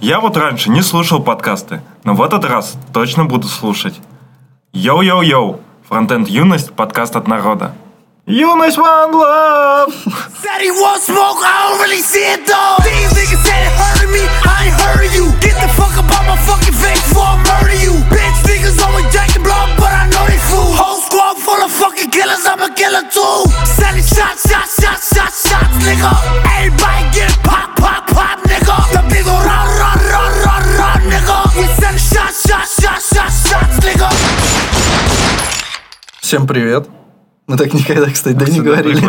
Я вот раньше не слушал подкасты, но в этот раз точно буду слушать. Йоу-йоу-йоу, Фронтенд Юность, подкаст от народа. Юность One Love! Said he won't smoke, I don't really see it though. These niggas said it hurted me, I ain't heard you. Get the fuck up on my fucking face before I murder you. Bitch niggas always jacking blood, but I know they fool. Whole squad full of fucking killers, I'm a killer too. Selling shots, nigga. Everybody get pop, nigga. The people run, nigga. We selling shots, nigga. Всем привет. Мы так никогда, кстати, не говорили.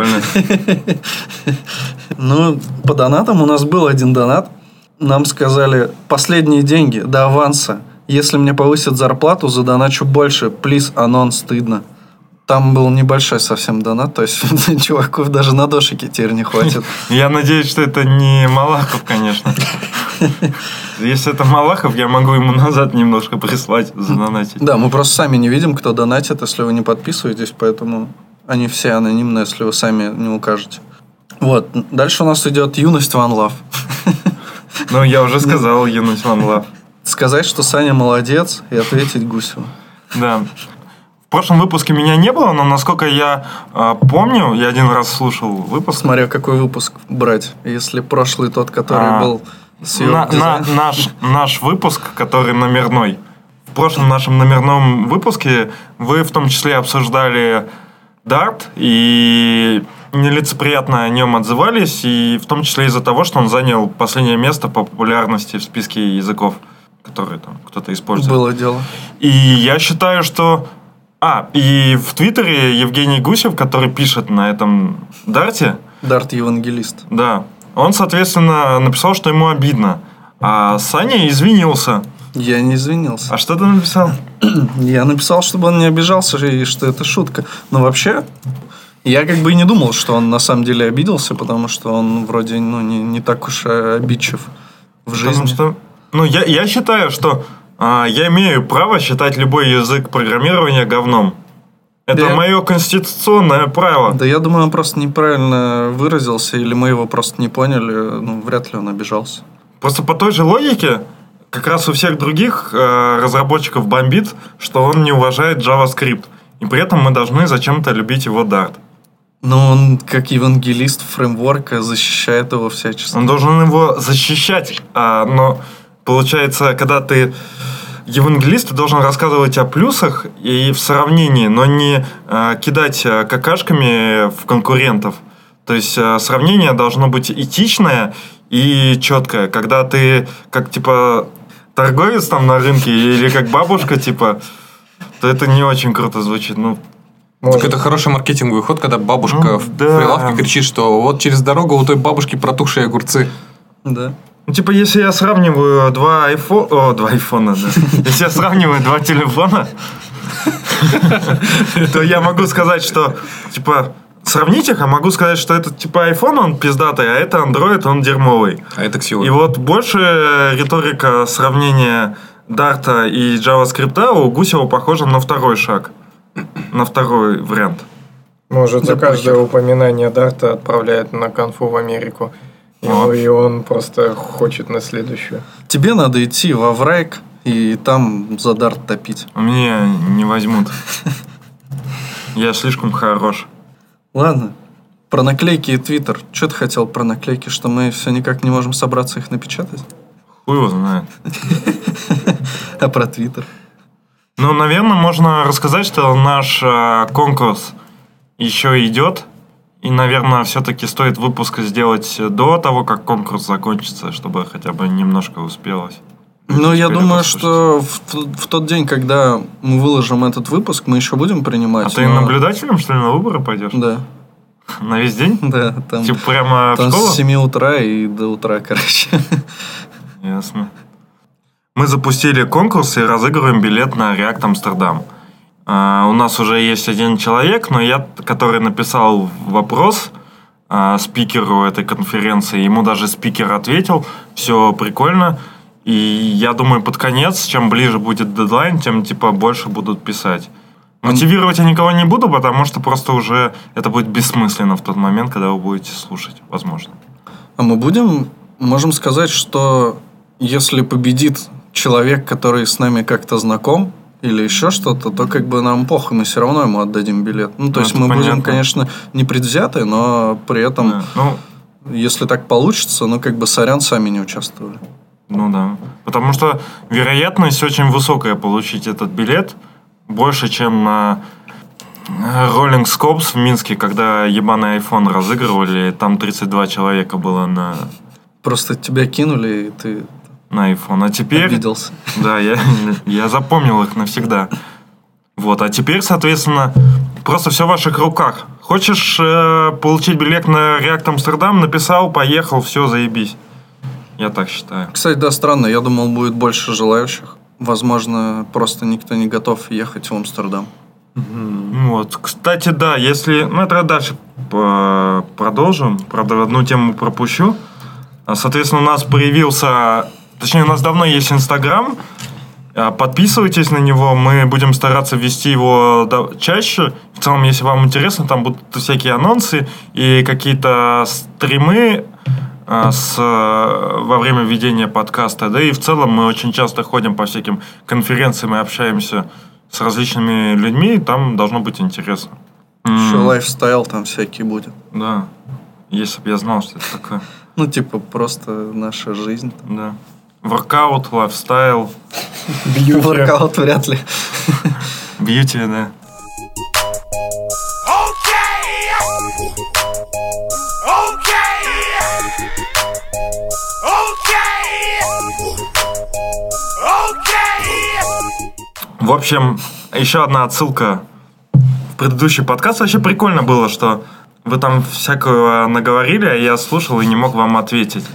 Ну, по донатам у нас был один донат. Нам сказали, последние деньги до аванса. Если мне повысят зарплату, задоначу больше. Плиз, анон, стыдно. Там был небольшой совсем донат. То есть, чуваков даже на дошике теперь не хватит. Я надеюсь, что это не Малахов, конечно. Если это Малахов, я могу ему назад немножко прислать, задонатить. Да, мы просто сами не видим, кто донатит, если вы не подписываетесь. Поэтому они все анонимны, если вы сами не укажете. Вот. Дальше у нас идет Юность One Love. Ну, я уже сказал Юность One Love. Сказать, что Саня молодец, и ответить Гусеву. Да. В прошлом выпуске меня не было, но, насколько я помню, я один раз слушал выпуск. Смотря какой выпуск брать. Если прошлый тот, который был с наш выпуск, который номерной. В прошлом нашем номерном выпуске вы в том числе обсуждали Dart и нелицеприятно о нем отзывались, и в том числе из-за того, что он занял последнее место по популярности в списке языков, которые там кто-то использует. Было дело. И я считаю, что... и в Твиттере Евгений Гусев, который пишет на этом Дарте... Дарт-евангелист. Да. Он, соответственно, написал, что ему обидно. А Саня извинился. Я не извинился. А что ты написал? Я написал, чтобы он не обижался, и что это шутка. Но вообще, я как бы и не думал, что он на самом деле обиделся, потому что он вроде не так уж обидчив в жизни. Потому что, я считаю, что я имею право считать любой язык программирования говном. Это мое конституционное право. Да я думаю, он просто неправильно выразился, или мы его просто не поняли. Вряд ли он обижался. Просто по той же логике, как раз у всех других разработчиков бомбит, что он не уважает JavaScript. И при этом мы должны зачем-то любить его Dart. Но он, как евангелист фреймворка, защищает его всячески. Он должен его защищать. Но получается, когда ты евангелист, ты должен рассказывать о плюсах и в сравнении, но не кидать какашками в конкурентов. То есть сравнение должно быть этичное и четкое. Когда ты как торговец там на рынке или как бабушка, то это не очень круто звучит. Так это хороший маркетинговый ход, когда бабушка в прилавке кричит, что вот через дорогу у той бабушки протухшие огурцы. Да. Если я сравниваю два айфона, да. Если я сравниваю два телефона, то я могу сказать, что, сравнить их, а могу сказать, что этот iPhone, он пиздатый, а это Android, он дерьмовый. А это Xiaomi. И вот больше риторика сравнения Dart и JavaScript у Гусева похожа на второй шаг. На второй вариант. Может, за каждое упоминание Dart отправляет на конфу в Америку. И он просто хочет на следующую. Тебе надо идти во овраг и там за Dart топить. Меня не возьмут. Я слишком хорош. Ладно. Про наклейки и Твиттер. Что ты хотел про наклейки? Что мы все никак не можем собраться их напечатать? Хуй его знает. А про Твиттер? Наверное, можно рассказать, что наш конкурс еще идет. И, наверное, все-таки стоит выпуск сделать до того, как конкурс закончится, чтобы хотя бы немножко успелось. Я думаю, что в тот день, когда мы выложим этот выпуск, мы еще будем принимать. А ты наблюдателем, что ли, на выборы пойдешь? Да. На весь день? Да. Там, прямо в школу? С 7 утра и до утра, короче. Ясно. Мы запустили конкурс и разыгрываем билет на React Amsterdam. У нас уже есть один человек, который написал вопрос спикеру этой конференции. Ему даже спикер ответил. Все прикольно. И я думаю, под конец, чем ближе будет дедлайн, тем больше будут писать. Мотивировать я никого не буду, потому что просто уже это будет бессмысленно в тот момент, когда вы будете слушать, возможно. А мы можем сказать, что если победит человек, который с нами как-то знаком, или еще что-то, то как бы нам похуй, мы все равно ему отдадим билет. Ну, то есть мы будем, конечно, непредвзяты, но при этом, если так получится, ну, как бы сорян, сами не участвовали. Ну да. Потому что вероятность очень высокая получить этот билет, больше, чем на Rolling Scopes в Минске, когда ебаный iPhone разыгрывали, там 32 человека было на... Просто тебя кинули, и ты... На iPhone. А теперь... Обиделся. Да, я запомнил их навсегда. Вот. А теперь, соответственно, просто все в ваших руках. Хочешь получить билет на React Amsterdam, написал, поехал, все, заебись. Я так считаю. Кстати, да, странно. Я думал, будет больше желающих. Возможно, просто никто не готов ехать в Амстердам. Вот. Кстати, да, если... Ну, это дальше продолжим. Правда, одну тему пропущу. Соответственно, у нас появился... Точнее, у нас давно есть Инстаграм. Подписывайтесь на него. Мы будем стараться вести его чаще. В целом, если вам интересно, там будут всякие анонсы и какие-то стримы во время ведения подкаста. Да и в целом мы очень часто ходим по всяким конференциям и общаемся с различными людьми. Там должно быть интересно. Еще лайфстайл там всякий будет. Да. Если бы я знал, что это такое. Ну, типа, просто наша жизнь. Да. Воркаут, лайфстайл. Бьюти. Воркаут вряд ли. Бьюти, да. В общем, еще одна отсылка в предыдущий подкаст. Вообще прикольно было, что вы там всякого наговорили, а я слушал и не мог вам ответить.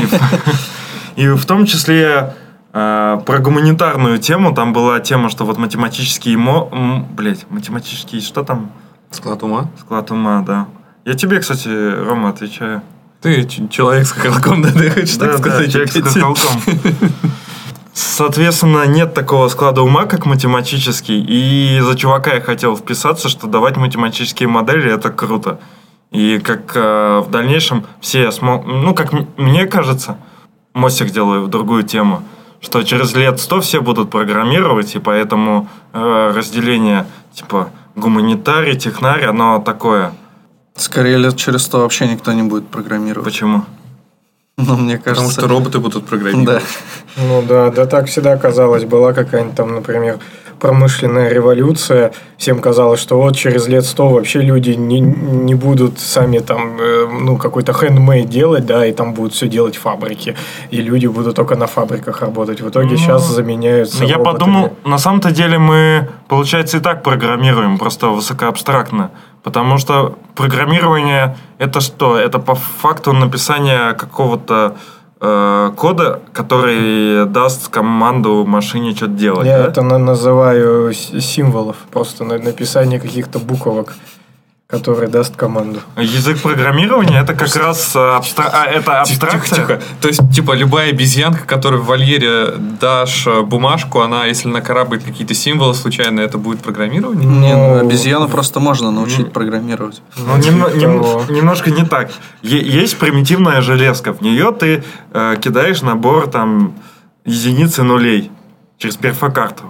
И в том числе про гуманитарную тему. Там была тема, что вот математические... математические... Что там? Склад ума? Склад ума, да. Я тебе, кстати, Рома, отвечаю. Ты человек с хохолком, да? Ты хочешь так сказать? Да, человек с хохолком. Соответственно, нет такого склада ума, как математический. И за чувака я хотел вписаться, что давать математические модели – это круто. И как в дальнейшем все смогут... Ну, как мне кажется, мостик делаю в другую тему, что через лет 100 все будут программировать, и поэтому разделение типа гуманитарий, технарий, оно такое. Скорее, лет через 100 вообще никто не будет программировать. Почему? Ну, мне кажется... Потому что роботы будут программировать. Да. Ну да, так всегда казалось. Была какая-нибудь там, например, промышленная революция. Всем казалось, что вот через лет 100 вообще люди не будут сами там, какой-то handmade делать, да, и там будут все делать фабрики. И люди будут только на фабриках работать. В итоге сейчас заменяются Я роботами. подумал, на самом-то деле мы, получается, и так программируем, просто высокоабстрактно. Потому что программирование это что? Это по факту написания какого-то кода, который даст команду машине что-то делать. Я да? это называю символов. Просто написание каких-то буквок, который даст команду. Язык программирования это как раз это абстракция. Тихо. То есть, типа, любая обезьянка, которой в вольере дашь бумажку, она, если накарабает какие-то символы случайно, это будет программирование? Не, обезьяну просто можно научить программировать. Ну, немножко не так. Есть примитивная железка. В нее ты кидаешь набор там единиц и нулей через перфокарту.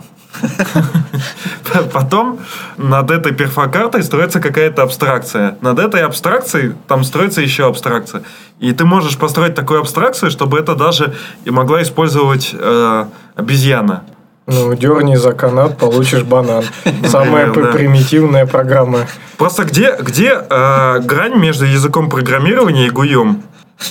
Потом над этой перфокартой строится какая-то абстракция. Над этой абстракцией там строится еще абстракция. И ты можешь построить такую абстракцию, чтобы это даже и могла использовать обезьяна. Ну, дерни за канат, получишь банан. Самая примитивная программа. Просто где грань между языком программирования и гуем?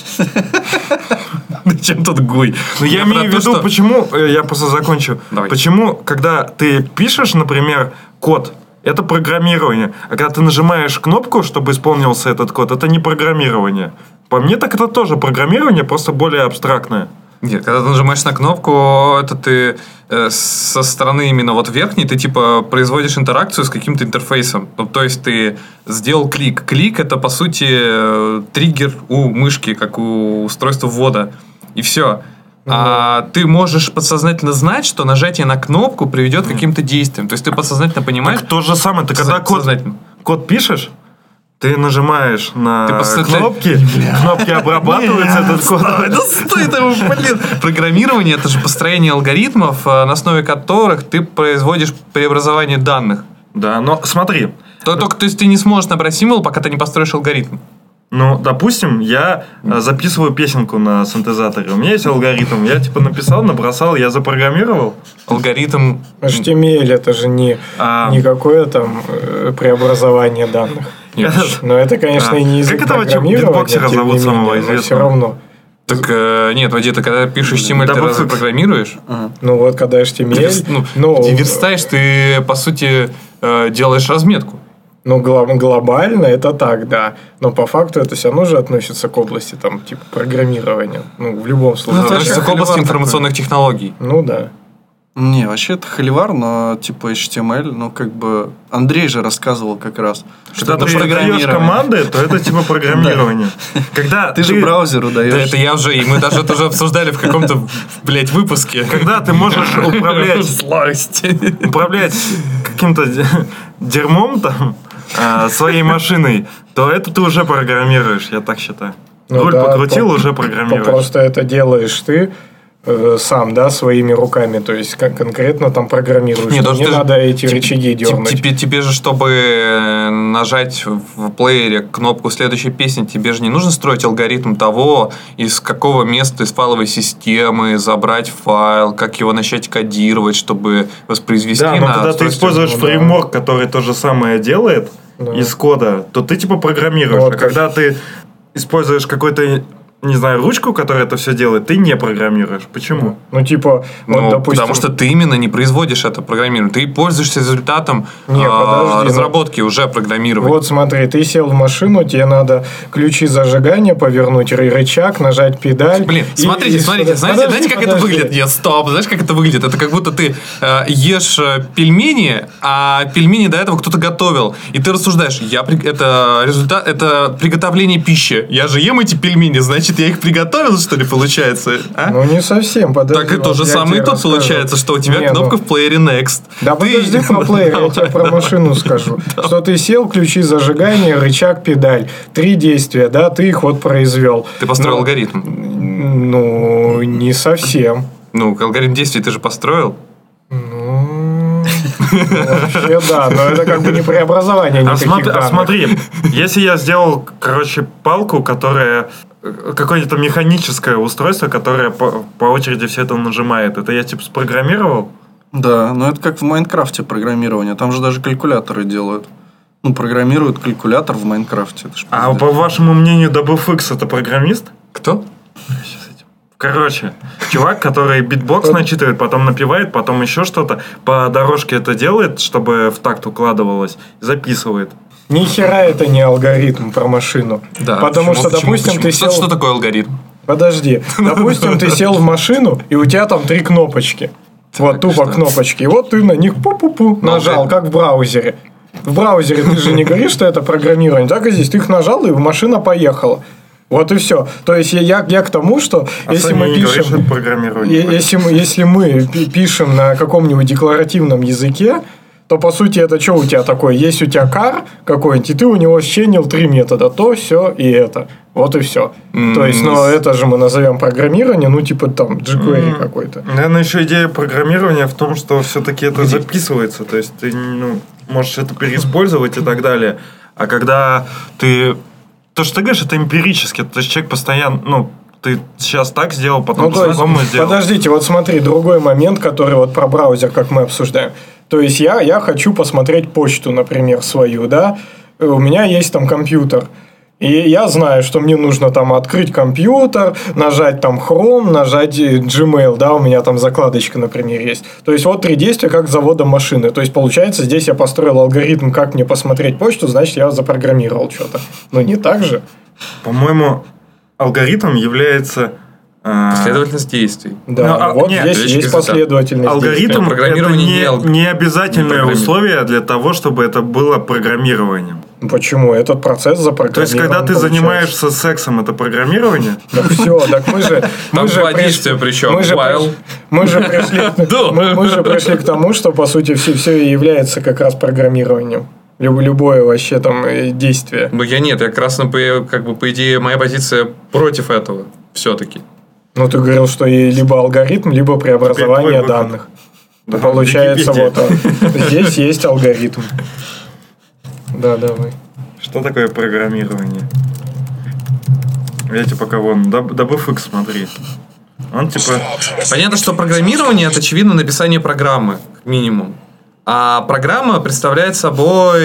Чем тут гуй? Ну, я имею в виду, почему, я просто закончу. Давай. Почему, когда ты пишешь, например, код, это программирование, а когда ты нажимаешь кнопку, чтобы исполнился этот код, это не программирование. По мне, так это тоже программирование, просто более абстрактное. Нет, когда ты нажимаешь на кнопку, это ты со стороны именно вот верхней, ты типа производишь интеракцию с каким-то интерфейсом. Ну, то есть ты сделал клик. Клик это по сути триггер у мышки, как у устройства ввода. И все. А ты можешь подсознательно знать, что нажатие на кнопку приведет к каким-то действиям. То есть ты подсознательно понимаешь. Так то же самое, ты когда код пишешь, Ты нажимаешь на Ты просто- кнопки обрабатываются, этот код. Программирование — это же построение алгоритмов, на основе которых ты производишь преобразование данных. Да, но смотри, То есть ты не сможешь набрать символ, пока ты не построишь алгоритм. ну, допустим, я записываю песенку на синтезаторе. У меня есть алгоритм. Я типа написал, набросал, я запрограммировал. Алгоритм... HTML это же не какое там преобразование данных. Но это, конечно, и не язык Как этого программирования, битбоксера тем не зовут самого менее, но все известного? равно. Так, нет, Вадим, ты когда пишешь HTML, ты Double разве fix. программируешь? Ну вот, когда HTML... Ты верстаешь, ты, по сути, делаешь разметку. Ну, глобально это так, да. Но по факту это все равно же относится к области, там, типа, программирования. Ну, в любом случае. это Относится к области информационных технологий. Ну, да. Не, вообще это холивар, но типа HTML, ну как бы Андрей же рассказывал как раз, Когда это ты даешь программирование. команды, то это типа программирование. Когда Ты же браузеру Да, даешь. это я уже, и мы даже это уже обсуждали в каком-то, блядь, выпуске. Когда ты можешь управлять каким-то дерьмом там, своей машиной, то это ты уже программируешь, я так считаю. Ну Руль да, покрутил, уже программируешь. Просто это делаешь ты сам, да, своими руками, то есть конкретно там программируешь. Нет, Не надо эти рычаги дернуть. Тебе же, чтобы нажать в плеере кнопку следующей песни, тебе же не нужно строить алгоритм того, из какого места из файловой системы забрать файл, как его начать кодировать, чтобы воспроизвести Да, но когда ты устройстве. используешь фреймворк, который то же самое делает из кода, то ты типа программируешь. Вот А когда ты используешь какой-то, не знаю, ручку, которая это все делает, ты не программируешь. Почему? Ну, типа, вот, Ну, допустим... потому что ты именно не производишь это программирование. Ты пользуешься результатом Не, подожди, разработки уже программирования. Вот смотри, ты сел в машину, тебе надо ключи зажигания повернуть, рычаг, нажать педаль. Блин, смотрите, знаете, как это выглядит? Нет, стоп, знаешь, как это выглядит? Это как будто ты ешь пельмени, а пельмени до этого кто-то готовил. И ты рассуждаешь, это результат, это приготовление пищи. Я же ем эти пельмени, значит, я их приготовил, что ли, получается? А? Ну, не совсем, подожди. Так и то же я самое и тебе тут расскажу. получается, что у тебя Не, кнопка в плеере Next. Да подожди про плеер, я тебе про машину скажу. Что ты сел, ключи зажигания, рычаг, педаль. 3 действия, да, ты их вот произвел. Ты построил алгоритм. Ну, не совсем. Ну, алгоритм действий ты же построил. Вообще, да, но это как бы не преобразование никаких данных. Смотри, если я сделал, короче, палку, которая какое-то механическое устройство, которое по очереди все это нажимает, это я типа спрограммировал? Да, но это как в Майнкрафте программирование. Там же даже калькуляторы делают. Ну, программируют калькулятор в Майнкрафте. Это ж А пиздец. по вашему мнению, DBFX это программист? Кто? Короче, чувак, который битбокс начитывает, потом напевает, потом еще что-то, по дорожке это делает, чтобы в такт укладывалось, записывает. Ни хера это не алгоритм про машину. Да. Потому что, допустим, ты сел... Что такое алгоритм? Подожди. Допустим, ты сел в машину, и у тебя там 3 кнопочки. Вот тупо кнопочки. И вот ты на них пу-пу-пу нажал, как в браузере. В браузере ты же не говоришь, что это программирование. Так и здесь. Ты их нажал, и машина поехала. Вот и все. То есть я к тому, что если мы пишем, если мы пишем на каком-нибудь декларативном языке, то по сути это что у тебя такое? Есть у тебя car какой-нибудь, и ты у него сченил 3 метода, то, все и это. Вот и все. То есть, но это же мы назовем программирование, ну типа там jQuery какой-то. Наверное, еще идея программирования в том, что все-таки это записывается, то есть ты можешь это переиспользовать и так далее. А когда ты... То, что ты говоришь, это эмпирически. То есть человек постоянно... ты сейчас так сделал, потом по-другому сделал. Подождите, вот смотри, другой момент, который вот про браузер, как мы обсуждаем. То есть я хочу посмотреть почту, например, свою, да? У меня есть там компьютер. И я знаю, что мне нужно там открыть компьютер, нажать там Chrome, нажать Gmail, да, у меня там закладочка, например, есть. То есть, вот 3 действия, как с заводом машины. То есть, получается, здесь я построил алгоритм, как мне посмотреть почту, значит, я запрограммировал что-то. Но не так же. По-моему, алгоритм является... Последовательность действий. Да, здесь есть последовательность алгоритм действий. это не обязательное условие для того, чтобы это было программированием. Почему? Этот процесс запрограммирован. То есть, когда ты занимаешься сексом, это программирование? Так все, так мы же... Там 2 действия причем. Мы же пришли к тому, что, по сути, все и является как раз программированием. Любое вообще там действие. Ну, я нет, я как раз, по идее, моя позиция против этого все-таки. Ну, ты говорил, что и либо алгоритм, либо преобразование Теперь твой данных. Да, Получается, Википедия. вот здесь есть алгоритм. Да, давай. Что такое программирование? Я тебе пока WebFX смотри. Он типа... Понятно, что программирование – это, очевидно, написание программы, как минимум. А программа представляет собой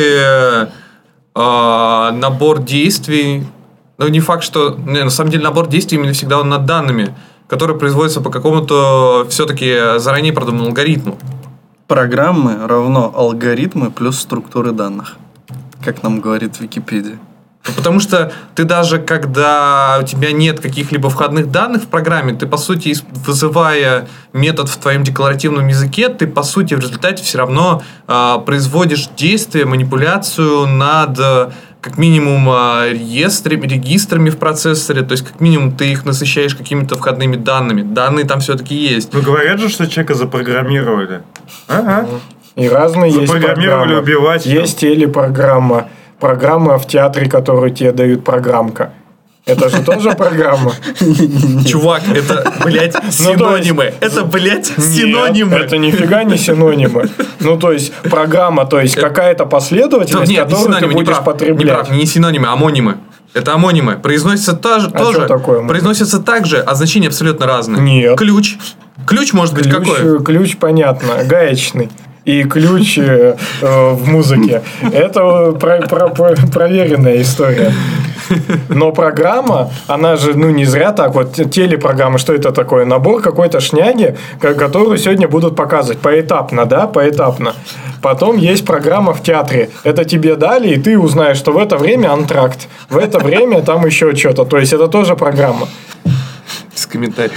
набор действий. Ну, не факт, что... на самом деле, набор действий именно всегда он над данными, которые производятся по какому-то все-таки заранее продуманному алгоритму. Программы равно алгоритмы плюс структуры данных. Как нам говорит Википедия. Потому что ты даже, когда у тебя нет каких-либо входных данных в программе, ты, по сути, вызывая метод в твоем декларативном языке, ты, по сути, в результате все равно производишь действие, манипуляцию над, как минимум, регистрами в процессоре. То есть, как минимум, ты их насыщаешь какими-то входными данными. Данные там все-таки есть. Ну, говорят же, что человека запрограммировали. Ага. И разные есть Запрограммировали программы. убивать. Есть телепрограмма. Программа в театре, которую тебе дают программка. Это же тоже программа. Чувак, это, блядь, синонимы. Это, блядь, синонимы. Нет, это нифига не синонимы. Ну, то есть, программа, то есть, какая-то последовательность, Нет, не которую ты синонимы, будешь потреблять. не синонимы, амонимы. Это амонимы. Произносится тоже. что такое амоним? Произносится так же, а значения абсолютно разные. Нет. Ключ. Ключ может быть какой? Ключ, понятно, гаечный. И ключ в музыке. Это проверенная история. Но программа, она же, не зря так. Вот телепрограмма, что это такое? Набор какой-то шняги, которую сегодня будут показывать поэтапно, да? Поэтапно. Потом есть программа в театре. Это тебе дали, и ты узнаешь, что в это время антракт. В это время там еще что-то. То есть, это тоже программа. С комментариев.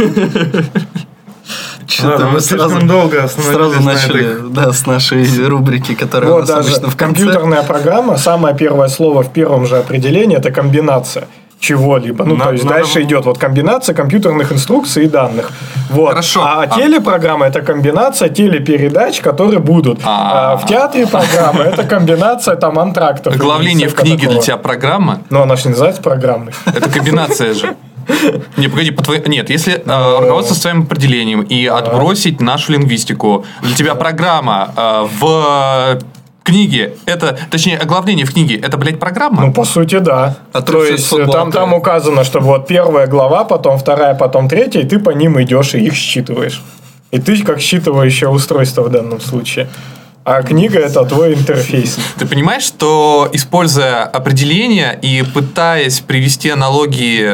Что-то мы слишком долго сразу остановились на начали, этой- да, с нашей рубрики, которая у Вот нас даже обычно в конце. компьютерная программа, самое первое слово в первом же определении – это комбинация чего-либо. Ну, то есть, дальше идет вот комбинация компьютерных инструкций и данных. Вот. Хорошо. А телепрограмма – это комбинация телепередач, которые будут. А в театре программа – это комбинация там антрактов. Оглавление в книге для тебя программа. Но она же не называется программой. Это комбинация же. Не, погоди, нет, если руководствоваться своим определением и отбросить нашу лингвистику, для тебя программа в книге, это, точнее, оглавление в книге, это, блядь, программа? Ну, по сути, да. А То трусец есть, футболка. там указано, что вот первая глава, потом вторая, потом третья, и ты по ним идешь и их считываешь. И ты как считывающее устройство в данном случае. А книга – это твой интерфейс. Ты понимаешь, что, используя определения и пытаясь привести аналогии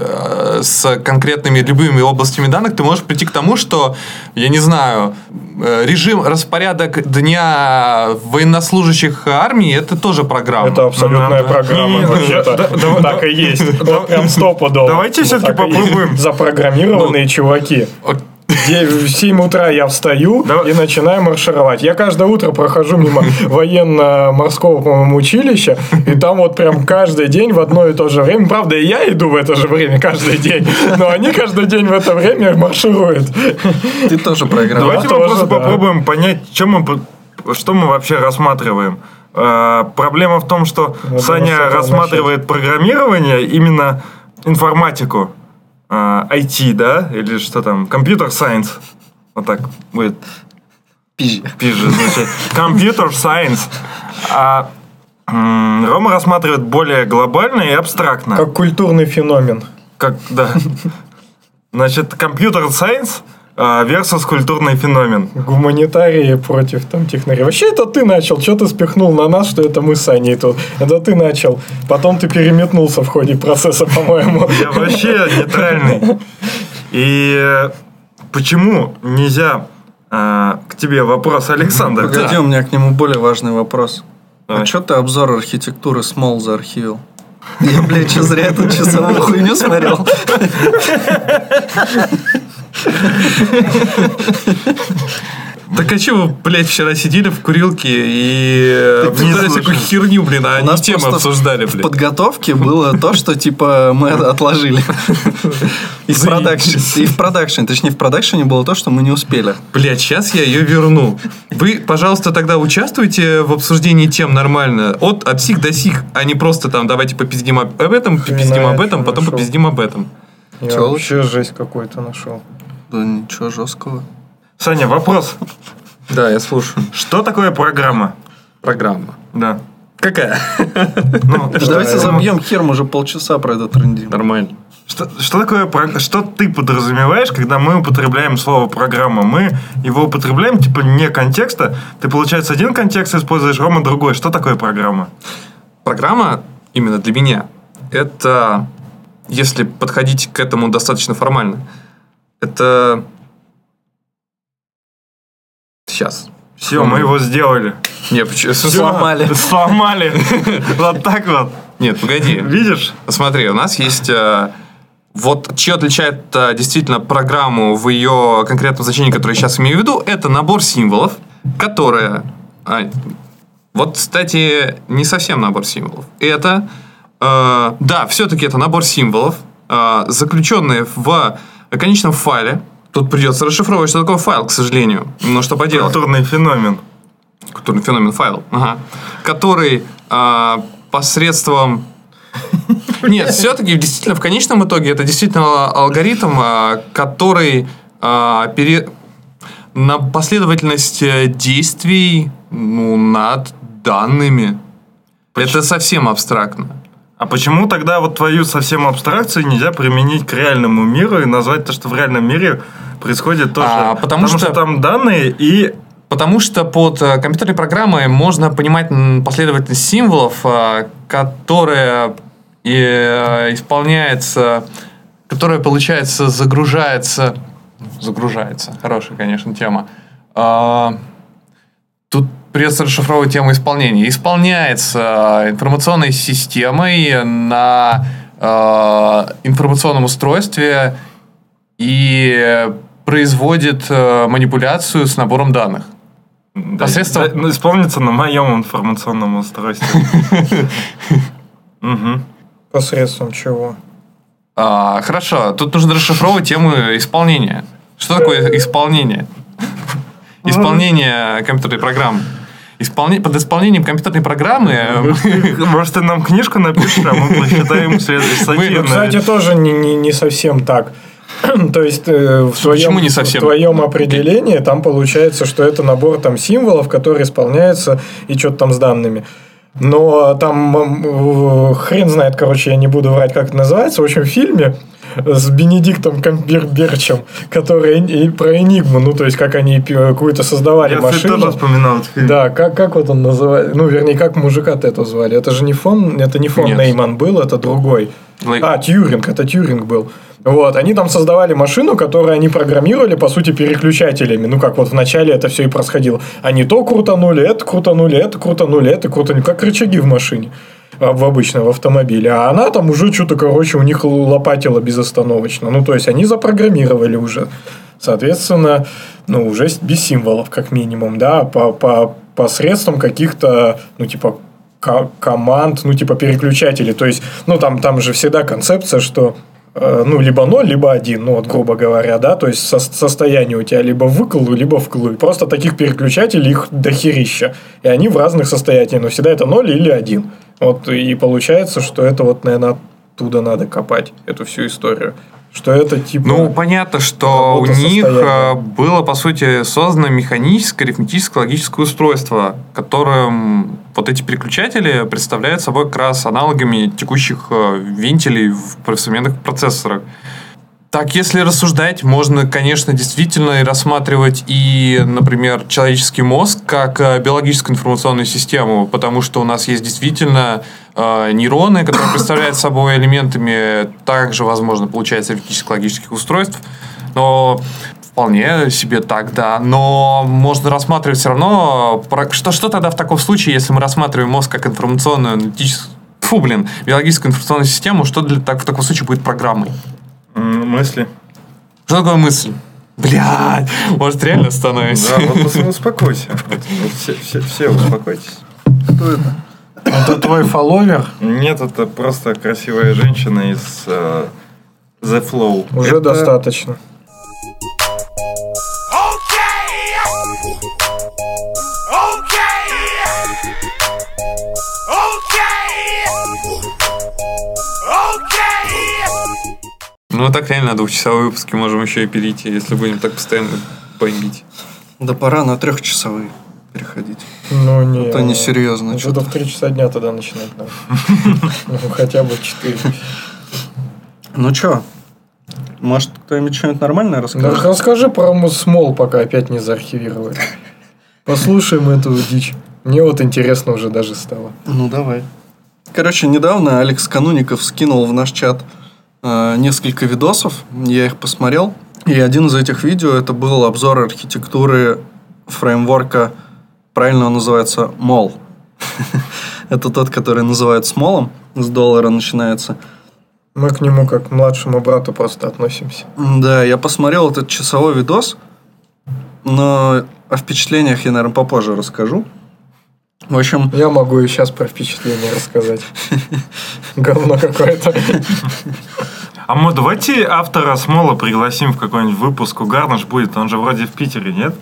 с конкретными любыми областями данных, ты можешь прийти к тому, что, я не знаю, распорядок дня военнослужащих армии – это тоже программа. Это абсолютная программа. Не, вообще-то. Так и есть. Вот прям стопудово. Давайте Ну, все-таки так и есть. попробуем. Запрограммированные чуваки. В 7 утра я встаю и начинаю маршировать. Я каждое утро прохожу мимо военно-морского, по-моему, училища, и там вот прям каждый день в одно и то же время. Правда, и я иду в это же время каждый день, но они каждый день в это время маршируют. Ты тоже программа. Давайте мы тоже, просто да. попробуем понять, что мы вообще рассматриваем. Проблема в том, что Саня самого рассматривает программирование, именно информатику. IT, да? Или что там? Computer Science. Вот так будет. Пизжи. Пизже звучит. Computer Science. А Рома рассматривает более глобально и абстрактно. Как культурный феномен. Да. Значит, Computer Science versus культурный феномен. Гуманитарии против там технарей. Вообще это ты начал. Что ты спихнул на нас, что это мы с Саней тут? Это ты начал. Потом ты переметнулся в ходе процесса, по-моему. Я вообще нейтральный. И почему нельзя к тебе вопрос, Александр? Погоди, у меня к нему более важный вопрос. Давай. А что ты обзор архитектуры Small заархивил? Я, блядь, что зря эту часовую хуйню смотрел? Так а че вы, блядь, вчера сидели в курилке и обсуждали всякую херню, блин, а У не нас темы просто обсуждали, в блядь. подготовке было то, что, типа, мы отложили. И в продакшене. Точнее, в продакшене было то, что мы не успели. Блядь, сейчас я ее верну. Вы, пожалуйста, тогда участвуйте в обсуждении тем нормально. От сих до сих, а не просто там давайте попиздим об этом, попиздим об этом, потом попиздим об этом. Я вообще жесть какой-то нашел. Да ничего жесткого. Саня, вопрос. Да, я слушаю. Что такое программа? Программа. Да. Какая? Давайте забьем хер, мы уже полчаса про это трендим. Нормально. Что такое, что ты подразумеваешь, когда мы употребляем слово программа? Мы его употребляем типа не контекста. Ты, получается, один контекст используешь, Рома другой. Что такое программа? Программа, именно для меня, это, если подходить к этому достаточно формально, это... Сейчас. Все, мы его сделали. Нет, почему? Сломали. Сломали. Вот так вот. Нет, погоди. Видишь? Смотри, у нас есть... Вот что отличает действительно программу в ее конкретном значении, которое я сейчас имею в виду, это набор символов, которые... Вот, кстати, не совсем набор символов. Это... да, все-таки это набор символов, заключенные в конечном файле. Тут придется расшифровывать, что такое файл, к сожалению. Но что поделать. Культурный феномен. Культурный феномен файл. Ага. Который посредством... Нет, все-таки действительно в конечном итоге это действительно алгоритм, который на последовательность действий над данными. Это совсем абстрактно. А почему тогда вот твою совсем абстракцию нельзя применить к реальному миру и назвать то, что в реальном мире происходит тоже? Потому что там данные и... Потому что под компьютерной программой можно понимать последовательность символов, которая исполняется, которая, получается, загружается. Хорошая, конечно, тема. Тут придется расшифровывать тему исполнения. Исполняется информационной системой на информационном устройстве и производит манипуляцию с набором данных. Посредством... Исполнится на моем информационном устройстве. Посредством чего? Хорошо. Тут нужно расшифровывать тему исполнения. Что такое исполнение? Исполнение компьютерной программы. Под исполнением компьютерной программы... Может, ты нам книжку напишешь, а мы прочитаем статью. Кстати, тоже не совсем так. То есть в твоем определении там получается, что это набор там символов, который исполняется и что-то там с данными. Но там хрен знает, короче, я не буду врать, как это называется. В общем, в фильме с Бенедиктом Камбербэтчем, который про Энигму, ну, то есть, как они какую-то создавали машину. Я тоже вспоминал этот фильм. Да, как вот он называется? Ну, вернее, как мужика-то это звали? Это же не фон Нейман был, это другой. Тьюринг, это Тьюринг был. Вот, они там создавали машину, которую они программировали, по сути, переключателями. Ну, как вот в начале это все и происходило. Они то крутанули, это крутанули, это крутанули, это крутанули. Как рычаги в машине. В обычном автомобиле. А она там уже что-то, короче, у них лопатила безостановочно. Ну, то есть, они запрограммировали уже. Соответственно, ну, уже без символов, как минимум, да, посредством каких-то, ну, типа, команд, ну, типа, переключателей. То есть, ну, там же всегда концепция, что ну, либо 0, либо 1, ну, вот, грубо говоря, да, то есть, состояние у тебя либо выкл, либо вкл. И просто таких переключателей их дохерища. И они в разных состояниях, но всегда это 0 или 1. Вот, и получается, что это вот, наверное, оттуда надо копать, эту всю историю. Что это типа... Ну, понятно, что у них было, по сути, создано механическое, арифметическое, логическое устройство, которым вот эти переключатели представляют собой как раз аналогами текущих вентилей в современных процессорах. Так, если рассуждать, можно, конечно, действительно и рассматривать и, например, человеческий мозг как биологическую информационную систему, потому что у нас есть действительно нейроны, которые представляют собой элементами также, возможно, получается, арифметических-логических устройств, но вполне себе так, да. Но можно рассматривать все равно... Что тогда в таком случае, если мы рассматриваем мозг как информационную, аналитическую... биологическую информационную систему, что в таком случае будет программой? Мысли. Что такое мысль? Блядь, может, реально становится? Да, вот успокойся. Все успокойтесь. Кто это? Это твой фолловер? Нет, это просто красивая женщина из The Flow. Уже достаточно. Ну, так реально на двухчасовые выпуски можем еще и перейти, если будем так постоянно бомбить. Да пора на 3-часовые переходить. Ну, не. Это несерьезно. Что-то в 3 часа дня тогда начинать надо. Ну, хотя бы 4. Ну чё, может, кто-нибудь что-нибудь нормальное Да расскажет? расскажи про Смол, пока опять не заархивировали. Послушаем эту дичь. Мне вот интересно уже даже стало. Ну, давай. Короче, недавно Алекс Кануников скинул в наш чат несколько видосов. Я их посмотрел. И один из этих видео это был обзор архитектуры фреймворка, правильно он называется, Mol. Это тот, который называют смолом, с $1 начинается. Мы к нему как к младшему брату просто относимся. Да, я посмотрел этот часовой видос, но о впечатлениях я, наверное, попозже расскажу. В общем... Я могу и сейчас про впечатления рассказать. Говно какое-то. А мы давайте автора Смола пригласим в какой-нибудь выпуск. У Гарнаш будет, он же вроде в Питере, нет?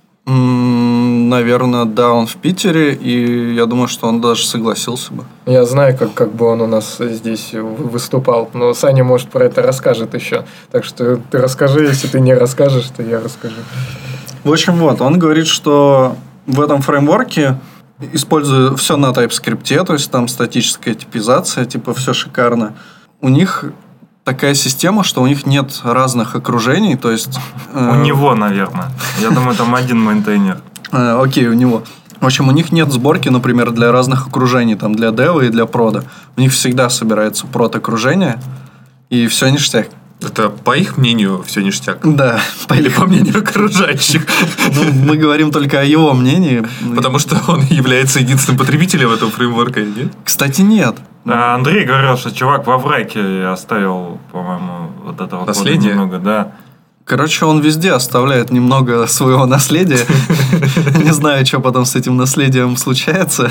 Наверное, да, он в Питере, и я думаю, что он даже согласился бы. Я знаю, как бы он у нас здесь выступал, но Саня, может, про это расскажет еще. Так что ты расскажи, если ты не расскажешь, то я расскажу. В общем, вот, он говорит, что в этом фреймворке используя все на TypeScript, то есть там статическая типизация, типа все шикарно. У них такая система, что у них нет разных окружений, то есть... У него, наверное. Я думаю, там один мейнтейнер. Окей, у него. В общем, у них нет сборки, например, для разных окружений, там, для дева и для прода. У них всегда собирается прод-окружение, и все ништяк. Это, по их мнению, все ништяк? Да. Или по мнению окружающих? Ну, мы говорим только о его мнении. Потому что он является единственным потребителем этого фреймворка, нет? Кстати, нет. Андрей говорил, что чувак во Врайке оставил, по-моему, вот это вот наследие? Немного, да. Короче, он везде оставляет немного своего наследия. Не знаю, что потом с этим наследием случается.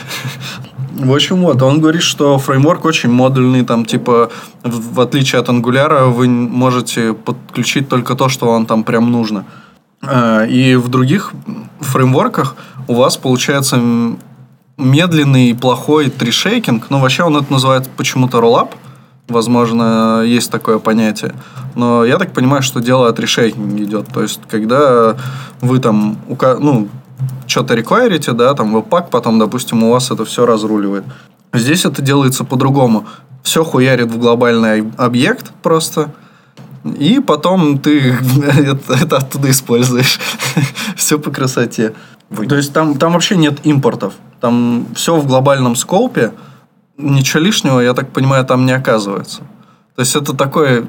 В общем, вот, он говорит, что фреймворк очень модульный, там, типа, в отличие от Angular, вы можете подключить только то, что вам там прям нужно. И в других фреймворках у вас получается медленный и плохой трешейкинг. Ну, вообще он это называет почему-то роллап. Возможно, есть такое понятие. Но я так понимаю, что дело о трешейкинге идет. То есть, когда вы там, что-то реквайрите, да, там веб-пак, потом, допустим, у вас это все разруливает. Здесь это делается по-другому. Все хуярит в глобальный объект просто, и потом ты это оттуда используешь. Все по красоте. То есть, там вообще нет импортов. Там все в глобальном скоупе. Ничего лишнего, я так понимаю, там не оказывается. То есть, это такое...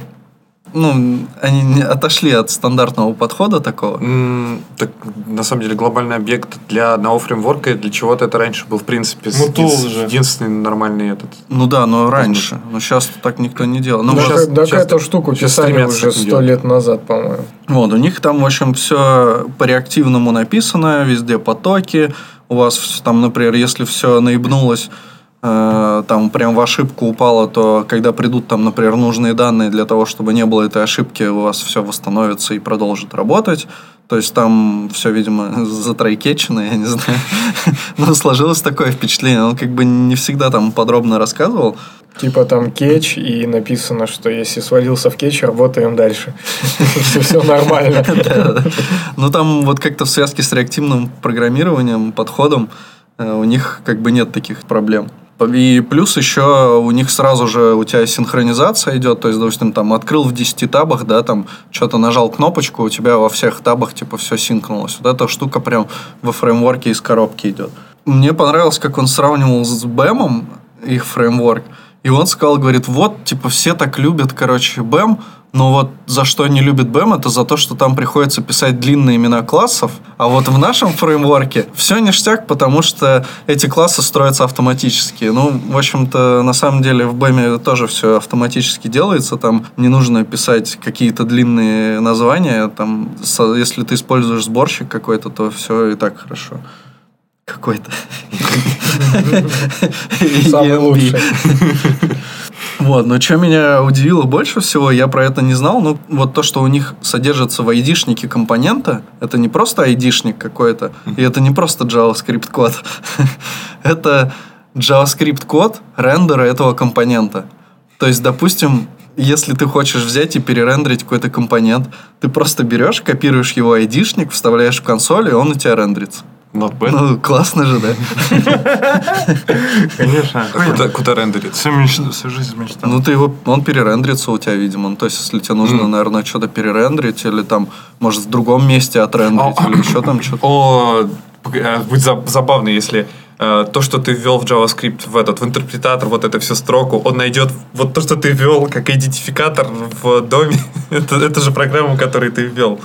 они отошли от стандартного подхода такого. Так, на самом деле, глобальный объект для одного фреймворка и для чего-то это раньше был, в принципе, единственный нормальный этот. Ну да, но раньше. Но сейчас так никто не делал. Эту штуку писали уже 100 лет назад, по-моему. Вот, у них там, в общем, все по реактивному написано, везде потоки. У вас там, например, если все наебнулось, там прям в ошибку упало, то когда придут там, например, нужные данные для того, чтобы не было этой ошибки, у вас все восстановится и продолжит работать. То есть там все, видимо, затрайкетчено, я не знаю. Но сложилось такое впечатление. Он как бы не всегда там подробно рассказывал. Типа там кетч, и написано, что если свалился в кетч, работаем дальше. Все нормально. Ну там вот как-то в связке с реактивным программированием, подходом, у них как бы нет таких проблем. И плюс еще у них сразу же у тебя синхронизация идет, то есть, допустим, там открыл в 10 табах, да, там что-то нажал кнопочку, у тебя во всех табах типа все синкнулось. Вот эта штука прям во фреймворке из коробки идет. Мне понравилось, как он сравнивал с BAM их фреймворк, и он сказал, говорит, вот, типа, все так любят, короче, BAM, но вот за что они любят BAM, это за то, что там приходится писать длинные имена классов, а вот в нашем фреймворке все ништяк, потому что эти классы строятся автоматически. Ну, в общем-то, на самом деле в BAM тоже все автоматически делается, там не нужно писать какие-то длинные названия, там, если ты используешь сборщик какой-то, то все и так хорошо. Какой-то. Самый лучший. Вот, но что меня удивило больше всего, я про это не знал, ну, вот то, что у них содержится в айдишнике компонента, это не просто айдишник какой-то, и это не просто JavaScript код, это JavaScript код рендера этого компонента. То есть, допустим, если ты хочешь взять и перерендерить какой-то компонент, ты просто берешь, копируешь его айдишник, вставляешь в консоль, и он у тебя рендерится. Not bad. Ну, классно же, да? Конечно. Куда рендерить? Всю жизнь мечтал. Ну, он перерендерится у тебя, видимо. Ну, то есть, если тебе нужно, наверное, что-то перерендерить, или там, может, в другом месте отрендерить, или еще там что-то. Будет забавно, если то, что ты ввел в JavaScript в интерпретатор, вот эту всю строку, он найдет вот то, что ты ввел как идентификатор в доме. Это же программа, которую ты ввел.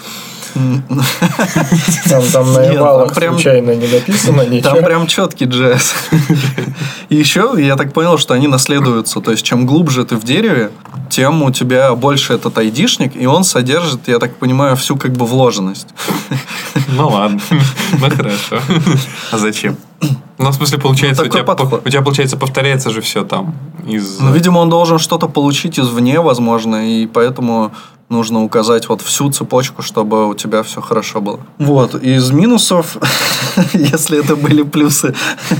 Там на эвалах случайно не написано ничего. Там прям четкий JS. И еще я так понял, что они наследуются. То есть, чем глубже ты в дереве, тем у тебя больше этот айдишник, и он содержит, я так понимаю, всю как бы вложенность. Ну ладно, ну хорошо. А зачем? Ну, в смысле, получается, у тебя получается, повторяется же все там. Ну, видимо, он должен что-то получить извне, возможно, и поэтому нужно указать вот всю цепочку, чтобы у тебя все хорошо было. Вот, из минусов, если это были плюсы,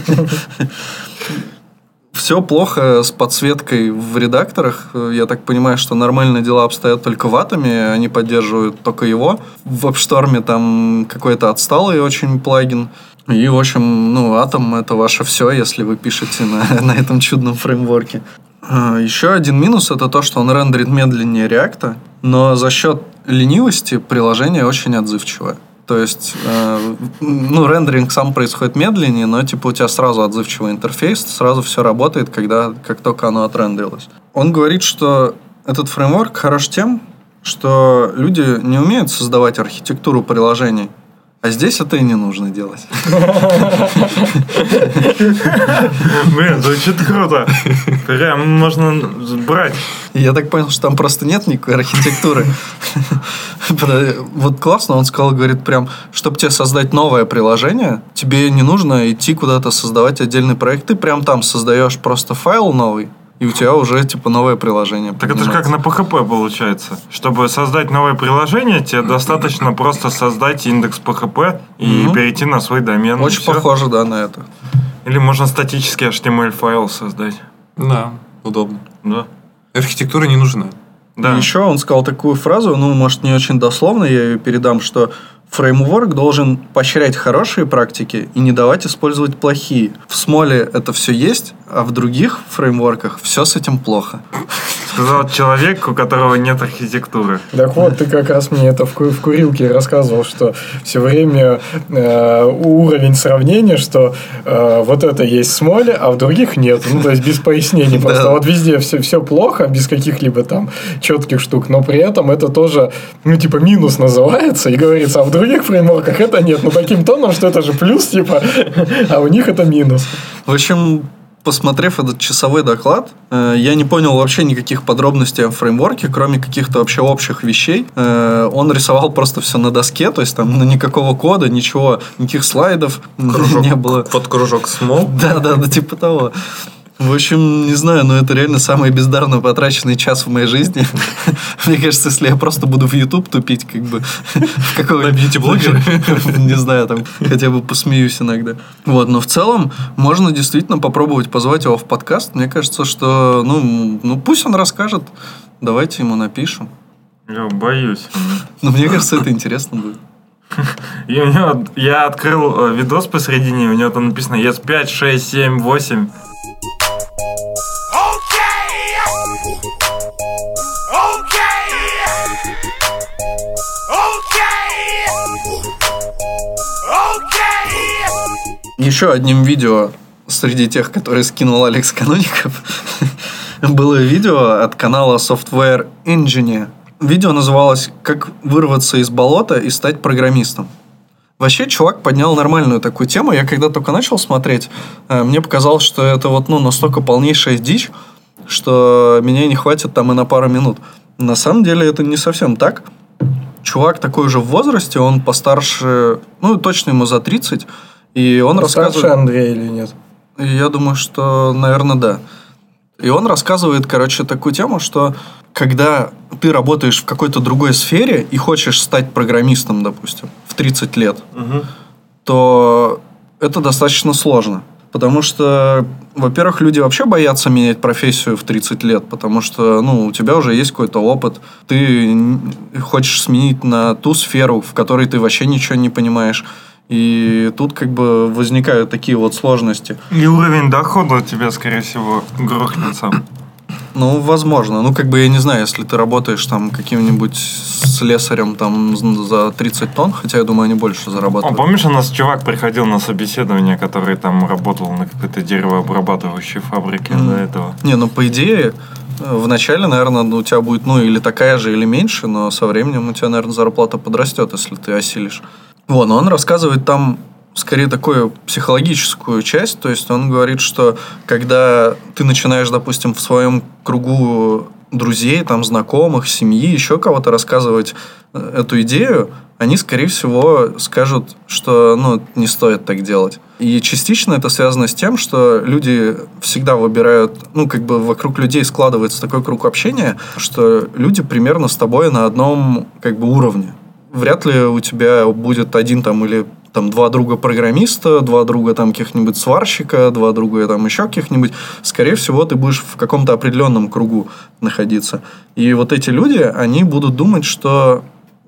все плохо с подсветкой в редакторах. Я так понимаю, что нормально дела обстоят только в Атоме, они поддерживают только его. В WebStorm там какой-то отсталый очень плагин. И, в общем, Atom — это ваше все, если вы пишете на этом чудном фреймворке. Еще один минус — это то, что он рендерит медленнее React, но за счет ленивости приложение очень отзывчивое. То есть, рендеринг сам происходит медленнее, но типа у тебя сразу отзывчивый интерфейс, сразу все работает, как только оно отрендерилось. Он говорит, что этот фреймворк хорош тем, что люди не умеют создавать архитектуру приложений. А здесь это и не нужно делать. Блин, звучит круто. Прям можно брать. Я так понял, что там просто нет никакой архитектуры. Вот классно, он сказал, говорит, прям, чтобы тебе создать новое приложение, тебе не нужно идти куда-то создавать отдельный проект. Ты прям там создаешь просто файл новый, и у тебя уже, типа, новое приложение. Так это же как на PHP получается. Чтобы создать новое приложение, тебе достаточно просто создать индекс PHP и перейти на свой домен. Очень похоже, да, на это. Или можно статический HTML-файл создать. Да, удобно. Да. Архитектура не нужна. Да. Еще он сказал такую фразу, может, не очень дословно, я ее передам, что фреймворк должен поощрять хорошие практики и не давать использовать плохие. В Смоле это все есть, а в других фреймворках все с этим плохо. Сказал человек, у которого нет архитектуры. Так вот, ты как раз мне это в курилке рассказывал, что все время уровень сравнения, что вот это есть в Смоле, а в других нет. Ну, то есть без пояснений. Просто вот везде все плохо, без каких-либо там четких штук, но при этом это тоже, минус называется, и говорится, а в других фреймворках это нет. Ну, таким тоном, что это же плюс, типа, а у них это минус. В общем, посмотрев этот часовой доклад, я не понял вообще никаких подробностей о фреймворке, кроме каких-то вообще общих вещей. Он рисовал просто все на доске, то есть там никакого кода, ничего, никаких слайдов не было. Под кружок смол. Да, типа того. В общем, не знаю, но это реально самый бездарно потраченный час в моей жизни. Мне кажется, если я просто буду в YouTube тупить, как бы, в какого-нибудь бьюти-блогера, не знаю, там, хотя бы посмеюсь иногда. Вот, но в целом можно действительно попробовать позвать его в подкаст. Мне кажется, что, пусть он расскажет, давайте ему напишем. Я боюсь. Но мне кажется, это интересно будет. Я открыл видос посередине, у него там написано ES5, 6, 7, 8. Еще одним видео среди тех, которые скинул Алекс Каноников, было видео от канала Software Engineer. Видео называлось «Как вырваться из болота и стать программистом». Вообще, чувак поднял нормальную такую тему. Я когда только начал смотреть, мне показалось, что это настолько полнейшая дичь, что меня не хватит там и на пару минут. На самом деле это не совсем так. Чувак такой же в возрасте, он постарше, точно ему за 30, и он рассказывает... Старше Андрей или нет? Я думаю, что, наверное, да. И он рассказывает, такую тему, что когда ты работаешь в какой-то другой сфере и хочешь стать программистом, допустим, в 30 лет, то это достаточно сложно. Потому что, во-первых, люди вообще боятся менять профессию в 30 лет, потому что, у тебя уже есть какой-то опыт. Ты хочешь сменить на ту сферу, в которой ты вообще ничего не понимаешь. И тут возникают такие вот сложности. И уровень дохода у тебя, скорее всего, грохнется. Возможно. Я не знаю, если ты работаешь там каким-нибудь слесарем там за 30 тонн, хотя я думаю, они больше зарабатывают. Помнишь, у нас чувак приходил на собеседование, который там работал на какой-то деревообрабатывающей фабрике до этого? По идее, вначале, наверное, у тебя будет, или такая же, или меньше, но со временем у тебя, наверное, зарплата подрастет, если ты осилишь. Но он рассказывает там скорее такую психологическую часть, то есть он говорит, что когда ты начинаешь, допустим, в своем кругу друзей, там, знакомых, семьи, еще кого-то рассказывать эту идею, они, скорее всего, скажут, что, не стоит так делать. И частично это связано с тем, что люди всегда выбирают, вокруг людей складывается такой круг общения, что люди примерно с тобой на одном, уровне. Вряд ли у тебя будет один там или там 2 друга программиста, 2 друга там каких-нибудь сварщика, 2 друга там еще каких-нибудь. Скорее всего, ты будешь в каком-то определенном кругу находиться. И вот эти люди, они будут думать, что,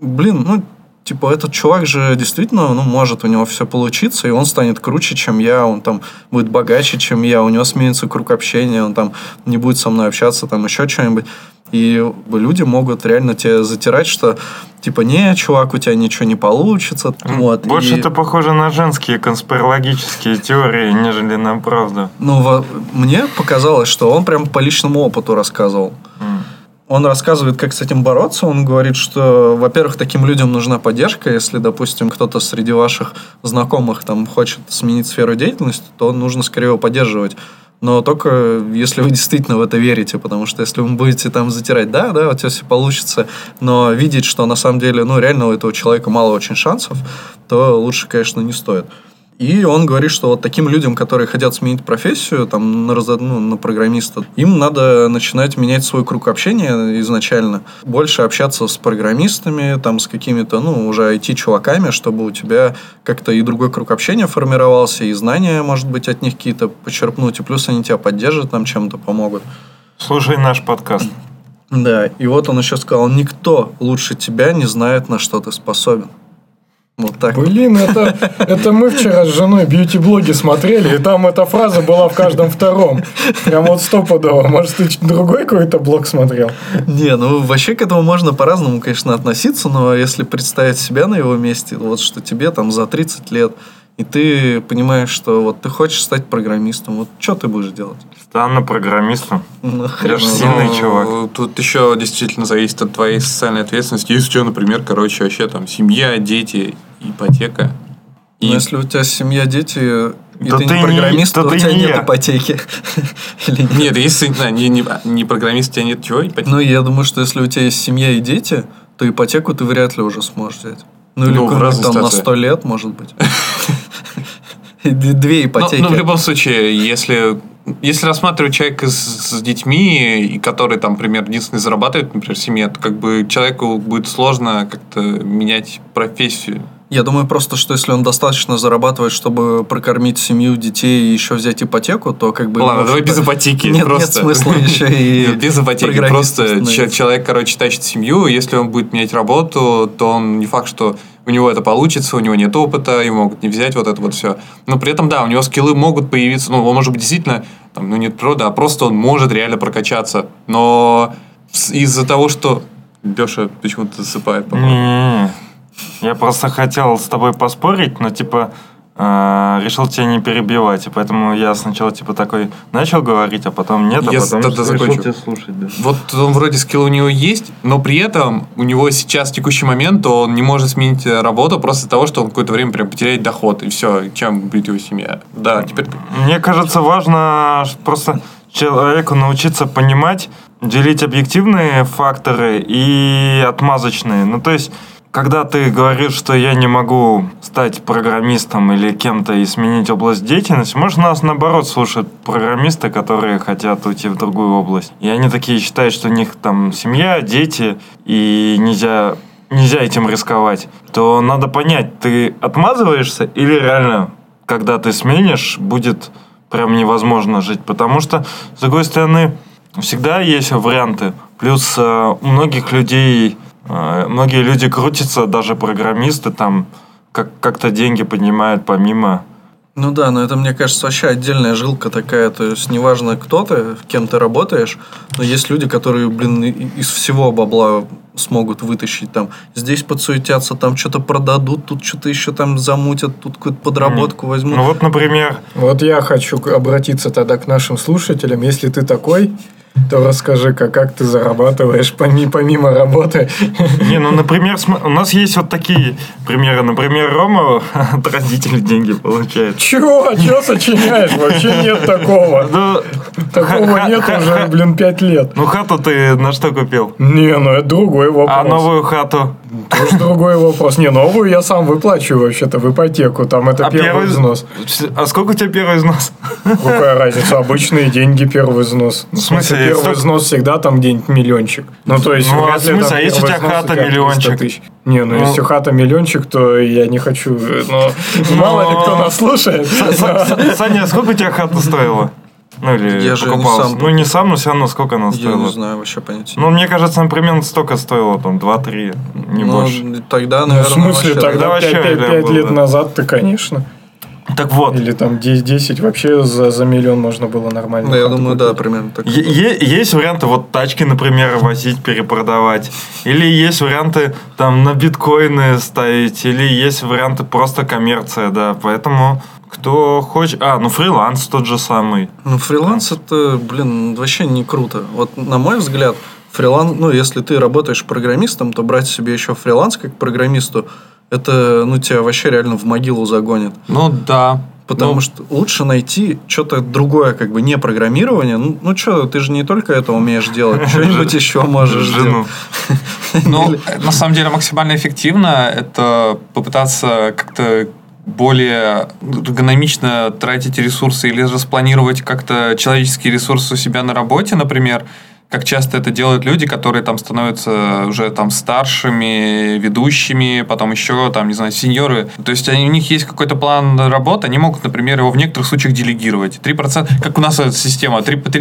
этот чувак же действительно, может у него все получиться, и он станет круче, чем я, он там будет богаче, чем я, у него сменится круг общения, он там не будет со мной общаться, там еще что-нибудь. И люди могут реально тебе затирать, что не, чувак, у тебя ничего не получится. Больше это похоже на женские конспирологические теории, нежели на правду. Мне показалось, что он прям по личному опыту рассказывал. Он рассказывает, как с этим бороться. Он говорит, что, во-первых, таким людям нужна поддержка. Если, допустим, кто-то среди ваших знакомых там хочет сменить сферу деятельности, то нужно скорее его поддерживать. Но только если вы действительно в это верите, потому что если вы будете там затирать, да, у тебя все получится, но видеть, что на самом деле, реально у этого человека мало очень шансов, то лучше, конечно, не стоит. И он говорит, что вот таким людям, которые хотят сменить профессию, там, на программиста, им надо начинать менять свой круг общения изначально. Больше общаться с программистами, там, с какими-то, уже IT-чуваками, чтобы у тебя как-то и другой круг общения формировался, и знания, может быть, от них какие-то почерпнуть, и плюс они тебя поддержат, там, чем-то помогут. Слушай наш подкаст. Да, и вот он еще сказал, никто лучше тебя не знает, на что ты способен. Вот так. Блин, это мы вчера с женой бьюти-блоги смотрели, и там эта фраза была в каждом втором. Прям вот стопудово. Может, ты другой какой-то блог смотрел? Не, вообще к этому можно по-разному, конечно, относиться, но если представить себя на его месте, вот что тебе там за 30 лет, и ты понимаешь, что вот ты хочешь стать программистом, вот что ты будешь делать? Стану программистом. Я же сильный чувак. Тут еще действительно зависит от твоей социальной ответственности. Если у тебя, например, вообще там семья, дети, ипотека. Но если у тебя семья, дети, и ты не программист, то у тебя нет ипотеки. Нет, если не программист, у тебя нет чего? Ипотеки? Я думаю, что если у тебя есть семья и дети, то ипотеку ты вряд ли уже сможешь взять. Или там на 100 лет, может быть. 2 ипотеки. В любом случае, если рассматривать человека с детьми, и который, там, например, единственный зарабатывает, например, в семье, то человеку будет сложно как-то менять профессию. Я думаю просто, что если он достаточно зарабатывает, чтобы прокормить семью, детей и еще взять ипотеку, то Ладно, давай без ипотеки. Нет смысла еще и без ипотеки. Просто человек, тащит семью, если он будет менять работу, то он не факт, что у него это получится, у него нет опыта, его могут не взять, вот это вот все. Но при этом, да, у него скиллы могут появиться, он может быть действительно, нет природы, а просто он может реально прокачаться. Но из-за того, что... Леша почему-то засыпает, по-моему. Я просто хотел с тобой поспорить, но, решил тебя не перебивать, и поэтому я сначала, такой начал говорить, а потом нет, а потом решил тебя слушать. Да. Вот он вроде скилл у него есть, но при этом у него сейчас в текущий момент он не может сменить работу просто из-за того, что он какое-то время прям потеряет доход, и все, чем будет его семья. Да, теперь... Мне кажется, важно просто человеку научиться понимать, делить объективные факторы и отмазочные. То есть когда ты говоришь, что я не могу стать программистом или кем-то и сменить область деятельности, может, нас наоборот слушают программисты, которые хотят уйти в другую область. И они такие считают, что у них там семья, дети, и нельзя этим рисковать. То надо понять, ты отмазываешься или реально, когда ты сменишь, будет прям невозможно жить. Потому что, с другой стороны, всегда есть варианты. Плюс у многих людей... Многие люди крутятся, даже программисты там как-то деньги поднимают помимо. Ну да, но это, мне кажется, вообще отдельная жилка такая. То есть, неважно, кто ты, кем ты работаешь, но есть люди, которые, из всего бабла смогут вытащить. Там здесь подсуетятся, там что-то продадут, тут что-то еще там замутят, тут какую-то подработку возьмут. Ну вот, например... Вот я хочу обратиться тогда к нашим слушателям. Если ты такой... то расскажи, как ты зарабатываешь помимо работы. Не, ну, например, у нас есть вот такие примеры. Например, Рома от родителей деньги получает. Чего сочиняешь? Вообще нет такого. Такого нет уже, 5 лет. Ну, хату ты на что купил? Не, ну это другой вопрос. А новую хату? Тоже другой вопрос. Не, новую я сам выплачиваю вообще-то в ипотеку. Там это первый взнос. А сколько у тебя первый взнос? Какая разница? Обычные деньги первый взнос. В смысле, первый взнос всегда там где-нибудь миллиончик. Ну, то есть, ну, а в смысле, а если у тебя хата миллиончик? Не, ну, если хата миллиончик, то я не хочу. Но мало ли кто нас слушает. Саня, а сколько у тебя хата стоила? Ну, или я же покупался? не сам. Ну, не сам, но все равно сколько она стоила? Я не знаю, вообще понятия. Ну, мне кажется, она примерно столько стоила, там, 2-3, не больше. Тогда, наверное, в смысле, вообще, тогда 5 лет назад-то, конечно. Так вот. Или там 10, вообще за миллион можно было нормально. Да, я думаю, да, примерно так. Есть варианты, вот тачки, например, возить, перепродавать. Или есть варианты там на биткоины ставить. Или есть варианты просто коммерция, да. Поэтому... Кто хочет... ну фриланс тот же самый. Ну, фриланс это, вообще не круто. Вот, на мой взгляд, фриланс... Ну, если ты работаешь программистом, то брать себе еще фриланс как программисту, это, тебя вообще реально в могилу загонит. Ну, да. Потому что лучше найти что-то другое, не программирование. Ну, что, ты же не только это умеешь делать, что-нибудь еще можешь делать. Ну, на самом деле, максимально эффективно это попытаться как-то более эргономично тратить ресурсы или распланировать как-то человеческие ресурсы у себя на работе, например, как часто это делают люди, которые там становятся уже там старшими, ведущими, потом еще там, не знаю, сеньоры. То есть у них есть какой-то план работы, они могут, например, его в некоторых случаях делегировать. 3%, как у нас эта система,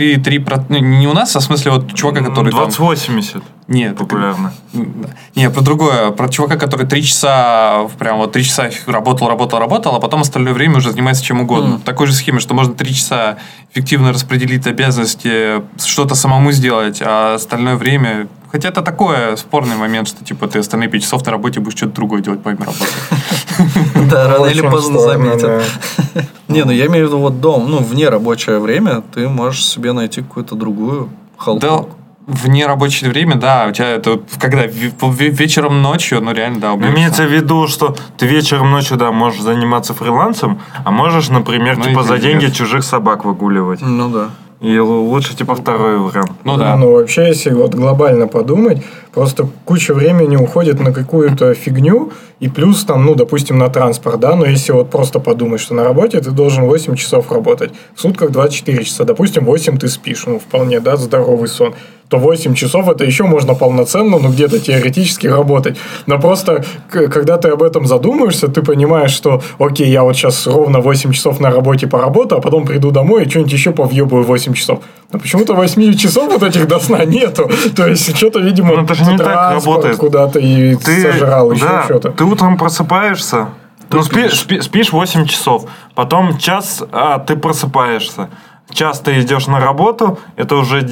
3%, не у нас, а в смисле вот чувака, который 20-80. Нет. Популярно. Не, про другое. Про чувака, который 3 часа, прям вот 3 часа работал, а потом остальное время уже занимается чем угодно. В такой же схеме, что можно 3 часа эффективно распределить обязанности, что-то самому сделать, а остальное время... Хотя это такой спорный момент, что типа ты остальные 5 часов на работе будешь что-то другое делать помимо работы. Да, рано или поздно заметят. Не, ну я имею в виду вот дом, вне рабочее время ты можешь себе найти какую-то другую халку. Да, вне рабочее время, да, у тебя это когда вечером, ночью, реально, да, убьешься. Имеется в виду, что ты вечером, ночью, да, можешь заниматься фрилансом, а можешь, например, за деньги чужих собак выгуливать. Ну да. И лучше, второй вариант. Ну да. Ну, вообще, если вот глобально подумать, просто куча времени уходит на какую-то фигню, и плюс там, допустим, на транспорт, да, но если вот просто подумать, что на работе ты должен 8 часов работать, в сутках 24 часа, допустим, 8 ты спишь, вполне, да, здоровый сон, то 8 часов это еще можно полноценно, где-то теоретически работать. Но просто, когда ты об этом задумаешься, ты понимаешь, что, окей, я вот сейчас ровно 8 часов на работе поработаю, а потом приду домой и что-нибудь еще повъебаю 8 часов. Но почему-то 8 часов вот этих до сна нету. То есть, что-то, видимо, это же не так работает. Куда-то и сожрал, еще что-то. Ты утром просыпаешься, спишь 8 часов, потом час ты просыпаешься. Час ты идешь на работу, это уже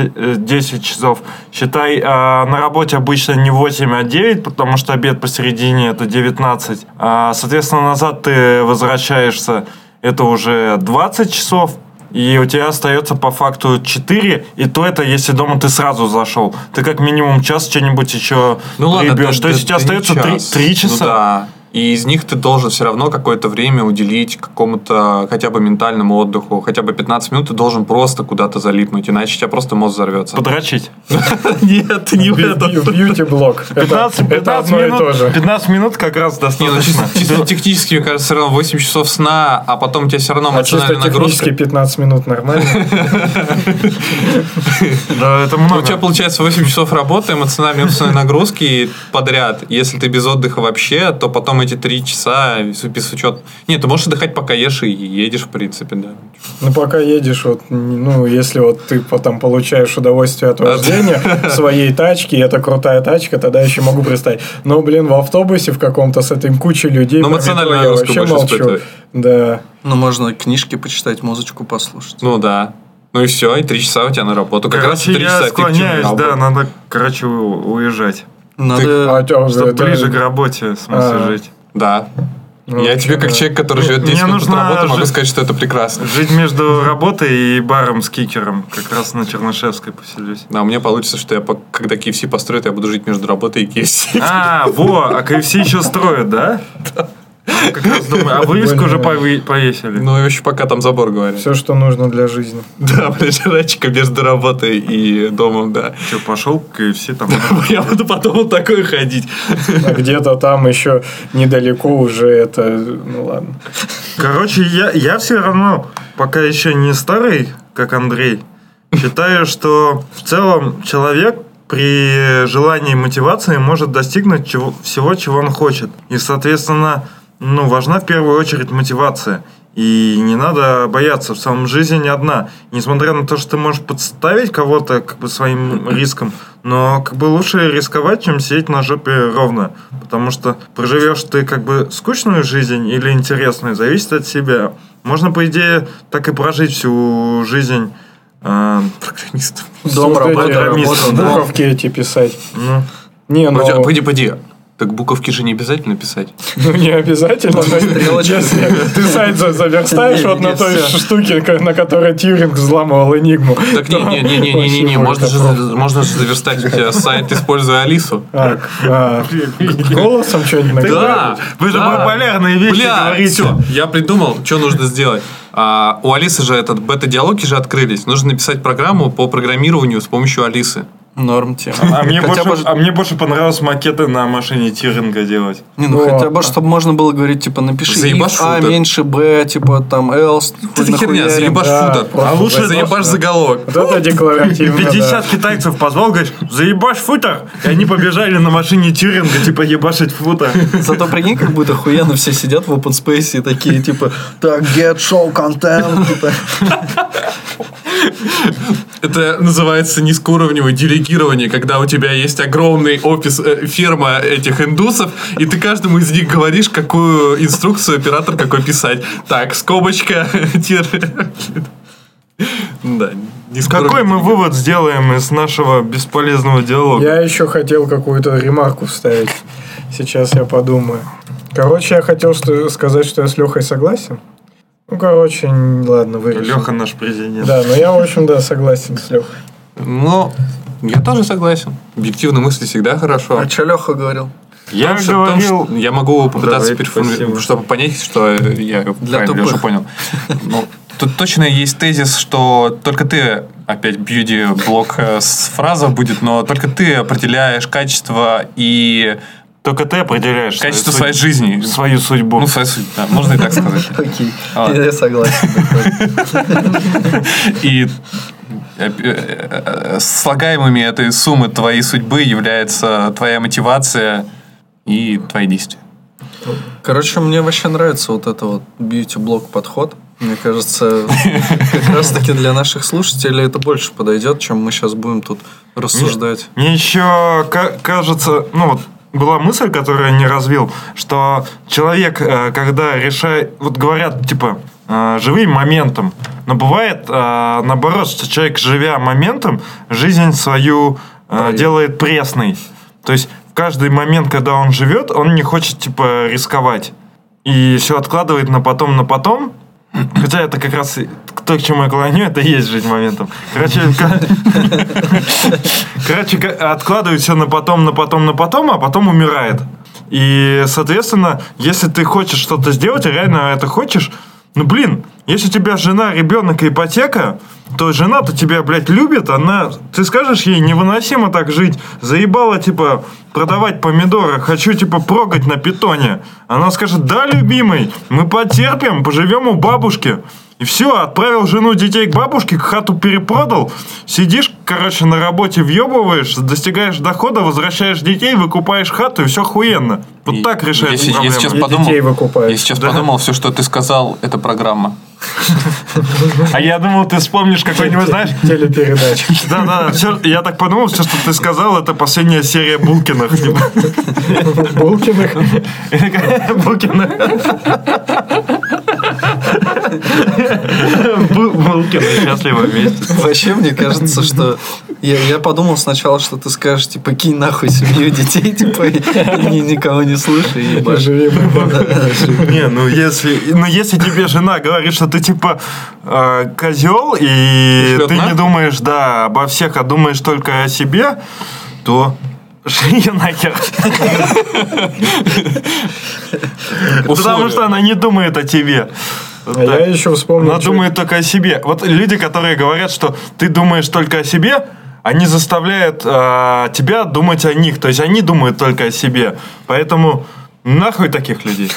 10 часов. Считай, на работе обычно не 8, а 9, потому что обед посередине это 19. Соответственно, назад ты возвращаешься, это уже 20 часов. И у тебя остается по факту 4, и то это, если дома ты сразу зашел. Ты как минимум час что-нибудь еще прибьешь. То есть у тебя остается 3 часа. И из них ты должен все равно какое-то время уделить какому-то хотя бы ментальному отдыху. Хотя бы 15 минут ты должен просто куда-то залипнуть, иначе у тебя просто мозг взорвется. Подрочить. Нет, не в этом. Бьюти-блог. Это одно и то же. 15 минут как раз Не, ну достаточно. чисто технически, мне кажется, все равно 8 часов сна, а потом у тебя все равно А чисто эмоциональная технически нагрузка. 15 минут нормально. Да, это У тебя много. получается 8 часов работы, эмоциональной нагрузки подряд. Если ты без отдыха вообще, то потом эти 3 часа без учета... Нет, ты можешь отдыхать, пока ешь и едешь, в принципе, да. Ну, пока едешь, вот, ну, если вот ты потом получаешь удовольствие от вождения своей тачки, это крутая тачка, тогда еще могу представить. Но, блин, в автобусе в каком-то с этой кучей людей, Ну, про эмоциональную метро я нагрузку вообще больше молчу. испытываешь. Да. Ну, можно книжки почитать, музычку послушать. Ну да. Ну и все, и 3 часа у тебя на работу. Как раз Короче, 3 часа я эффективно склоняюсь, на да, работу. надо, короче, уезжать. Надо... Чтобы ближе к работе, в смысле, жить. Да. Ну, Я тебе, как да. человек, который живет Мне 10 минут от нужно работы, могу жить- сказать, что это прекрасно. Жить между работой и баром с кикером. Как раз на Чернышевской поселюсь. Да, у меня получится, что я, когда KFC построят, я буду жить между работой и KFC. А, а KFC еще строят, да? Как раз думаю, а вывеску уже повесили. Ну, еще пока там забор, говорят. Все, что нужно для жизни. Да, блядь, между работой и домом, да. Че, пошел к KFC там? Я буду потом вот такой ходить. А где-то там еще недалеко уже это... Ну, ладно. Короче, я все равно, пока еще не старый, как Андрей, считаю, что в целом человек при желании и мотивации может достигнуть всего, чего он хочет. И, соответственно, важна в первую очередь мотивация. И не надо бояться, в целом жизнь не одна. Несмотря на то, что ты можешь подставить кого-то своим риском, но лучше рисковать, чем сидеть на жопе ровно. Потому что проживешь ты скучную жизнь или интересную, зависит от себя. Можно, по идее, так и прожить всю жизнь программистом. Дом, работа, Буковки эти писать. Ну, Не, ну... Пойди. Так буковки же не обязательно писать. Ну, не обязательно. но Если ты сайт заверстаешь вот на той штуке, на которой Тьюринг взламывал Энигму. Так не, можно же заверстать у тебя сайт, используя Алису. Голосом что-нибудь Да. вы же полярные вещи Бля, говорите. все, я придумал, что нужно сделать. У Алисы же бета-диалоги же открылись. Нужно написать программу по программированию с помощью Алисы. Норм тема. А мне больше понравилось макеты на машине Тьюринга делать. Не, ну хотя бы, чтобы можно было говорить, типа, напиши Заебашь if А футер. меньше Б, типа, там, else. Это херня, заебашь Да, футер. просто лучше заебашь заголовок. Вот это декларативно, 50 китайцев позвал, говоришь, заебашь футер. И они побежали на машине Тьюринга, типа, ебашить футер. Зато прикинь, как будто охуенно все сидят в open space и такие, типа, так, get show content, типа. Это называется низкоуровневое делегирование, когда у тебя есть огромный офис, ферма этих индусов, и ты каждому из них говоришь, какую инструкцию оператор какой писать. Так, скобочка, да, Какой мы вывод сделаем из нашего бесполезного диалога? Я еще хотел какую-то ремарку вставить. Сейчас я подумаю. Короче, я хотел сказать, что я с Лехой согласен. Ну, короче, ладно, вырежем. Леха наш президент. Да, но я, в общем, да, согласен с Лехой. Ну, я тоже согласен. Объективные мысли всегда хорошо. А что Леха говорил? Я Потому что- потому говорил... что я могу попытаться Давай, переформулировать, спасибо. чтобы понять, что я правильно тупых. Леша понял. Ну, тут точно есть тезис, что только ты, опять бьюти-блок с фраза будет, но только ты определяешь качество и Только ты определяешь качество своей жизни. свою судьбу. Ну, свою судьбу, да, можно и так сказать. Окей, А. я согласен. И слагаемыми этой суммы твоей судьбы является твоя мотивация и твои действия. Короче, мне вообще нравится вот это вот бьюти-блог подход. Мне кажется, как раз таки для наших слушателей это больше подойдет, чем мы сейчас будем тут рассуждать. Мне еще кажется, была мысль, которую я не развил, что человек, когда решает, вот говорят, типа, живи моментом, но бывает наоборот, что человек, живя моментом, жизнь свою делает пресной. То есть в каждый момент, когда он живет, он не хочет, типа, рисковать. И все откладывает на потом. Хотя это как раз то, к чему я клоню, это и есть жить моментом. Короче, откладывает все на потом, а потом умирает. И, соответственно, если ты хочешь что-то сделать, реально это хочешь, ну, блин, если у тебя жена, ребенок и ипотека, то жена-то тебя, блядь, любит, ты скажешь ей, невыносимо так жить, заебала, типа, продавать помидоры, хочу, типа, прогать на питоне. Она скажет, да, любимый, мы потерпим, поживем у бабушки. И все, отправил жену, детей к бабушке, хату перепродал, сидишь, короче, на работе въебываешь, достигаешь дохода, возвращаешь детей, выкупаешь хату, и все охуенно. Вот так решается проблема. Я сейчас подумал, все, что ты сказал, это программа. А я думал, ты вспомнишь какой-нибудь, знаешь... Телепередачу. Да, я так подумал, все, что ты сказал, это последняя серия Булкиных. Булкиных? Булкиных. Булкины счастливы вместе. Вообще, мне кажется, что... Я подумал сначала, что ты скажешь, типа, кинь нахуй семью детей, типа, и никого не слушай. Живи, не, ну если тебе жена говорит, что ты, типа, козел, и ты не думаешь, да, обо всех, а думаешь только о себе, то... Шли нахер. Потому что она не думает о тебе. Я еще вспомнил. Она думает только о себе. Вот люди, которые говорят, что ты думаешь только о себе, они заставляют тебя думать о них. То есть они думают только о себе. Поэтому нахуй таких людей.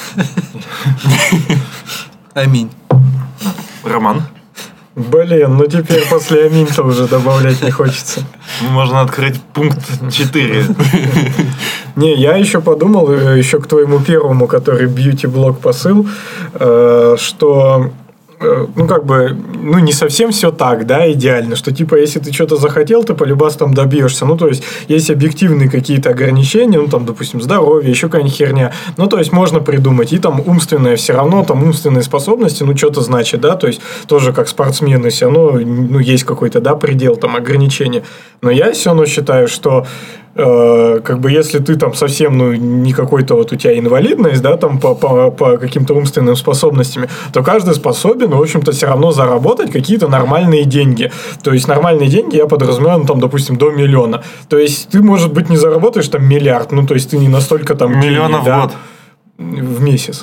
Аминь. Роман? Блин, ну теперь после аминь-то уже добавлять не хочется. Можно открыть пункт 4. Не, я еще подумал, еще к твоему первому, который бьюти-блог посыл, что... Ну, как бы, ну, не совсем все так, да, идеально, что, типа, если ты что-то захотел, ты по-любому там добьешься. Ну, то есть, есть объективные какие-то ограничения, ну, там, допустим, здоровье, еще какая-нибудь херня. Ну, то есть, можно придумать. И там умственное все равно, там, умственные способности, ну, что-то значит, да, то есть, тоже как спортсмены все равно, ну, есть какой-то, да, предел, там, ограничения. Но я все равно считаю, что как бы если ты там совсем, ну, не какой-то вот у тебя инвалидность, да, там по каким-то умственным способностям, то каждый способен, в общем-то, все равно заработать какие-то нормальные деньги. То есть, нормальные деньги я подразумеваю, ну, там, допустим, до 1 миллиона. То есть, ты, может быть, не заработаешь там 1 миллиард, ну, то есть, ты не настолько там... Миллионов в год. В месяц.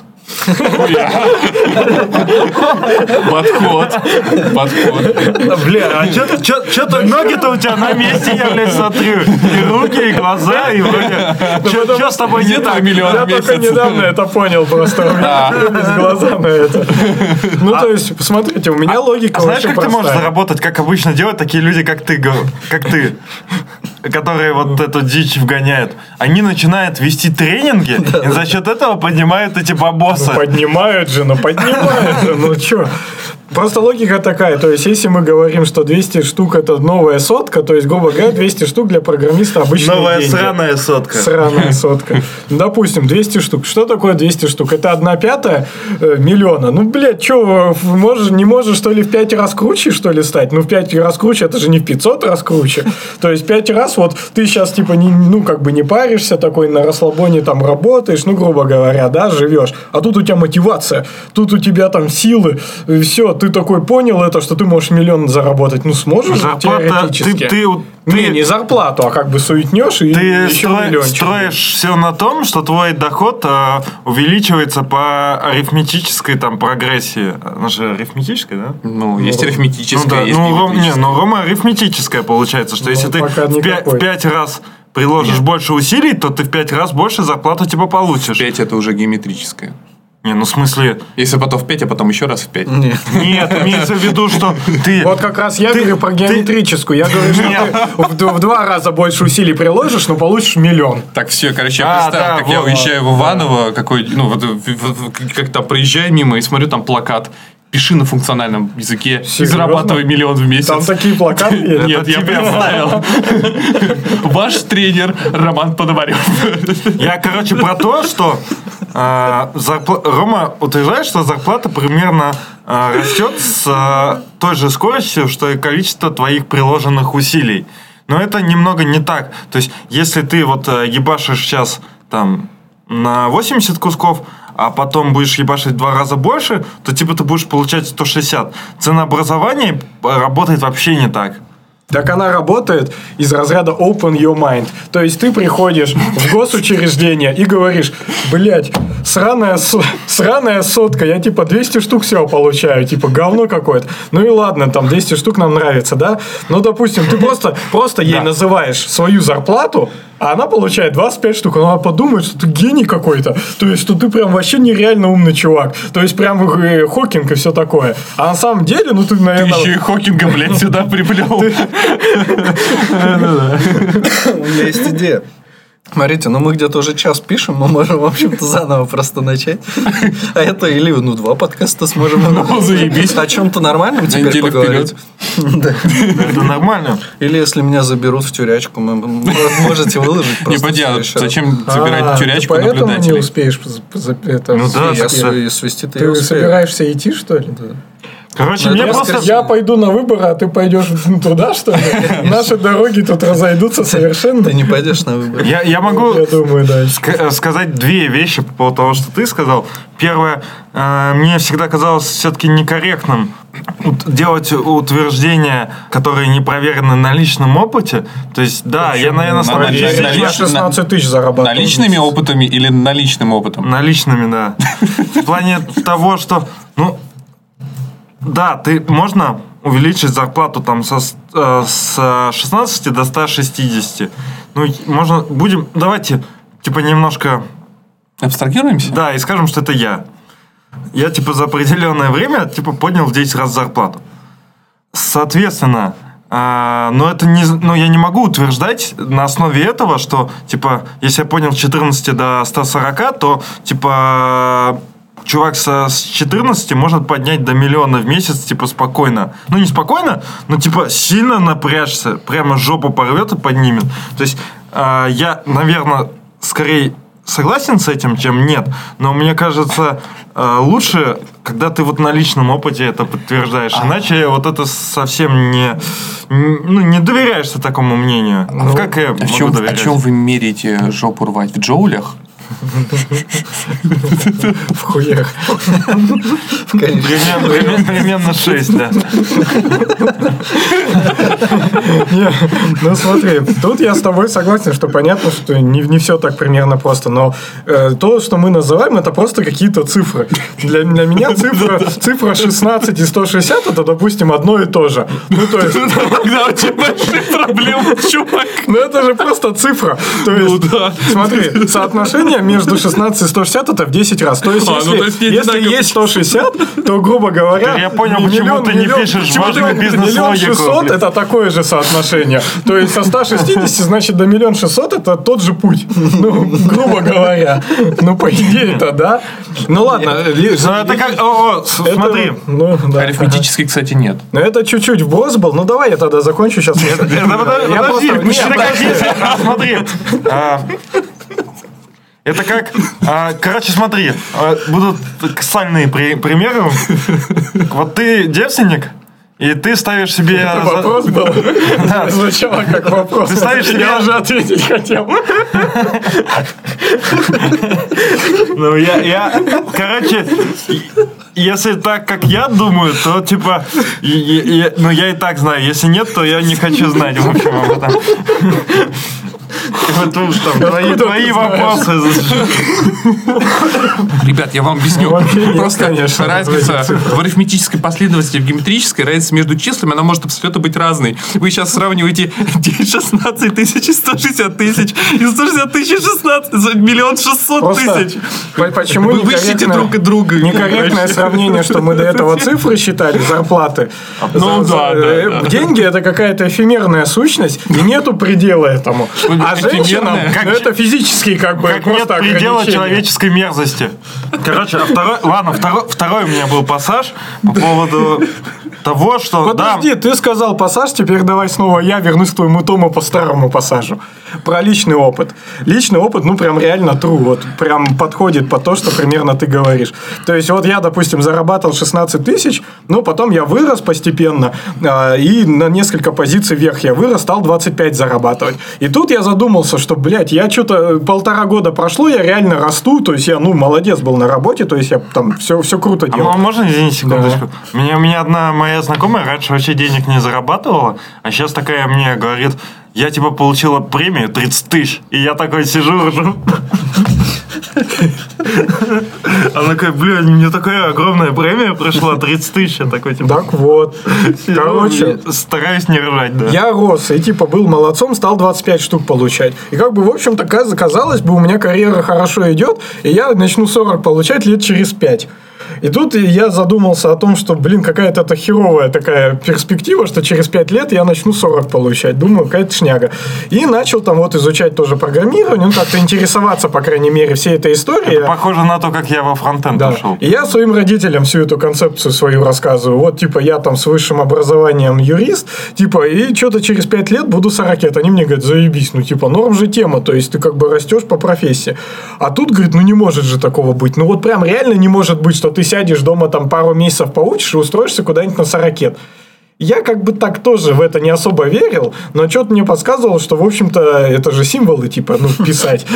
Подход. Бля, а что-то ноги-то у тебя на месте, я, блядь, смотрю. И руки, и глаза, и вроде... Что с тобой не так? Я только недавно это понял просто. У меня открылись глаза на это. Ну, то есть, посмотрите, у меня логика знаешь, очень как ты можешь простая. заработать, как обычно делают такие люди, как ты, которые вот эту дичь вгоняют? Они начинают вести тренинги, и за счет этого поднимают эти бабосы. Ну, поднимают же, ну чё? Просто логика такая, то есть, если мы говорим, что 200 штук это новая сотка, то есть, грубо говоря, 200 штук для программиста обычные Новая деньги. сраная сотка. Сраная сотка. Допустим, 200 штук. Что такое 200 штук? Это 1/5 миллиона. Ну, блядь, что, не можешь, что ли, в 5 раз круче, что ли, стать? Ну, в 5 раз круче, это же не в 500 раз круче. То есть, 5 раз, вот, ты сейчас, типа, не паришься, такой на расслабоне там работаешь, ну, грубо говоря, да, живешь. А тут у тебя мотивация, тут у тебя там силы, все, ты такой понял это, что ты можешь 1 миллион заработать. Ну, сможешь теоретически. Не зарплату, а как бы суетнешь и еще миллиончик. Ты строишь все на том, что твой доход увеличивается по арифметической там прогрессии. Она же арифметическая, да? Ну, есть арифметическая, ну, да. есть Рома арифметическая получается, что если ты в 5 раз приложишь больше усилий, то ты в 5 раз больше зарплату типа получишь. 5 это уже геометрическое. Не, ну в смысле... Если потом в 5, а потом еще раз в 5. Нет, имеется в виду, что ты... Вот как раз я говорю про геометрическую. Я говорю, что ты в 2 раза больше усилий приложишь, но получишь 1 миллион. Так, все, короче, я представил, как я уезжаю в Иваново, как там проезжаю мимо и смотрю, там плакат. Пиши на функциональном языке и зарабатывай 1 миллион в месяц. Там такие плакаты есть? Нет, я представил. Ваш тренер Роман Пономарев. Я, короче, про то, что Рома утверждает, что зарплата примерно растет с той же скоростью, что и количество твоих приложенных усилий. Но это немного не так. То есть, если ты вот ебашишь сейчас там на 80 кусков, а потом будешь ебашить в 2 раза больше, то типа ты будешь получать 160. Ценообразование работает вообще не так. Так она работает из разряда open your mind. То есть ты приходишь в госучреждение и говоришь: блять, сраная сотка, я типа 200 штук всего получаю, типа говно какое-то. Ну и ладно, там 200 штук нам нравится, да? Ну, допустим, ты просто ей называешь свою зарплату, а она получает 25 штук. Она подумает, что ты гений какой-то. То есть, что ты прям вообще нереально умный чувак. То есть, прям Хокинг и все такое. А на самом деле, ну, ты, наверное... Ты еще и Хокинга, блядь, сюда приплел. У меня есть идея. Смотрите, ну мы где-то уже час пишем, мы можем, в общем-то, заново просто начать. А это или, 2 подкаста сможем заебись. о чем-то нормальном теперь поговорить. Да. Это нормально. Или если меня заберут в тюрячку, вы можете выложить Не, просто. поди, зачем забирать тюрячку Поэтому не наблюдателей? успеешь Ну да, И свести ты Ты собираешься идти, что ли? Короче, Ну, мне это просто... Я пойду на выборы, а ты пойдешь туда, что ли? Наши дороги тут разойдутся совершенно. Ты не пойдешь на выборы. Я могу Я думаю, да. сказать 2 вещи по поводу того, что ты сказал. Первое, мне всегда казалось все-таки некорректным делать утверждения, которые не проверены на личном опыте. То есть, да, я, наверное, Я 16 тысяч зарабатываю. Наличными опытами или наличным опытом? наличными, да. В плане того, что, ну, да, можно увеличить зарплату там с 16 до 160. Ну, можно, давайте, типа, немножко... Абстрагируемся? Да, и скажем, что это я. Я, типа, за определенное время, типа, поднял в 10 раз зарплату. Соответственно, но это не... Ну, я не могу утверждать на основе этого, что, типа, если я поднял с 14 до 140, то, типа... Чувак с 14 может поднять до миллиона в месяц, типа, спокойно. Ну, не спокойно, но, типа, сильно напрячься, прямо жопу порвет и поднимет. То есть, я, наверное, скорее согласен с этим, чем нет. Но мне кажется, лучше, когда ты вот на личном опыте это подтверждаешь. Иначе вот это совсем не доверяешься такому мнению. Как я могу доверять? В чем вы меряете жопу рвать? В джоулях? В хуях. Примерно 6, да. Ну смотри, тут я с тобой согласен, что понятно, что не все так примерно просто, но то, что мы называем, это просто какие-то цифры. Для меня цифра 16 и 160 это, допустим, одно и то же. Ну, то есть... Когда очень большие проблемы, чувак. Ну, это же просто цифра. То есть, смотри, соотношение между 16 и 160 это в 10 раз. То есть, если есть 160, то, грубо говоря... Я понял, почему ты не пишешь важную бизнес-логику. 1 600 это такое же соотношение. То есть, со 160, значит, до 1 600 это тот же путь. Ну, грубо говоря. Ну, по идее-то, да? Ну, ладно. Это как... Смотри. Арифметически, кстати, нет. Ну, это чуть-чуть вброс был. Ну, давай я тогда закончу сейчас. Подожди, смотри. Это как... Короче, смотри. Будут сальные примеры. Вот ты девственник, и ты ставишь себе... Это вопрос был? Да. Звучало как вопрос. Ты ставишь себе... Я уже ответить хотел. Ну, короче, если так, как я думаю, то, типа... Ну, я и так знаю. Если нет, то я не хочу знать, в общем, об этом. Вот тут твои вопросы. Ребят, я вам объясню. Просто конечно, разница в арифметической последовательности, в геометрической, разница между числами, она может абсолютно быть разной. Вы сейчас сравниваете 16 тысяч и 160 тысяч, и 160 тысяч и 16, 1 600 000. Почему вы ищете друг от друга. Некорректное сравнение, что мы до этого цифры считали, зарплаты. Ну да. Деньги это какая-то эфемерная сущность, и нету предела этому. А женщинам это физически как бы как нет предела человеческой мерзости. Короче, второй у меня был пассаж по поводу того, что... Подожди, ты сказал пассаж, теперь давай снова я вернусь к твоему тому по старому пассажу. про личный опыт. Личный опыт, ну, прям реально true. Вот прям подходит по то, что примерно ты говоришь. То есть, вот я, допустим, зарабатывал 16 тысяч, но потом я вырос постепенно, и на несколько позиций вверх я вырос, стал 25 зарабатывать. И тут я задумался, что, блядь, я что-то 1,5 года прошло, я реально расту, то есть, я, ну, молодец был на работе, то есть, я там все круто делал. А можно, извините, секундочку? Да. У меня одна моя знакомая раньше вообще денег не зарабатывала, а сейчас такая мне говорит, я типа получила премию 30 тысяч, и я такой сижу, ржу. Она такая, блин, мне такая огромная премия пришла, 30 тысяч, я такой, типа... Так вот, короче... Стараюсь не ржать, да. Я рос, и типа был молодцом, стал 25 штук получать. И как бы, в общем-то, казалось бы, у меня карьера хорошо идет, и я начну 40 получать лет через 5. И тут я задумался о том, что, блин, какая-то это херовая такая перспектива, что через 5 лет я начну 40 получать. Думаю, какая-то шняга. И начал там вот изучать тоже программирование, ну, как-то интересоваться, по крайней мере, всей этой историей. Это похоже на то, как я во фронтенд ушел. И я своим родителям всю эту концепцию свою рассказываю. Вот, типа, я там с высшим образованием юрист, типа, и что-то через 5 лет буду 40. Они мне говорят, заебись, ну, типа, норм же тема, то есть ты как бы растешь по профессии. А тут, говорит, ну, не может же такого быть. Ну, вот прям реально не может быть, что ты сядешь дома там пару месяцев поучишь и устроишься куда-нибудь на 40. Я как бы так тоже в это не особо верил, но что-то мне подсказывало, что, в общем-то, это же символы, типа, ну, писать.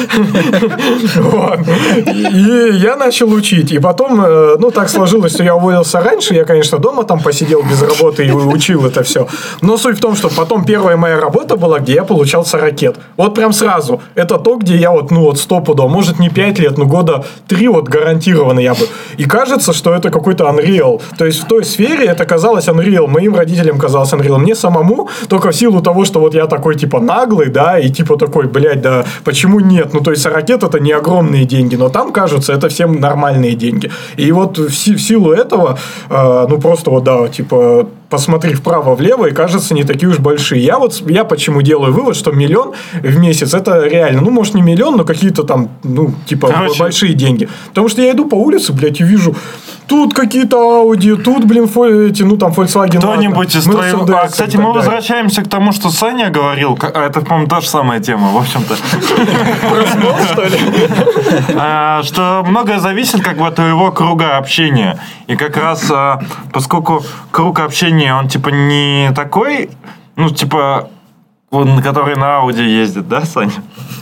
И я начал учить. И потом, ну, так сложилось, что я уволился раньше. Я, конечно, дома там посидел без работы и учил это все. Но суть в том, что потом первая моя работа была, где я получал 40. Вот прям сразу. Это то, где я вот, ну, вот стопудово, может, не 5 лет, но года 3 вот гарантированно я бы. И кажется, что это какой-то Unreal. То есть в той сфере это казалось Unreal. Моим родителям казалось Unreal. Мне самому, только в силу того, что вот я такой, типа, наглый, да, и типа такой, блядь, да, почему нет? Ну, то есть 40 это не огромные деньги, но там, кажется, это всем нормальные деньги. И вот в силу этого, ну, просто вот, да, типа, посмотри вправо-влево, и кажется, не такие уж большие. Я почему делаю вывод, что 1 миллион в месяц, это реально, ну, может, не 1 миллион, но какие-то там, ну, типа, большие деньги. Потому что я иду по улице, блядь, и вижу, тут какие-то Audi, тут, блин, эти, ну, там, Volkswagen. Кто-нибудь из твоих... кстати, мы возвращаемся к тому, что Саня говорил, это, по-моему, та же самая тема, в общем-то. Что ли? Что многое зависит, как бы, от твоего круга общения. И как раз, поскольку круг общения, он, типа, не такой, ну, типа, который на Ауди ездит, да, Саня?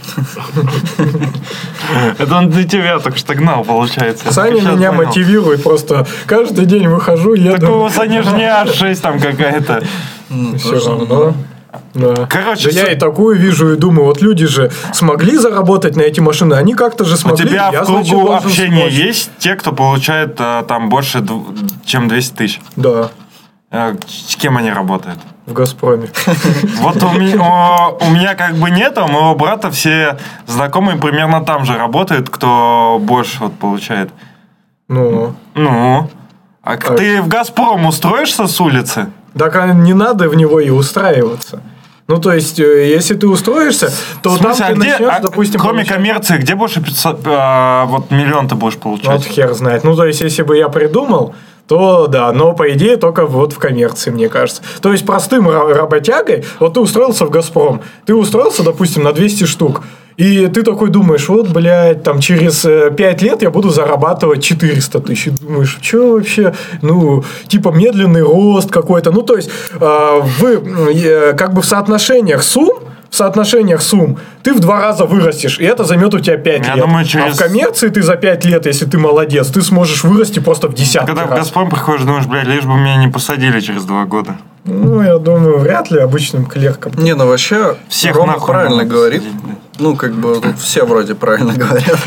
Это он для тебя только что гнал, получается. Саня меня мотивирует, просто каждый день выхожу, еду. Так у Сани же не А6 там какая-то. Все равно. Да. Короче, да я и такую вижу и думаю, вот люди же смогли заработать на эти машины, они как-то же смогли. У тебя в кругу общения есть те, кто получает там больше, чем 200 тысяч? Да. С кем они работают? В «Газпроме». Вот у меня как бы нет, а у моего брата все знакомые примерно там же работают, кто больше вот получает. Ну? А ты в «Газпром» устроишься с улицы? Так не надо в него и устраиваться. Ну, то есть, если ты устроишься, то в смысле, там ты начнешь, допустим... Кроме коммерции, где больше 500, вот миллион ты будешь получать? Вот хер знает. Ну, то есть, если бы я придумал, то да, но по идее только вот в коммерции, мне кажется. То есть простым работягой, вот ты устроился в «Газпром», ты устроился, допустим, на 200 штук, и ты такой думаешь, вот, блядь, там через 5 лет я буду зарабатывать 400 тысяч. И думаешь, что вообще, ну, типа медленный рост какой-то. Ну, то есть, как бы в соотношениях сумм ты в 2 раза вырастешь, и это займет у тебя 5 лет. Думаю, А в коммерции ты за 5 лет, если ты молодец, ты сможешь вырасти просто в десятки Когда раз. в «Газпром» приходишь, думаешь, блядь, лишь бы меня не посадили через 2 года. Ну, я думаю, вряд ли обычным клеркам. Не, ну вообще, всех Рома нахуй правильно говорит. посадить, Ну, как бы, тут все вроде правильно говорят.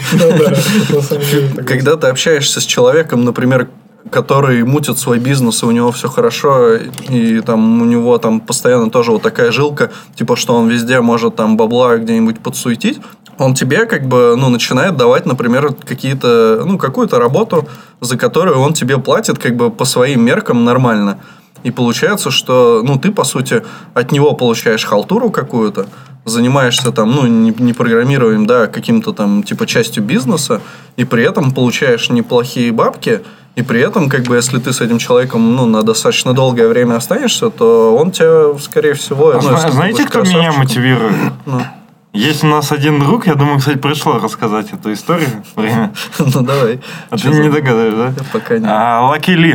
Когда ты общаешься с человеком, например, который мутит свой бизнес, и у него все хорошо, и там у него там постоянно тоже вот такая жилка, типа, что он везде может там бабла где-нибудь подсуетить, он тебе как бы, ну, начинает давать, например, какие-то, ну, какую-то работу, за которую он тебе платит как бы по своим меркам нормально. И получается, что, ну, ты, по сути, от него получаешь халтуру какую-то, занимаешься там, ну, не программированием, да, каким-то там, типа, частью бизнеса, и при этом получаешь неплохие бабки, и при этом, как бы, если ты с этим человеком, ну, на достаточно долгое время останешься, то он тебя, скорее всего... Знаете, кто меня мотивирует? Есть у нас один друг, я думаю, кстати, пришло рассказать эту историю. Время. Ну, давай. А ты не догадываешь, да? Пока нет. Лаки Ли.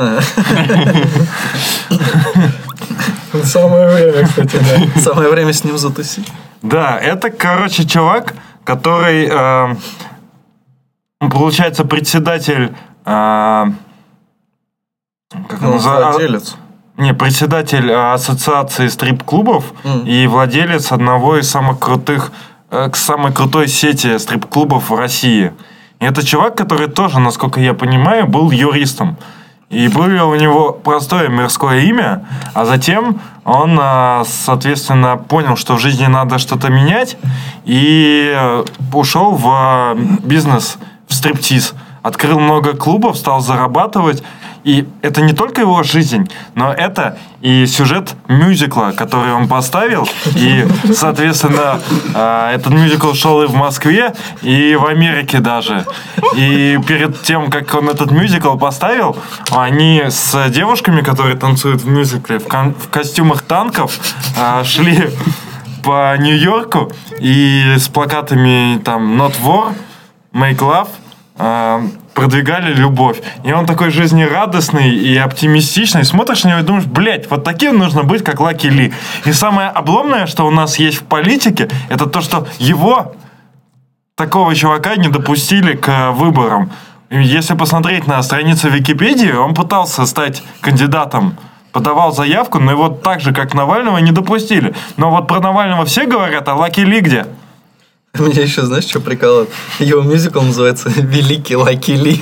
Самое время, кстати, да. Самое время с ним затусить. Да, это, короче, чувак, который, получается, председатель... как Ну, владелец. Не, председатель ассоциации стрип-клубов и владелец одного из самой крутой сети стрип-клубов в России. И это чувак, который тоже, насколько я понимаю, был юристом. И было у него простое мирское имя, а затем он, соответственно, понял, что в жизни надо что-то менять, и ушел в бизнес, в стриптиз. Открыл много клубов, стал зарабатывать. И это не только его жизнь, но это и сюжет мюзикла, который он поставил. И, соответственно, этот мюзикл шел и в Москве, и в Америке даже. И перед тем, как он этот мюзикл поставил, они с девушками, которые танцуют в мюзикле, в костюмах танков, шли по Нью-Йорку и с плакатами там «Not War», «Make Love», продвигали любовь. И он такой жизнерадостный и оптимистичный. Смотришь на него и думаешь, блядь, вот таким нужно быть, как Лаки Ли. И самое обломное, что у нас есть в политике, это то, что его, такого чувака, не допустили к выборам. И если посмотреть на страницу Википедии, он пытался стать кандидатом, подавал заявку, но его так же, как Навального, не допустили. Но вот про Навального все говорят, а Лаки Ли где? Меня еще, знаешь, что прикалывает? Его мюзикл называется «Великий Лаки Ли».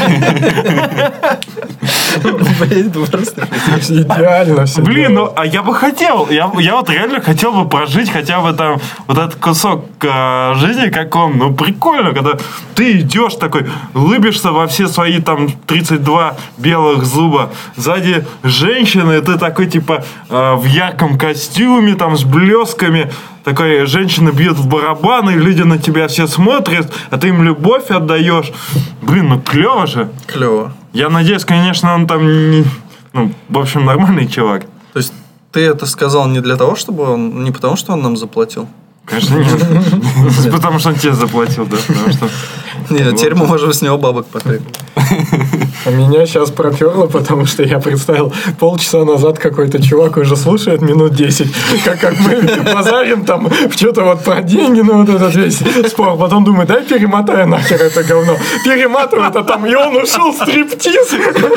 Блин, просто идеально все. Блин, ну, а я бы хотел. Я вот реально хотел бы прожить хотя бы там вот этот кусок жизни, как он. Ну, прикольно, когда ты идешь такой, улыбишься во все свои там 32 белых зуба. Сзади женщина, и ты такой, типа, в ярком костюме, там, с блесками. Такой, женщина бьет в барабаны, люди на тебя все смотрят, а ты им любовь отдаешь. Блин, ну клево же. клево. Я надеюсь, конечно, он там не... Ну, в общем, нормальный чувак. То есть ты это сказал не для того, чтобы он... Не потому, что он нам заплатил? Конечно, нет. Потому что он тебе заплатил, да. Потому что... Нет, теперь мы можем с него бабок потребовать. А меня сейчас проперло, потому что я представил, полчаса назад какой-то чувак уже слушает минут 10, как мы базарим там что-то вот про деньги, ну вот этот весь спор. Потом думает, дай перемотаю нахер это говно. Перематывает, а там и он ушел в стриптиз.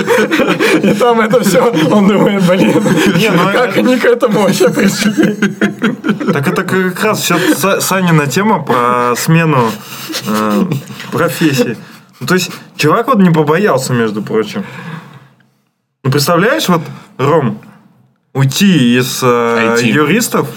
И там это все. Он думает, блин, как они к этому вообще пришли? Так это как раз сейчас Санина тема про смену профессии. Ну, то есть, чувак вот не побоялся, между прочим. Ну, представляешь, вот, Ром, уйти из юристов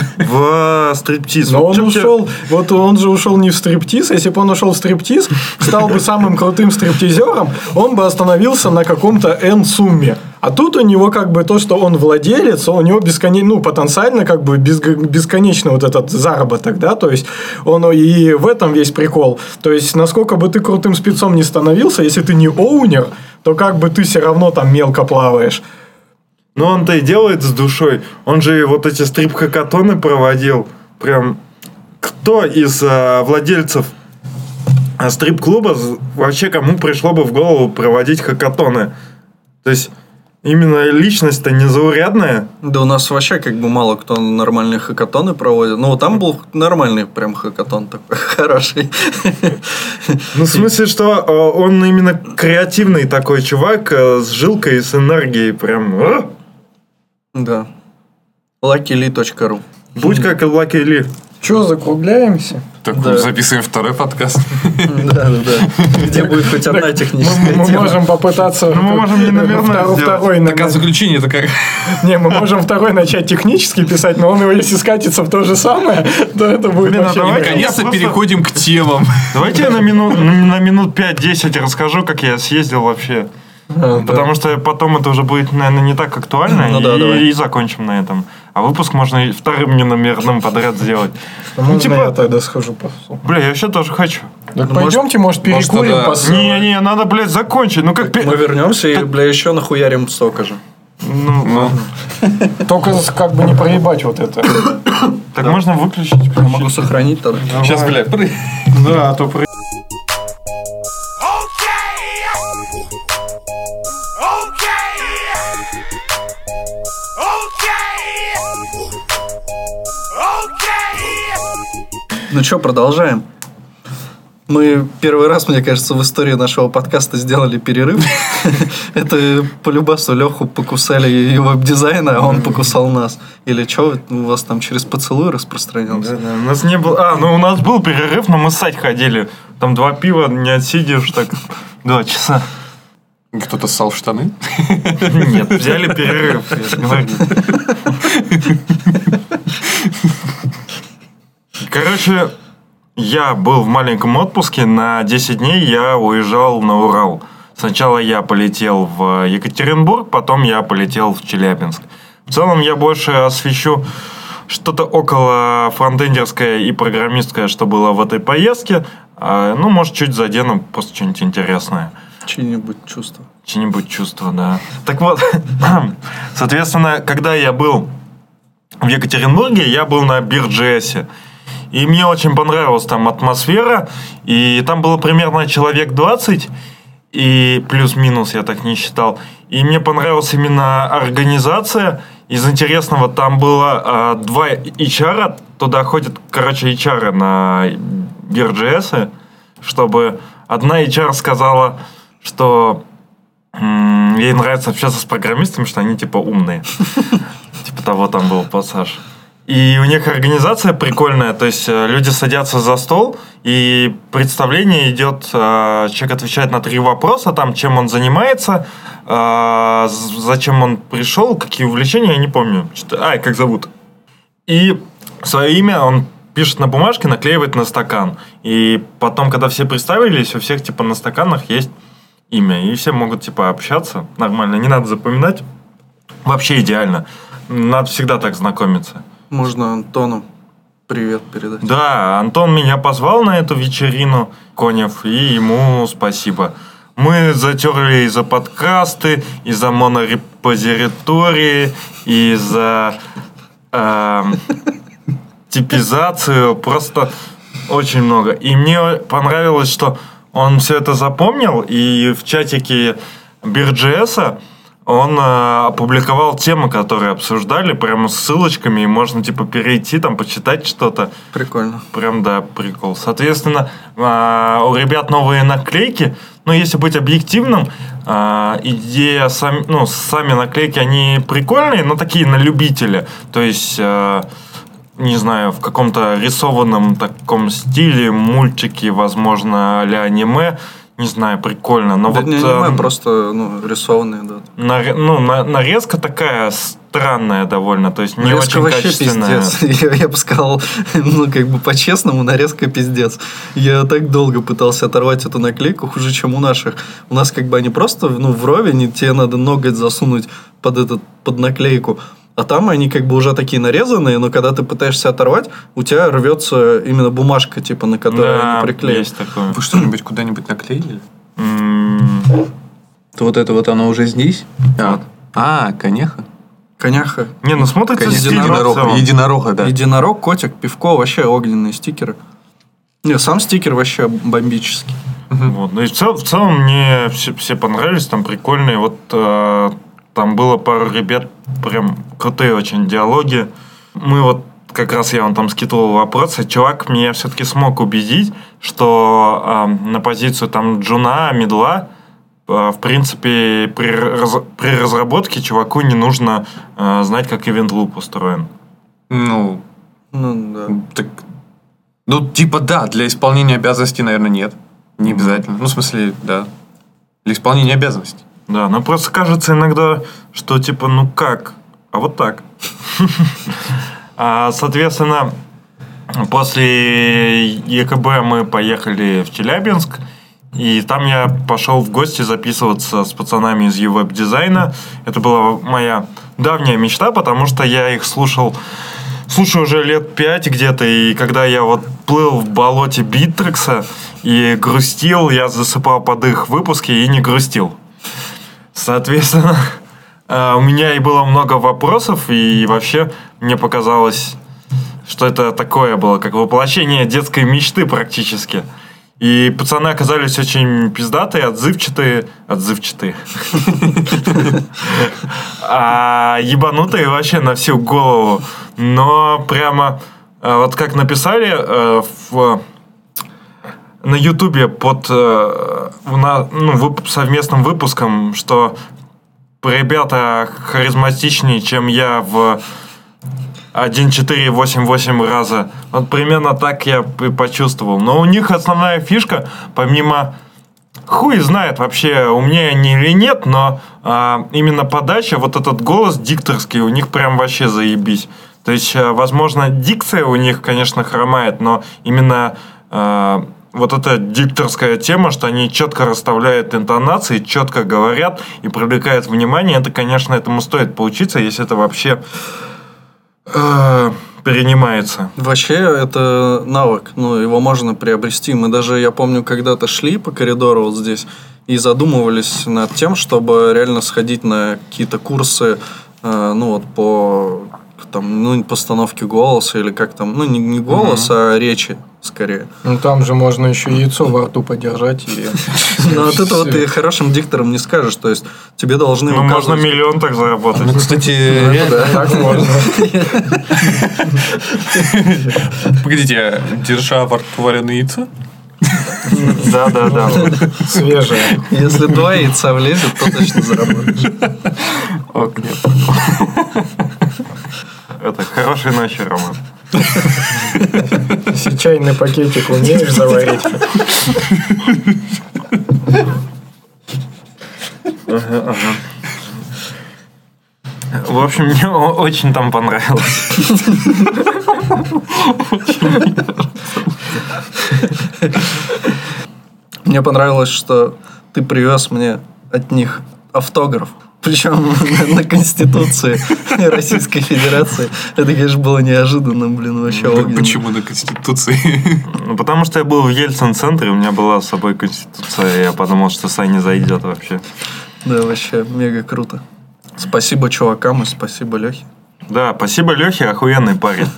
в стриптиз. Но он ушел, вот он же ушел не в стриптиз. Если бы он ушел в стриптиз, стал бы самым крутым стриптизером, он бы остановился на каком-то N-сумме. А тут у него как бы то, что он владелец, у него потенциально как бы бесконечный вот этот заработок, да, то есть он и в этом весь прикол. То есть, насколько бы ты крутым спецом не становился, если ты не оунер, то как бы ты все равно там мелко плаваешь. Но он-то и делает с душой. Он же вот эти стрип-хакатоны проводил. Прям кто из владельцев стрип-клуба вообще кому пришло бы в голову проводить хакатоны? То есть именно личность-то незаурядная. Да у нас вообще как бы мало кто нормальные хакатоны проводит. Ну, там был нормальный прям хакатон такой, хороший. Ну, в смысле, что он именно креативный такой чувак с жилкой и с энергией прям... Да. luckyli.ru. Будь как Лаки Ли. Че, закругляемся? Так, записываем второй подкаст. Да. Где будет хоть одна техническая Мы тема. можем попытаться... Мы можем не номерной второй... Так, а заключение это как? Не, мы можем второй начать технически писать, но он его, если скатится в то же самое, то это будет Блин, вообще... давай, Наконец-то просто- переходим к темам. Давайте я на минут 5-10 расскажу, как я съездил вообще. Потому что потом это уже будет, наверное, не так актуально. Ну да, давай. И закончим на этом. А выпуск можно и вторым неномерным подряд сделать. Можно я тогда схожу по суп? Бля, я вообще тоже хочу. Так пойдемте, может, перекурим тогда- по суп? Не, надо, блядь, закончить. Ну как... Мы вернемся и, бля, еще нахуярим столько же. Ну, Только как бы не проебать вот это. так можно выключить. Я могу сохранить тогда. Сейчас, бля, Да, а то про... Ну что, продолжаем. Мы первый раз, мне кажется, в истории нашего подкаста сделали перерыв. Это по любасу Леху покусали и веб-дизайна, а он покусал нас. Или что, у вас там через поцелуй распространялся? Да, у нас не было... у нас был перерыв, но мы ссать ходили. Там 2 пива, не отсидишь так 2 часа. Кто-то ссал в штаны? Нет, взяли перерыв, я же говорю. Короче, я был в маленьком отпуске. На 10 дней я уезжал на Урал. Сначала я полетел в Екатеринбург, потом я полетел в Челябинск. В целом я больше освещу что-то около фронтендерское и программистское, что было в этой поездке. Ну, может, чуть задену просто что-нибудь интересное. Чьи-нибудь чувства. Чьи-нибудь чувства, да. Так вот, соответственно, когда я был в Екатеринбурге, я был на Бир.js. И мне очень понравилась там атмосфера. И там было примерно человек 20. И плюс-минус, я так не считал. И мне понравилась именно организация. Из интересного, там было 2 HR. Туда ходят, HR на Бир.js. Чтобы одна HR сказала, что ей нравится общаться с программистами, что они типа умные. Типа того там был пассаж. И у них организация прикольная, то есть люди садятся за стол, и представление идет, человек отвечает на 3 вопроса, там, чем он занимается, зачем он пришел, какие увлечения, я не помню. Как зовут. И свое имя он пишет на бумажке, наклеивает на стакан. И потом, когда все представились, у всех типа на стаканах есть имя, и все могут типа общаться нормально, не надо запоминать. Вообще идеально. Надо всегда так знакомиться. Можно Антону привет передать. Да, Антон меня позвал на эту вечерину, Конев, и ему спасибо. Мы затерли и за подкасты, и за монорепозитории, и за типизацию. Просто очень много. И мне понравилось, что он все это запомнил, и в чатике Бир.js он опубликовал темы, которые обсуждали, прямо с ссылочками, и можно типа перейти, там, почитать что-то. Прикольно. Прям, да, прикол. Соответственно, у ребят новые наклейки. Но если быть объективным, идея, сами наклейки, они прикольные, но такие на любителя. То есть, не знаю, в каком-то рисованном таком стиле, мультики, возможно, а-ля аниме. Не знаю, прикольно. Но да вот, не аниме, просто рисованные, да. Нарезка такая странная довольно, то есть не нарезка очень вообще качественная. Пиздец. Я бы сказал, по-честному, нарезка пиздец. Я так долго пытался оторвать эту наклейку, хуже, чем у наших. У нас они просто, вровень, и тебе надо ноготь засунуть под наклейку. А там они уже такие нарезанные, но когда ты пытаешься оторвать, у тебя рвется именно бумажка, типа, на которую они приклеили. Есть такое. Вы что-нибудь куда-нибудь наклеили? То вот это вот оно уже здесь? Конеха? Коняха. Не, смотрится стильно. Единорога, да. Единорог, котик, пивко, вообще огненные стикеры. Не, сам стикер вообще бомбический. Вот. Ну и в целом мне все понравились, там прикольные. Вот там было пару ребят, прям крутые очень диалоги. Мы вот, как раз я вам там скидывал вопросы. Чувак меня все-таки смог убедить, что на позицию там джуна, мидла, в принципе, при разработке чуваку не нужно знать, как ивент-луп устроен. Да. Так, да, для исполнения обязанностей, наверное, нет. Не обязательно. В смысле, да. Для исполнения обязанностей. Да, но просто кажется иногда, что типа, как? А вот так. Соответственно, после ЕКБ мы поехали в Челябинск, и там я пошел в гости записываться с пацанами из UWeb-дизайна. Это была моя давняя мечта, потому что я их слушаю уже лет 5 где-то, и когда я вот плыл в болоте Битрекса и грустил, я засыпал под их выпуски и не грустил. Соответственно, у меня и было много вопросов, и вообще мне показалось, что это такое было, как воплощение детской мечты практически. И пацаны оказались очень пиздатые, отзывчатые. А ебанутые вообще на всю голову. Но прямо, вот как написали на Ютубе под совместным выпуском, что ребята харизматичнее, чем я в 1,488 раза. Вот примерно так я и почувствовал. Но у них основная фишка, помимо... Хуй знает вообще, умнее они или нет, но именно подача, вот этот голос дикторский, у них прям вообще заебись. То есть, возможно, дикция у них, конечно, хромает, но именно вот эта дикторская тема, что они четко расставляют интонации, четко говорят и привлекают внимание, это, конечно, этому стоит поучиться, если это вообще перенимается. Вообще, это навык, его можно приобрести. Мы даже, я помню, когда-то шли по коридору вот здесь и задумывались над тем, чтобы реально сходить на какие-то курсы, по постановке голоса или как там, не голос, а речи скорее. Ну там же можно еще яйцо во рту подержать и... Но от этого ты хорошим диктором не скажешь, то есть тебе должны можно миллион так заработать. Кстати, Так можно. погодите, держа во рту вареное яйцо? Да. Свежее. Если 2 яйца влезет, то точно заработаешь. Ок, нет. Это хорошей ночи, Роман. Если чайный пакетик умеешь заварить. В общем, мне очень там понравилось. Мне понравилось, что ты привез мне от них автограф. Причем на Конституции Российской Федерации. Это, конечно, было неожиданно, вообще огненно. Почему на Конституции? Потому что я был в Ельцин-центре, у меня была с собой Конституция, и я подумал, что Саня зайдет вообще. Да, вообще, мега круто. Спасибо чувакам и спасибо Лехе. Да, спасибо Лехе, охуенный парень.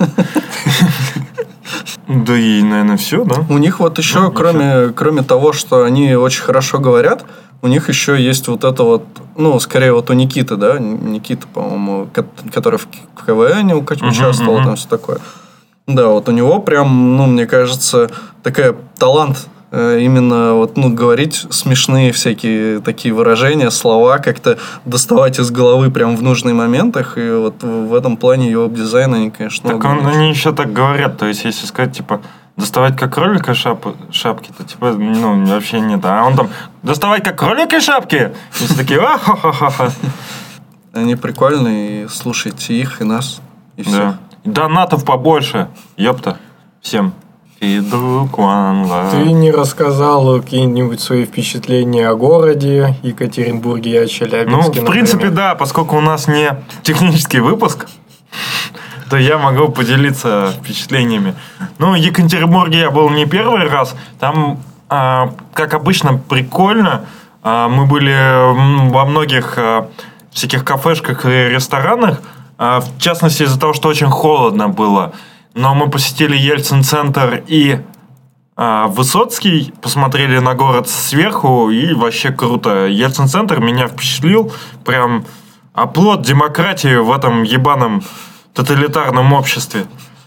Да и, наверное, все, да? У них вот еще, кроме того, что они очень хорошо говорят, у них еще есть вот это вот, скорее вот у Никиты, да, Никита, по-моему, который в КВН участвовал, там все такое. Да, вот у него прям, мне кажется, талант именно говорить смешные всякие такие выражения, слова, как-то доставать из головы прям в нужных моментах, и вот в этом плане его дизайн, они, конечно... Так они еще так говорят, то есть, если сказать, типа, доставать как кролика шапки, то типа, вообще нет. А он там, доставать как кролика шапки? И все такие, ха-ха-ха-ха. Они прикольные, и слушайте их, и нас, и всех. Да. Донатов побольше, ёпта, всем. Ты не рассказал какие-нибудь свои впечатления о городе Екатеринбурге и о Челябинске, в принципе, да, поскольку у нас не технический выпуск, то я могу поделиться впечатлениями. В Екатеринбурге я был не первый раз. Там, как обычно, прикольно. Мы были во многих всяких кафешках и ресторанах. В частности, из-за того, что очень холодно было. Но мы посетили Ельцин-центр и Высоцкий, посмотрели на город сверху, и вообще круто. Ельцин-центр меня впечатлил. Прям оплот демократии в этом ебаном тоталитарном обществе.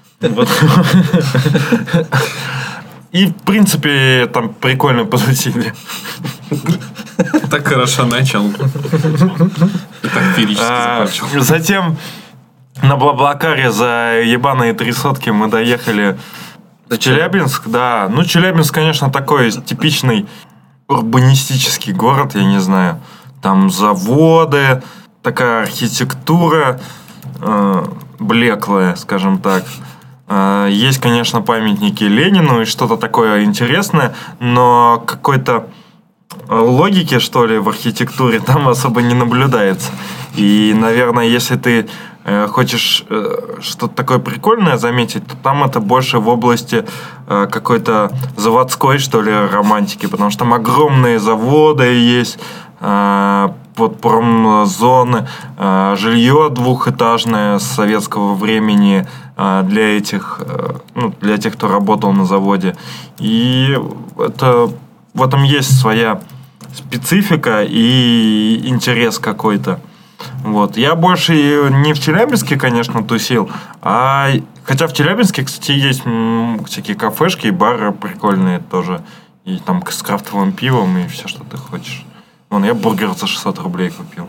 И, в принципе, там прикольно потусили. Так хорошо начал. Так феерически закончил. Затем на Блаблакаре за ебаные 3 сотки мы доехали в Челябинск. Да, Челябинск, конечно, такой типичный урбанистический город, я не знаю. Там заводы, такая архитектура блеклая, скажем так. Есть, конечно, памятники Ленину и что-то такое интересное, но какой-то логики, что ли, в архитектуре там особо не наблюдается. И, наверное, если ты хочешь что-то такое прикольное заметить, то там это больше в области какой-то заводской, что ли, романтики, потому что там огромные заводы есть, вот промзоны, жилье двухэтажное с советского времени для этих, для тех, кто работал на заводе. И в этом есть своя специфика и интерес какой-то. Вот. Я больше не в Челябинске, конечно, тусил, хотя в Челябинске, кстати, есть всякие кафешки и бары прикольные тоже. И там с крафтовым пивом и все, что ты хочешь. Вон, я бургер за 600 рублей купил.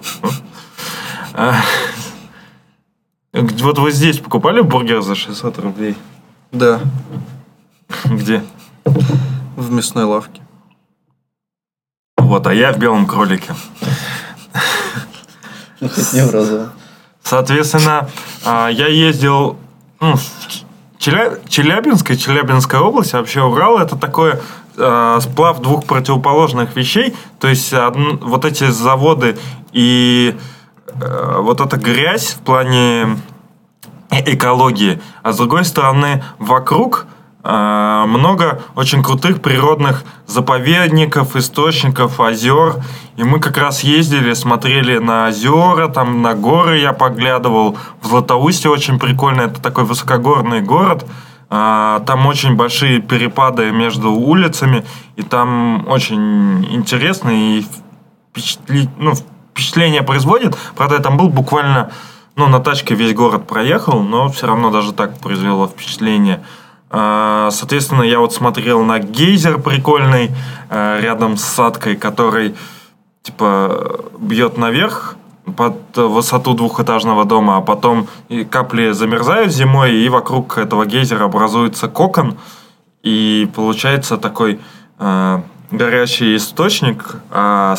Вот вы здесь покупали бургер за 600 рублей? Да, Где? в мясной лавке. Вот, а я в Белом кролике. Хоть не в разу. Соответственно, я ездил в Челябинская область, вообще Урал, это такое сплав двух противоположных вещей. То есть вот эти заводы и вот эта грязь в плане экологии, а с другой стороны вокруг много очень крутых природных заповедников, источников, озер. И мы как раз ездили, смотрели на озера, там на горы я поглядывал. В Златоусте очень прикольно, это такой высокогорный город. Там очень большие перепады между улицами, и там очень интересно и впечатление производит. Правда, я там был буквально, на тачке весь город проехал, но все равно даже так произвело впечатление. Соответственно, я вот смотрел на гейзер прикольный рядом с садкой, который типа бьет наверх под высоту двухэтажного дома, а потом и капли замерзают зимой, и вокруг этого гейзера образуется кокон, и получается такой горячий источник, а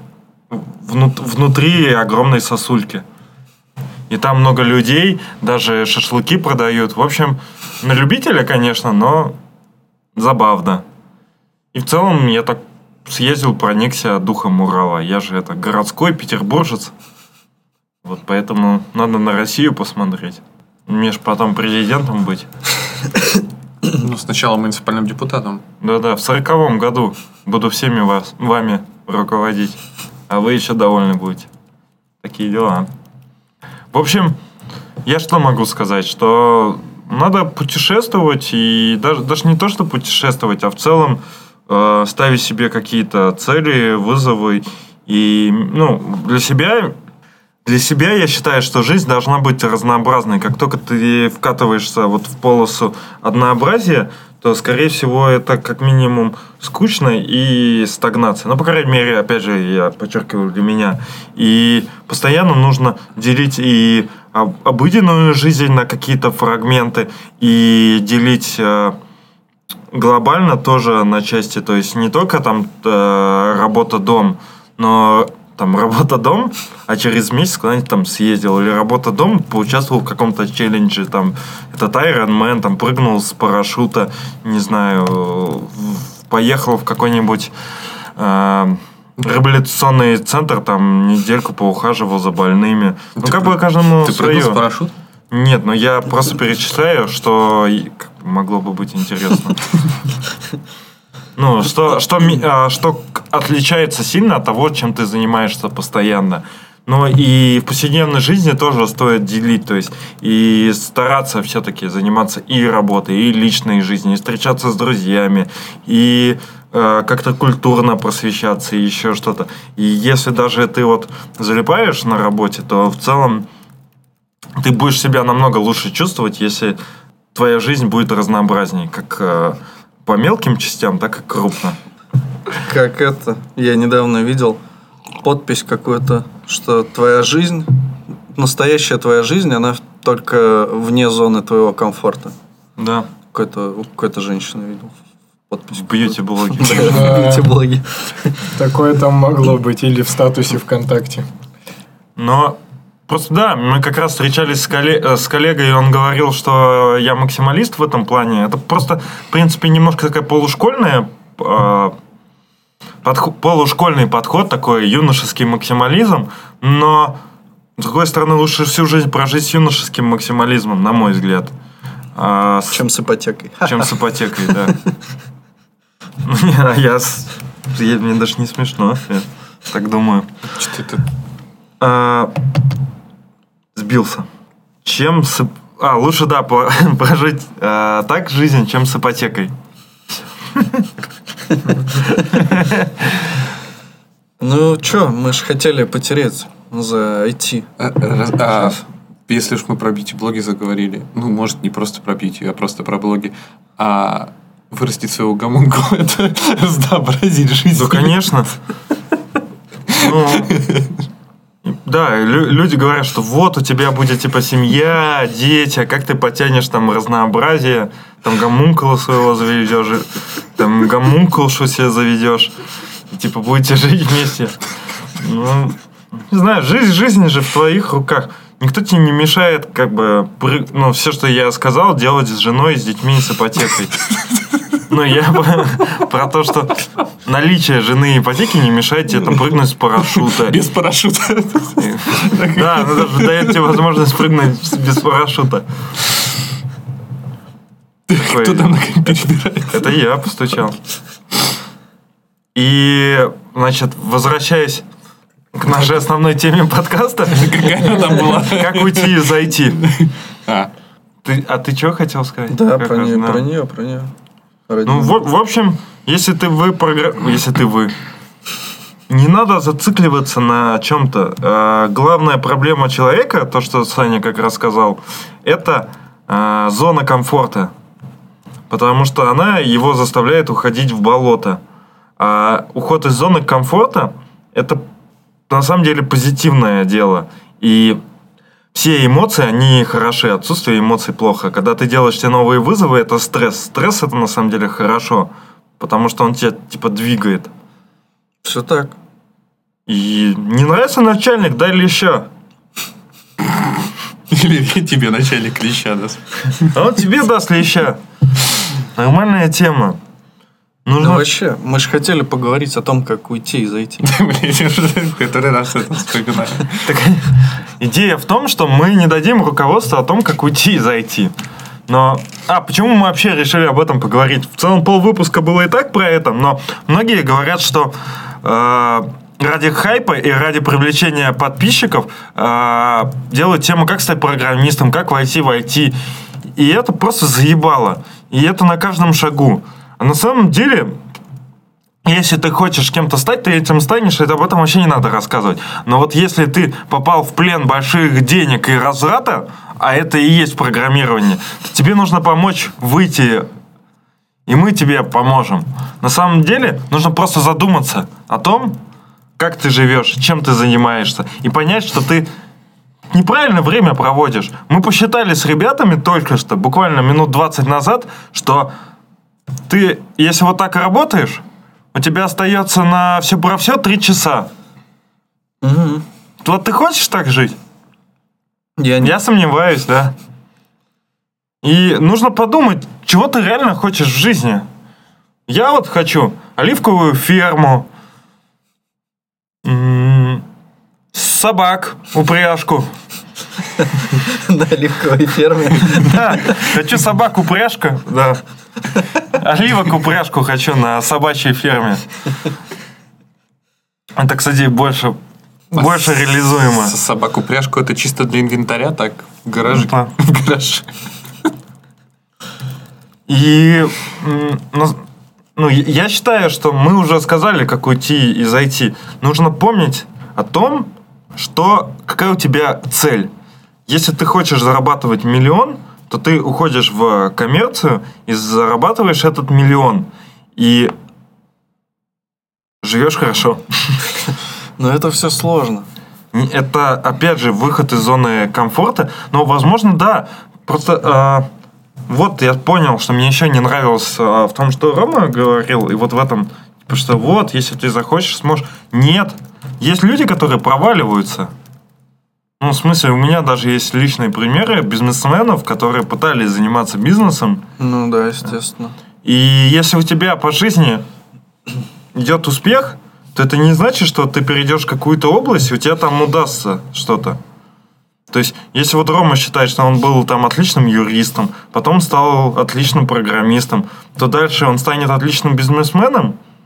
внутри огромной сосульки. И там много людей, даже шашлыки продают. В общем, на любителя, конечно, но забавно. И в целом я так съездил, проникся духом Урала. Я же городской петербуржец. Вот поэтому надо на Россию посмотреть. Мне ж потом президентом быть. Сначала муниципальным депутатом. Да-да, в 40-м году буду всеми вами руководить. А вы еще довольны будете. Такие дела. В общем, я что могу сказать, что надо путешествовать, и даже не то, что путешествовать, а в целом ставить себе какие-то цели, вызовы. И для себя я считаю, что жизнь должна быть разнообразной. Как только ты вкатываешься вот в полосу однообразия, то, скорее всего, это как минимум скучно и стагнация. По крайней мере, опять же, я подчеркиваю, для меня. И постоянно нужно делить и обыденную жизнь на какие-то фрагменты, и делить глобально тоже на части. То есть не только там работа-дом, но там работа-дом, а через месяц куда-нибудь там съездил. Или работа-дом, поучаствовал в каком-то челлендже. Там, этот Iron Man, там, прыгнул с парашюта, не знаю, поехал в какой-нибудь реабилитационный центр, там, недельку поухаживал за больными. Как бы каждому Ты свое. прыгнул с парашют? Нет, я просто перечисляю, что могло бы быть интересно. Что отличается сильно от того, чем ты занимаешься постоянно. Но и в повседневной жизни тоже стоит делить, то есть и стараться все-таки заниматься и работой, и личной жизнью, и встречаться с друзьями, и как-то культурно просвещаться, и еще что-то. И если даже ты залипаешь на работе, то в целом ты будешь себя намного лучше чувствовать, если твоя жизнь будет разнообразнее, как по мелким частям, так и крупно. Как я недавно видел подпись какую-то, что твоя жизнь, настоящая твоя жизнь, она только вне зоны твоего комфорта. Да. Какой-то женщины видел подпись. В бьюти-блоге. В бьюти-блоге. Такое там могло быть. Или в статусе ВКонтакте. Но просто да, мы как раз встречались с коллегой, и он говорил, что я максималист в этом плане. Это просто, в принципе, немножко такая полушкольный подход, такой юношеский максимализм, но, с другой стороны, лучше всю жизнь прожить с юношеским максимализмом, на мой взгляд. Чем с ипотекой. Чем с ипотекой, да. Мне даже не смешно, я так думаю. Что-то Сбился. Лучше, да, прожить так жизнь, чем с ипотекой. Ну, чё, мы же хотели потереться за IT. Если уж мы про бьюти-блоги заговорили, ну, может, не просто про бьюти, а просто про блоги, а вырастить своего гомункула — это разнообразить жизнь. Ну, конечно. Да, люди говорят, что вот у тебя будет типа семья, дети, а как ты потянешь там разнообразие, там гомункула своего заведешь, там гомункулшу себе заведешь, и типа будете жить вместе. Ну, не знаю, жизнь же в твоих руках. Никто тебе не мешает, как бы, все, что я сказал, делать с женой, с детьми, с ипотекой. Ну, я про то, что наличие жены и ипотеки не мешает тебе там прыгнуть с парашюта. Без парашюта. Да, она даже дает тебе возможность прыгнуть без парашюта. Кто там перебирает? Это я постучал. И, значит, возвращаясь к нашей основной теме подкаста. Какая там была? Как уйти из IT. Ты что хотел сказать? Да, про нее. Ну, в общем, если вы, не надо зацикливаться на чем-то. Главная проблема человека, то, что Саня как раз сказал, это зона комфорта. Потому что она его заставляет уходить в болото. А уход из зоны комфорта – это на самом деле позитивное дело. И все эмоции, они хороши. Отсутствие эмоций плохо. Когда ты делаешь все новые вызовы, это стресс. Стресс – это на самом деле хорошо. Потому что он тебя типа двигает. Все так. И не нравится начальник, дай леща. Или тебе начальник леща даст. А он тебе даст леща. Нормальная тема. Ну вообще, мы же хотели поговорить о том, как уйти из IT. Который раз это вспоминаю. Идея в том, что мы не дадим руководство о том, как уйти из IT. Но... почему мы вообще решили об этом поговорить? В целом полвыпуска было и так про это, но многие говорят, что ради хайпа и ради привлечения подписчиков делают тему, как стать программистом, как войти в IT. И это просто заебало. И это на каждом шагу. А на самом деле, если ты хочешь кем-то стать, ты этим станешь, и об этом вообще не надо рассказывать. Но вот если ты попал в плен больших денег и разврата, а это и есть программирование, то тебе нужно помочь выйти, и мы тебе поможем. На самом деле, нужно просто задуматься о том, как ты живешь, чем ты занимаешься, и понять, что ты неправильно время проводишь. Мы посчитали с ребятами только что, буквально минут 20 назад, что ты, если вот так работаешь, у тебя остается на все про все 3 часа. Угу. Вот ты хочешь так жить? Я сомневаюсь, да. И нужно подумать, чего ты реально хочешь в жизни. Я вот хочу оливковую ферму, собак, упряжку. На оливковой ферме. Да, хочу собаку-упряжку, да. Оливок-упряжку хочу на собачьей ферме. Это, кстати, больше реализуемо. Собаку-пряжку — это чисто для инвентаря, так? В гараже. Да. В гараже. И я считаю, что мы уже сказали, как уйти из IT. Нужно помнить о том, какая у тебя цель. Если ты хочешь зарабатывать 1 миллион, то ты уходишь в коммерцию и зарабатываешь этот 1 миллион. И живешь хорошо. Но это все сложно. Это, опять же, выход из зоны комфорта. Но, возможно, да. Просто вот я понял, что мне еще не нравилось в том, что Рома говорил, и вот в этом, типа, что вот, если ты захочешь, сможешь. Нет. Есть люди, которые проваливаются. Ну, в смысле, у меня даже есть личные примеры бизнесменов, которые пытались заниматься бизнесом. Ну да, естественно. И если у тебя по жизни идет успех, то это не значит, что ты перейдешь в какую-то область, и у тебя там удастся что-то. То есть, если вот Рома считает, что он был там отличным юристом, потом стал отличным программистом, то дальше он станет отличным бизнесменом,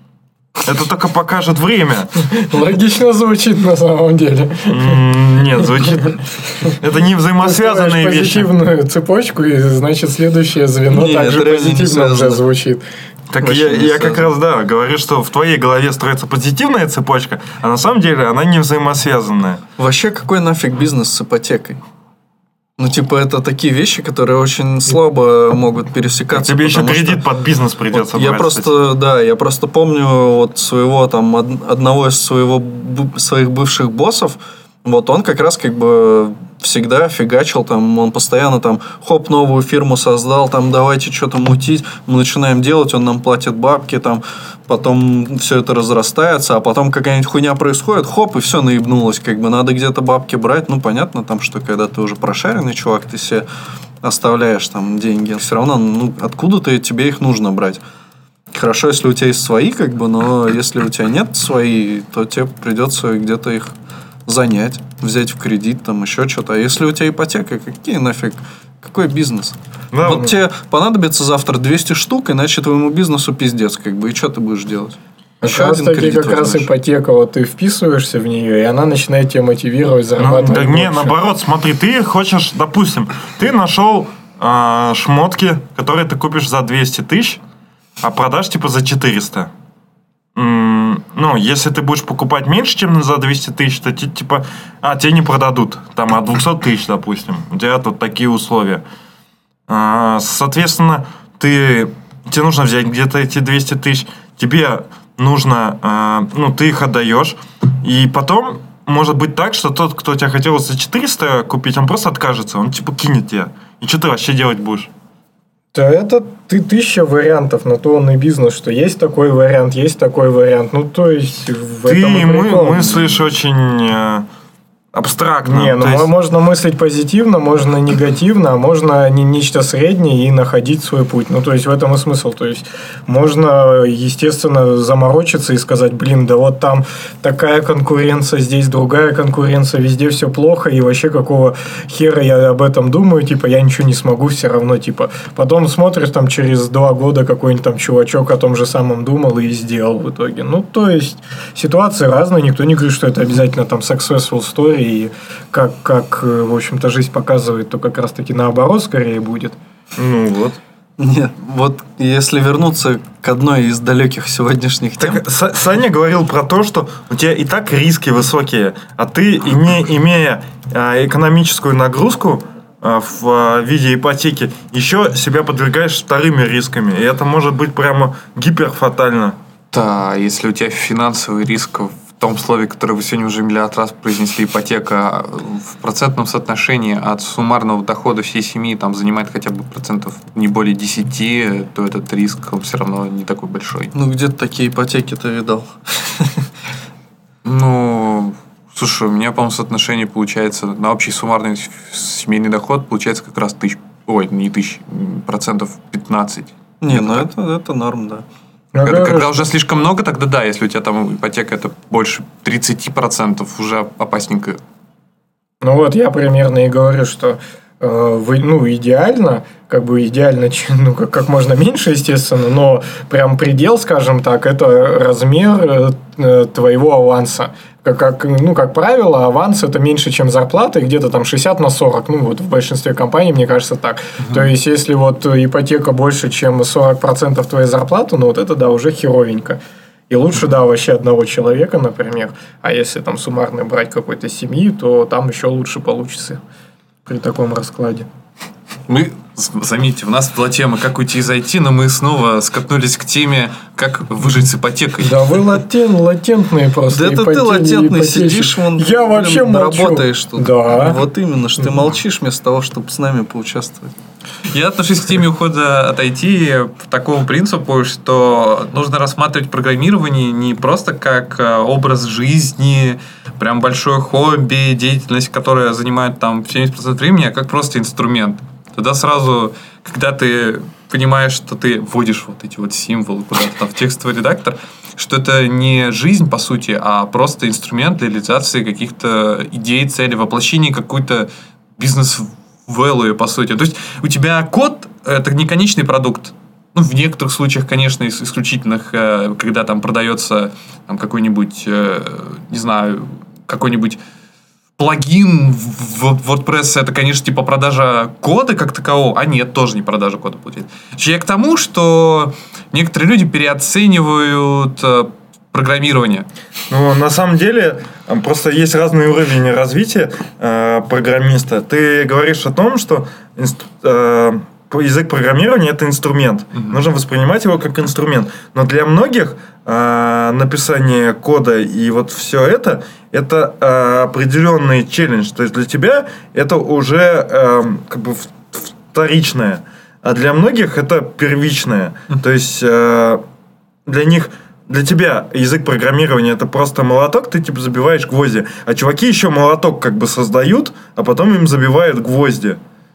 Это только покажет время. Логично звучит на самом деле. Нет, звучит... Это не взаимосвязанные Ты вещи. позитивную цепочку, и, значит, следующее звено Не, также это реально не позитивно уже связано. звучит. Так Очень я не как раз, да, говорю, что в твоей голове строится позитивная цепочка, а на самом деле она не взаимосвязанная. Вообще, какой нафиг бизнес с ипотекой? Ну, типа, это такие вещи, которые очень слабо могут пересекаться. Тебе еще потому что- кредит под бизнес придется Я брать. просто, да, я просто помню вот своего там, одного из своих бывших боссов, вот он как раз как бы всегда фигачил, там, он постоянно там, хоп, новую фирму создал, там, давайте что-то мутить, мы начинаем делать, он нам платит бабки, там, потом все это разрастается, а потом какая-нибудь хуйня происходит, хоп, и все наебнулось, как бы, надо где-то бабки брать, ну, понятно, там, что когда ты уже прошаренный чувак, ты себе оставляешь там деньги, все равно, ну, откуда-то тебе их нужно брать. Хорошо, если у тебя есть свои, как бы, но если у тебя нет свои, то тебе придется где-то их занять, взять в кредит, там еще что-то. А если у тебя ипотека, какие нафиг? Какой бизнес? Да, Вот тебе понадобится завтра 200 штук, иначе твоему бизнесу пиздец, как бы. И что ты будешь делать? Еще Как один раз таки кредит как раз возьмешь. ипотека, вот ты вписываешься в нее, и она начинает тебя мотивировать Ну, зарабатывать да не, больше. наоборот, смотри, ты хочешь, допустим, ты нашел шмотки, которые ты купишь за 200 тысяч, а продашь типа за 400. Ну, если ты будешь покупать меньше, чем за 200 тысяч, то типа, тебе не продадут. Там от 200 тысяч, допустим. У тебя тут такие условия. Соответственно, тебе нужно взять где-то эти 200 тысяч, тебе нужно, ты их отдаешь, и потом может быть так, что тот, кто тебя хотел за 400 купить, он просто откажется, он типа кинет тебя. И что ты вообще делать будешь? Да это ты 1000 вариантов на то он и бизнес, что есть такой вариант, есть такой вариант. Ну, то есть, в этом и прикол. мыслишь очень абстрактно. Не, ну То есть- можно мыслить позитивно, можно негативно, а можно нечто среднее и находить свой путь. Ну, то есть, в этом и смысл. То есть, можно, естественно, заморочиться и сказать, блин, да вот там такая конкуренция, здесь другая конкуренция, везде все плохо, и вообще какого хера я об этом думаю, типа, я ничего не смогу все равно, типа. Потом смотришь, там, через 2 года какой-нибудь там чувачок о том же самом думал и сделал в итоге. Ну, то есть, ситуации разные, никто не говорит, что это обязательно там successful story, и как, в общем-то, жизнь показывает, то как раз-таки наоборот скорее будет. Ну вот. Нет, вот если вернуться к одной из далеких сегодняшних тем... Так, Саня говорил про то, что у тебя и так риски высокие, а ты, имея экономическую нагрузку в виде ипотеки, еще себя подвергаешь вторыми рисками. И это может быть прямо гиперфатально. Да, если у тебя финансовый риск в том слове, которое вы сегодня уже миллиард раз произнесли, ипотека, в процентном соотношении от суммарного дохода всей семьи там занимает хотя бы процентов не более 10, то этот риск он все равно не такой большой. Ну, где ты такие ипотеки ты видал? Ну, слушай, у меня, по-моему, соотношение получается на общий суммарный семейный доход получается как раз процентов 15. Не, ну это норм, да. Когда уже слишком много, тогда да, если у тебя там ипотека это больше 30%, уже опасненько. Ну вот я примерно и говорю, что идеально, ну, как можно меньше, естественно, но прям предел, скажем так, это размер твоего аванса. Как правило, аванс это меньше, чем зарплата, и где-то там 60/40. Ну, вот в большинстве компаний, мне кажется, так. То есть, если вот ипотека больше, чем 40% твоей зарплаты, ну, вот это, да, уже херовенько. И лучше, да, вообще одного человека, например. А если там суммарно брать какой-то семьи, то там еще лучше получится при таком раскладе. Мы, заметьте, у нас была тема, как уйти из IT, но мы снова скатнулись к теме, как выжить с ипотекой. Да вы латентные просто. Да это ты латентный сидишь, вон, я вообще молчу. работаешь тут. Да. Вот именно, что ты молчишь вместо того, чтобы с нами поучаствовать. Я отношусь к теме ухода от IT по такому принципу, что нужно рассматривать программирование не просто как образ жизни, прям большое хобби, деятельность, которая занимает там 70% времени, а как просто инструмент. Тогда сразу, когда ты понимаешь, что ты вводишь вот эти вот символы куда-то там в текстовый редактор, что это не жизнь, по сути, а просто инструмент для реализации каких-то идей, целей, воплощения какой-то бизнес-value, по сути. То есть, у тебя код – это не конечный продукт. В некоторых случаях, конечно, из исключительных, когда там продается там, какой-нибудь, не знаю, какой-нибудь плагин в WordPress, это, конечно, типа продажа кода как такового, а нет, тоже не продажа кода получается. Я к тому, что некоторые люди переоценивают программирование. Ну, на самом деле, просто есть разный уровень развития программиста. Ты говоришь о том, что язык программирования – это инструмент. Нужно воспринимать его как инструмент. Но для многих написание кода и вот все это определенный челлендж. То есть для тебя это уже как бы вторичное. А для многих это первичное. То есть для них... Для тебя язык программирования это просто молоток, ты типа забиваешь гвозди. А чуваки еще молоток как бы создают, а потом им забивают гвозди.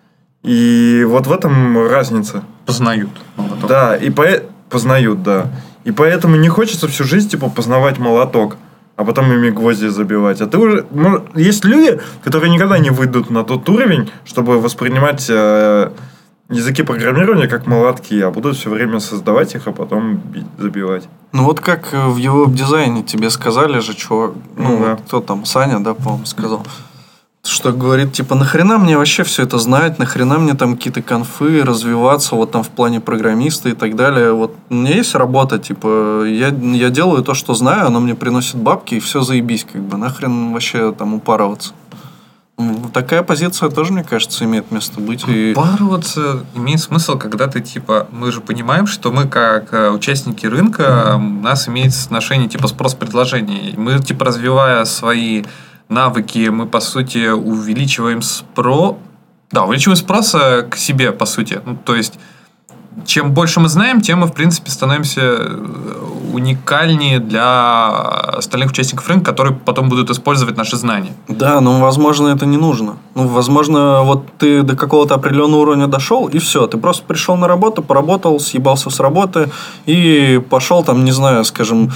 И вот в этом разница. Познают молоток. Да, познают, да. И поэтому не хочется всю жизнь типа познавать молоток, а потом ими гвозди забивать. А ты уже... Есть люди, которые никогда не выйдут на тот уровень, чтобы воспринимать языки программирования как молотки, а будут все время создавать их, а потом забивать. Ну вот как в его веб-дизайне тебе сказали же, чувак, да. Кто там, Саня, да, по-моему, сказал, что говорит, типа, нахрена мне вообще все это знать, нахрена мне там какие-то конфы, развиваться вот там в плане программиста и так далее. Вот у меня есть работа, типа, я делаю то, что знаю, оно мне приносит бабки, и все заебись, как бы, нахрен вообще там упарываться. Такая позиция тоже, мне кажется, имеет место быть. Упарываться имеет смысл, когда ты, типа, мы же понимаем, что мы, как участники рынка, у нас имеется отношение, типа, спрос-предложение. Мы, типа, развивая свои навыки, мы, по сути, увеличиваем спрос к себе, по сути. Ну, то есть, чем больше мы знаем, тем мы, в принципе, становимся уникальнее для остальных участников рынка, которые потом будут использовать наши знания. Да, но, возможно, это не нужно. Ну, возможно, вот ты до какого-то определенного уровня дошел, и все. Ты просто пришел на работу, поработал, съебался с работы и пошел там, не знаю, скажем,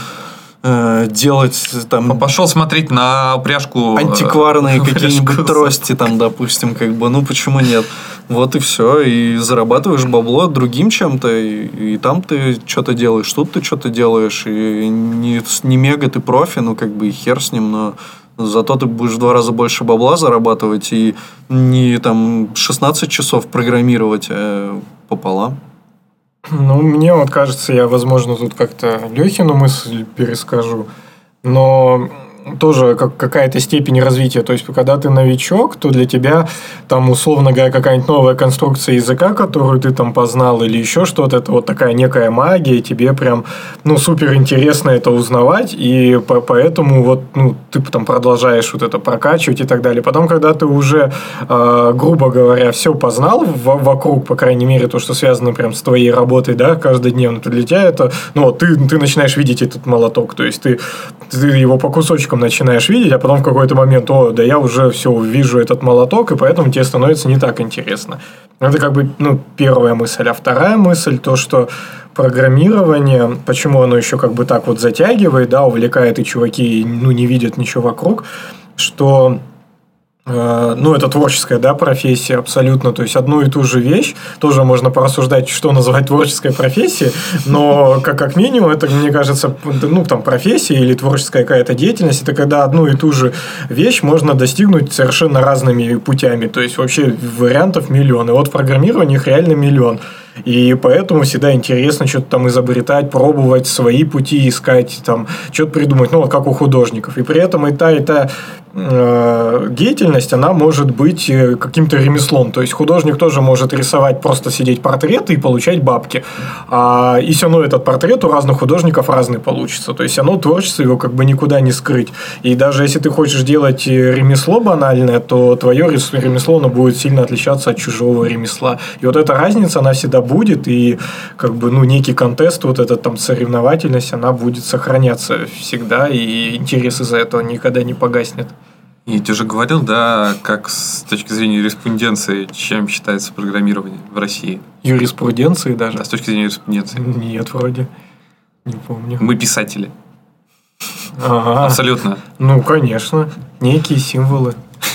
делать там... Пошел смотреть на упряжку... Антикварные какие-нибудь трости там, допустим, как бы, ну, почему нет? Вот и все, и зарабатываешь бабло другим чем-то, и там ты что-то делаешь, тут ты что-то делаешь, и не мега ты профи, ну, как бы, и хер с ним, но зато ты будешь в 2 раза больше бабла зарабатывать, и не там 16 часов программировать, а пополам. Ну, мне вот кажется, я, возможно, тут как-то Лехину мысль перескажу, но тоже какая-то степень развития. То есть, когда ты новичок, то для тебя там, условно говоря, какая-нибудь новая конструкция языка, которую ты там познал, или еще что-то, это вот такая некая магия, и тебе прям, ну, супер интересно это узнавать, и поэтому вот, ну, ты там продолжаешь вот это прокачивать и так далее. Потом, когда ты уже, грубо говоря, все познал вокруг, по крайней мере, то, что связано прям с твоей работой, да, каждодневно, то для тебя это, ну, ты начинаешь видеть этот молоток, то есть ты его по кусочкам начинаешь видеть, а потом в какой-то момент, да я уже все вижу этот молоток, и поэтому тебе становится не так интересно. Это как бы, ну, первая мысль. А вторая мысль, то, что программирование, почему оно еще как бы так вот затягивает, да, увлекает, и чуваки, ну, не видят ничего вокруг, что... Ну, это творческая, да, профессия абсолютно. То есть, одну и ту же вещь тоже можно порассуждать, что называть творческой профессией, но как минимум это, мне кажется, ну, там, профессия или творческая какая-то деятельность, это когда одну и ту же вещь можно достигнуть совершенно разными путями. То есть, вообще вариантов миллион. И вот в программировании их реально миллион. И поэтому всегда интересно что-то там изобретать, пробовать, свои пути искать, там, что-то придумать, ну, вот как у художников. И при этом и та деятельность, она может быть каким-то ремеслом. То есть, художник тоже может рисовать, просто сидеть портреты и получать бабки. И все равно этот портрет у разных художников разный получится. То есть, оно творчество, его как бы никуда не скрыть. И даже если ты хочешь делать ремесло банальное, то твое ремесло, оно будет сильно отличаться от чужого ремесла. И вот эта разница, она всегда будет, и как бы, ну, некий контест, вот эта там соревновательность, она будет сохраняться всегда, и интерес из-за этого никогда не погаснет. Я тебе уже говорил, да, как с точки зрения юриспруденции, чем считается программирование в России? Юриспруденции даже? Да, с точки зрения юриспруденции. Нет, вроде. Не помню. Мы писатели. Ага. Абсолютно. Ну, конечно. Некие символы.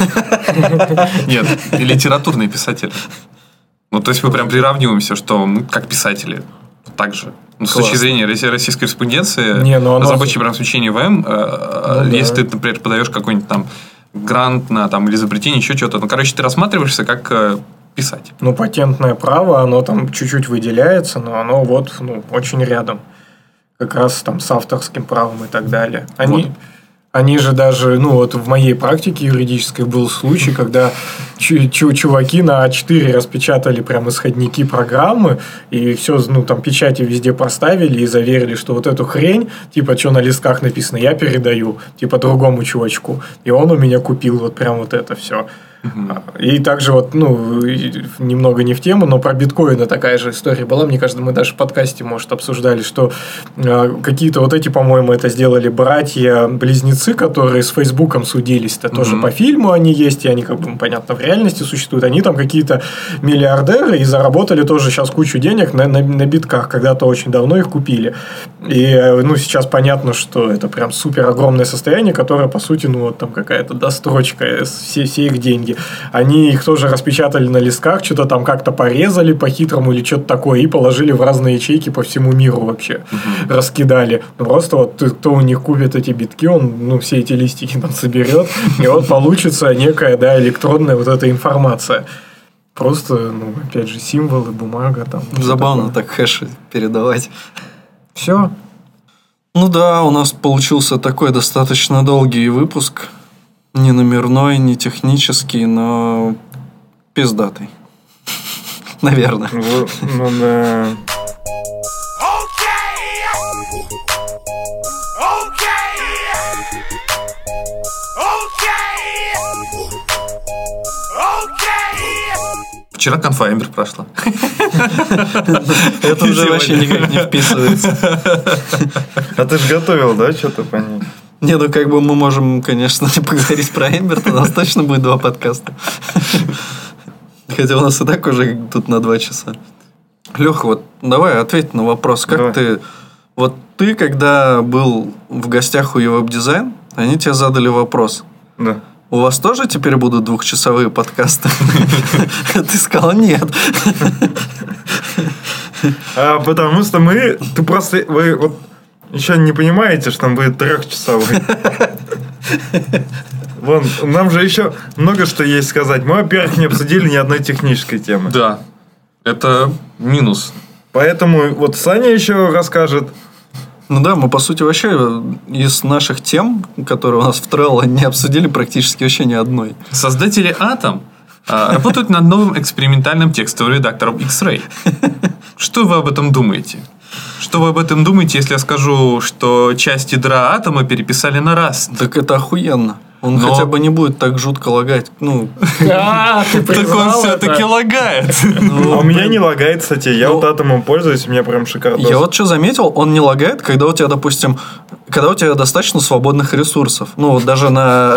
Нет, литературные писатели. Ну, то есть, мы прям приравниваемся, что мы как писатели. так же. Ну, с Классно. точки зрения российской корреспонденции, Не, ну оно- рабочее прям обеспечение ВМ, если ты, например, подаешь какой-нибудь там грант на там, или изобретение, еще что-то, ну, короче, ты рассматриваешься как писать. Ну, патентное право, оно там чуть-чуть выделяется, но оно вот, очень рядом. Как раз там с авторским правом и так далее. Они же даже, вот в моей практике юридической был случай, когда чуваки на А4 распечатали прям исходники программы, и все, там печати везде поставили и заверили, что вот эту хрень, типа, что на листках написано, я передаю, типа, другому чувачку. И он у меня купил вот прям вот это все. И также вот, немного не в тему, но про биткоины такая же история была. Мне кажется, мы даже в подкасте, может, обсуждали, что какие-то вот эти, по-моему, это сделали братья-близнецы, которые с Фейсбуком судились. Это тоже по фильму они есть, и они, как бы, понятно, в реальности существуют. Они там какие-то миллиардеры и заработали тоже сейчас кучу денег на битках. Когда-то очень давно их купили. И, сейчас понятно, что это прям супер огромное состояние, которое, по сути, там какая-то дострочка, все их деньги. Они их тоже распечатали на листках, что-то там как-то порезали по-хитрому или что-то такое, и положили в разные ячейки по всему миру вообще. Раскидали. Просто вот кто у них купит эти битки, он, все эти листики там соберет, и вот получится некая, электронная вот эта информация. Просто, опять же, символы, бумага там. Забавно так хэши передавать. Все. Ну да, у нас получился такой достаточно долгий выпуск. Не номерной, не технический, но пиздатый. Наверное. Ну да. Вчера конфа Эмбер прошла. Это уже вообще никак не вписывается. А ты же готовил, да, что-то по ней? Не, мы можем, конечно, не поговорить про Эмберта, у нас точно будет 2 подкаста. Хотя у нас и так уже тут на 2 часа. Леха, вот давай ответь на вопрос. Как Давай. ты... Вот ты, когда был в гостях у Webdesign, они тебе задали вопрос. Да. У вас тоже теперь будут 2-часовые подкасты? Ты сказал нет. Потому что вы вот еще не понимаете, что он будет 3-часовой. Вон, нам же еще много что есть сказать. Мы, во-первых, не обсудили ни одной технической темы. Да, это минус. Поэтому вот Саня еще расскажет. Ну да, мы, по сути, вообще из наших тем, которые у нас в Trello, не обсудили практически вообще ни одной. Создатели Atom работают над новым экспериментальным текстовым редактором X-Ray. Что вы об этом думаете? Что вы об этом думаете, если я скажу, что часть ядра атома переписали на Rust? Так это охуенно. Он Но- хотя бы не будет так жутко лагать. Ты Так он все-таки лагает. А у меня не лагает, кстати. Я вот атомом пользуюсь, у меня прям шикардос. Я вот что заметил, он не лагает, когда у тебя, допустим, когда у тебя достаточно свободных ресурсов. Ну, вот даже на...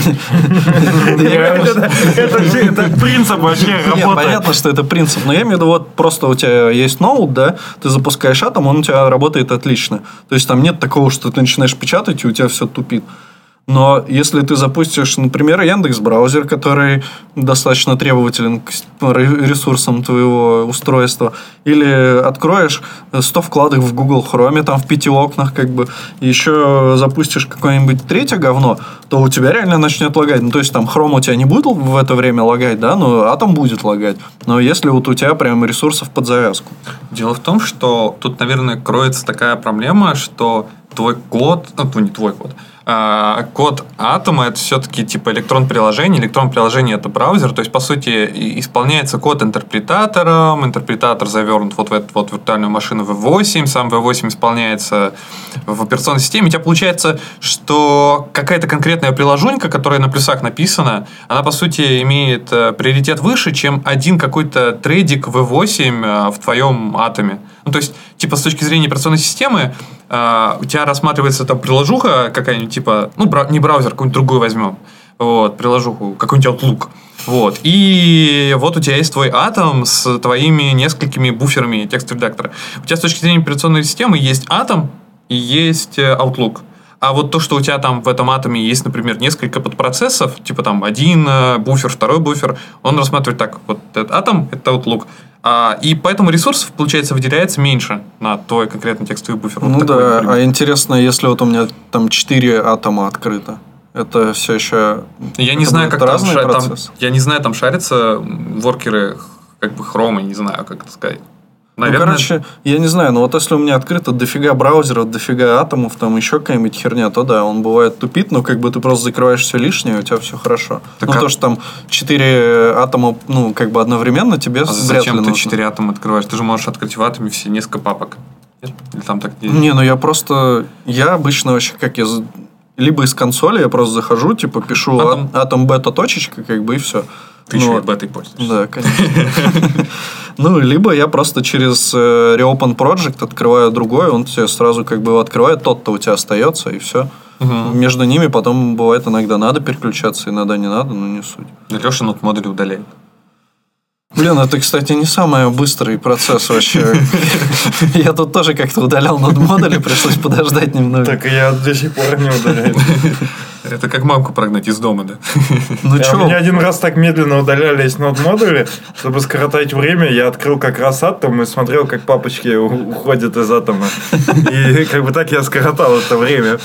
Это принцип вообще Нет, работает. понятно, что это принцип. Но я имею в виду, вот просто у тебя есть ноут, да, ты запускаешь атом, он у тебя работает отлично. То есть, там нет такого, что ты начинаешь печатать, и у тебя все тупит. Но если ты запустишь, например, Яндекс.Браузер, который достаточно требователен к ресурсам твоего устройства, или откроешь 100 вкладок в Google Chrome, там в 5 окнах, как бы, и еще запустишь какое-нибудь третье говно, то у тебя реально начнет лагать. Ну, то есть, там Chrome у тебя не будет в это время лагать, да, но Atom будет лагать. Но если вот у тебя прям ресурсов под завязку. Дело в том, что тут, наверное, кроется такая проблема, что твой код, не твой код, код Атома это все-таки типа электрон-приложение. Электрон-приложение это браузер. То есть, по сути, исполняется код интерпретатором. Интерпретатор завернут вот в эту вот виртуальную машину V8. Сам V8 исполняется в операционной системе. У тебя получается, что какая-то конкретная приложунька, которая на плюсах написана, она, по сути, имеет приоритет выше, чем один какой-то трейдик V8 в твоем атоме. Ну, то есть, типа, с точки зрения операционной системы, у тебя рассматривается там приложуха какая-нибудь, типа, не браузер, какую-нибудь другую возьмем, вот, приложуху, какой-нибудь Outlook, вот, и вот у тебя есть твой атом с твоими несколькими буферами текстового редактора. У тебя с точки зрения операционной системы есть атом и есть Outlook. А вот то, что у тебя там в этом атоме есть, например, несколько подпроцессов, типа там один буфер, второй буфер, он рассматривает так, вот этот атом, это Outlook. И поэтому ресурсов, получается, выделяется меньше на твой конкретно текстовый буфер. Вот Ну такой, да, например. а интересно, если вот у меня там 4 атома открыто, это все еще... Я не это знаю, будут как там, разные процессы? я не знаю, там шарятся воркеры как бы хрома, не знаю, как это сказать. Наверное, Ну, короче, я не знаю, но вот если у меня открыто дофига браузеров, дофига атомов, там еще какая-нибудь херня, то да, он бывает тупит, но как бы ты просто закрываешь все лишнее, у тебя все хорошо. Так ну, то, что там 4 атома, ну, как бы одновременно тебе а вряд ли зачем ты нужно. 4 атома открываешь? Ты же можешь открыть в атоме все несколько папок. Нет? Или там так не... Не, ну я просто... Я обычно вообще как либо из консоли я просто захожу, типа пишу атом бета точечка, как бы и все. Ты еще и бетой пользуешься. Да, конечно. Ну, либо я просто через Reopen Project открываю другой, он тебе сразу как бы его открывает, тот-то у тебя остается, и все. Между ними потом бывает иногда надо переключаться, иногда не надо, но не суть. Леша нот модули удаляет. Блин, это, кстати, не самый быстрый процесс вообще. Я тут тоже как-то удалял нод-модули, пришлось подождать немного. Так я до сих пор не удаляю. Это как мамку прогнать из дома, да? Ну У меня что? один раз так медленно удалялись нод-модули, чтобы скоротать время, я открыл как раз атом и смотрел, как папочки уходят из атома. И как бы так я скоротал это время.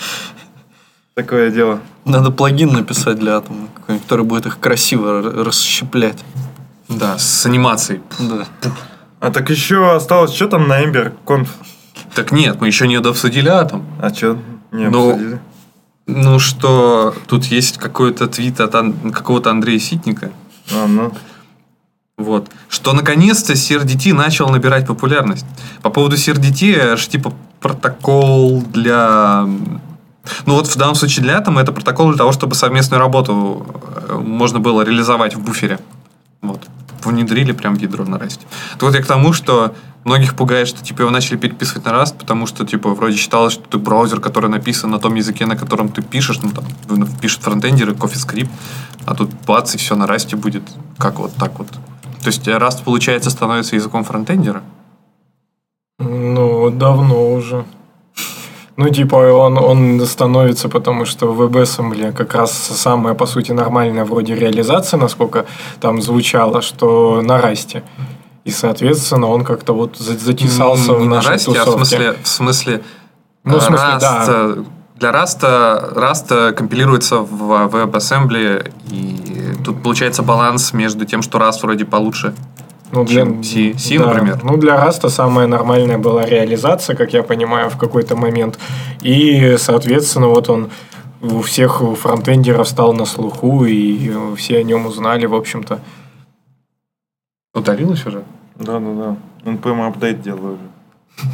Такое дело. Надо плагин написать для атома, который будет их красиво расщеплять. Да, с анимацией. Да. А так еще осталось, что там на Ember Conf? Так нет, мы еще не обсудили атом. А что? Не Ну, обсудили? Ну, что тут есть какой-то твит от какого-то Андрея Ситника. Ну. Вот. Что наконец-то CRDT начал набирать популярность. По поводу CRDT, аж типа протокол для... Ну вот в данном случае для атома это протокол для того, чтобы совместную работу можно было реализовать в буфере. Вот. Внедрили прям в ядро на Rust. Так вот я к тому, что многих пугает, что типа его начали переписывать на Rust, потому что типа вроде считалось, что ты браузер, который написан на том языке, на котором ты пишешь, ну там пишут фронтендеры, CoffeeScript, а тут бац, и все на Rust будет как вот так вот. То есть Rust, получается, становится языком фронтендера? Ну, давно уже. Ну, типа, он становится, потому что в WebAssembly как раз самая, по сути, нормальная вроде реализация, насколько там звучало, что на Расте. И, соответственно, он как-то вот затесался не в на нашей Rust, а тусовке. в смысле Ну, в смысле, Rust, да. Для Rust компилируется в WebAssembly, и тут получается баланс между тем, что Rust вроде получше, Ну, чем C, да. например. Ну, для Раста самая нормальная была реализация, как я понимаю, в какой-то момент. И, соответственно, вот он у всех фронтендеров стал на слуху, и все о нем узнали, в общем-то. Удалилось уже? Да. Он прямо апдейт делал уже.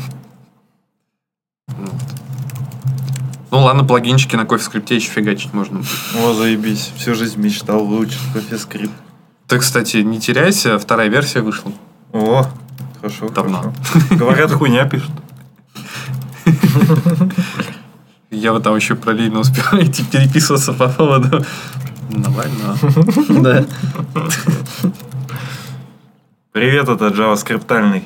Ну ладно, плагинчики на CoffeeScript еще фигачить можно. О, заебись. Всю жизнь мечтал выучить CoffeeScript. Ты, кстати, не теряйся, вторая версия вышла. О, хорошо. Давно. Хорошо. Говорят, хуйня пишут. Я вот там еще параллельно успел идти переписываться по поводу... Нормально. Да. Привет, это JavaScript-тальный.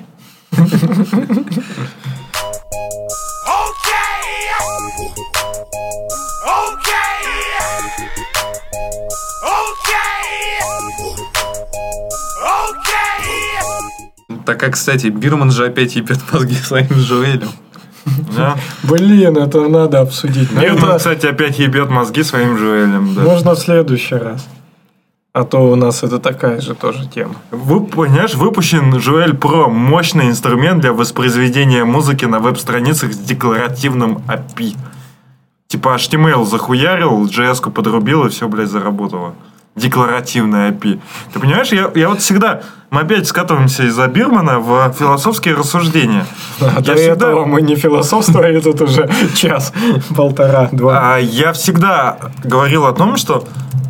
Так как, кстати, Бирман же опять ебет мозги своим Жуэлем. Да? Блин, это надо обсудить. Но Бирман, это кстати, опять ебет мозги своим Жуэлем. Да. можно в следующий раз. А то у нас это такая же тоже тема. Понимаешь, выпущен Жуэль Pro, мощный инструмент для воспроизведения музыки на веб-страницах с декларативным API. Типа HTML захуярил, JS-ку подрубил, и все, блядь, заработало. Декларативное API. Ты понимаешь, я вот всегда... Мы опять скатываемся из-за Бирмана в философские рассуждения. А до этого мы не философствовали тут уже час, полтора, два. Я всегда говорил о том, что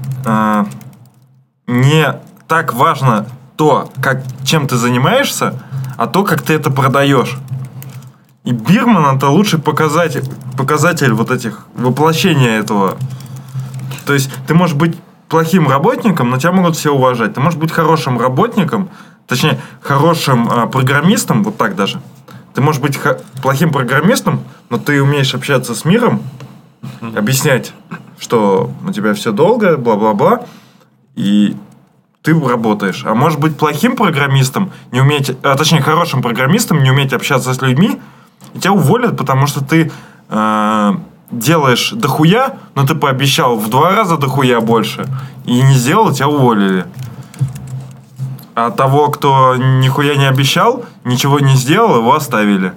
не так важно то, чем ты занимаешься, а то, как ты это продаешь. И Бирман — это лучший показатель вот этих воплощения этого. То есть ты можешь быть плохим работником, но тебя могут все уважать. Ты можешь быть хорошим работником, точнее, хорошим программистом, вот так даже. Ты можешь быть плохим программистом, но ты умеешь общаться с миром, объяснять, что у тебя все долго, бла-бла-бла, и ты работаешь. А может быть плохим программистом, точнее хорошим программистом, не уметь общаться с людьми, и тебя уволят, потому что ты делаешь дохуя, но ты пообещал в 2 раза дохуя больше, и не сделал, тебя уволили. А того, кто нихуя не обещал, ничего не сделал, его оставили.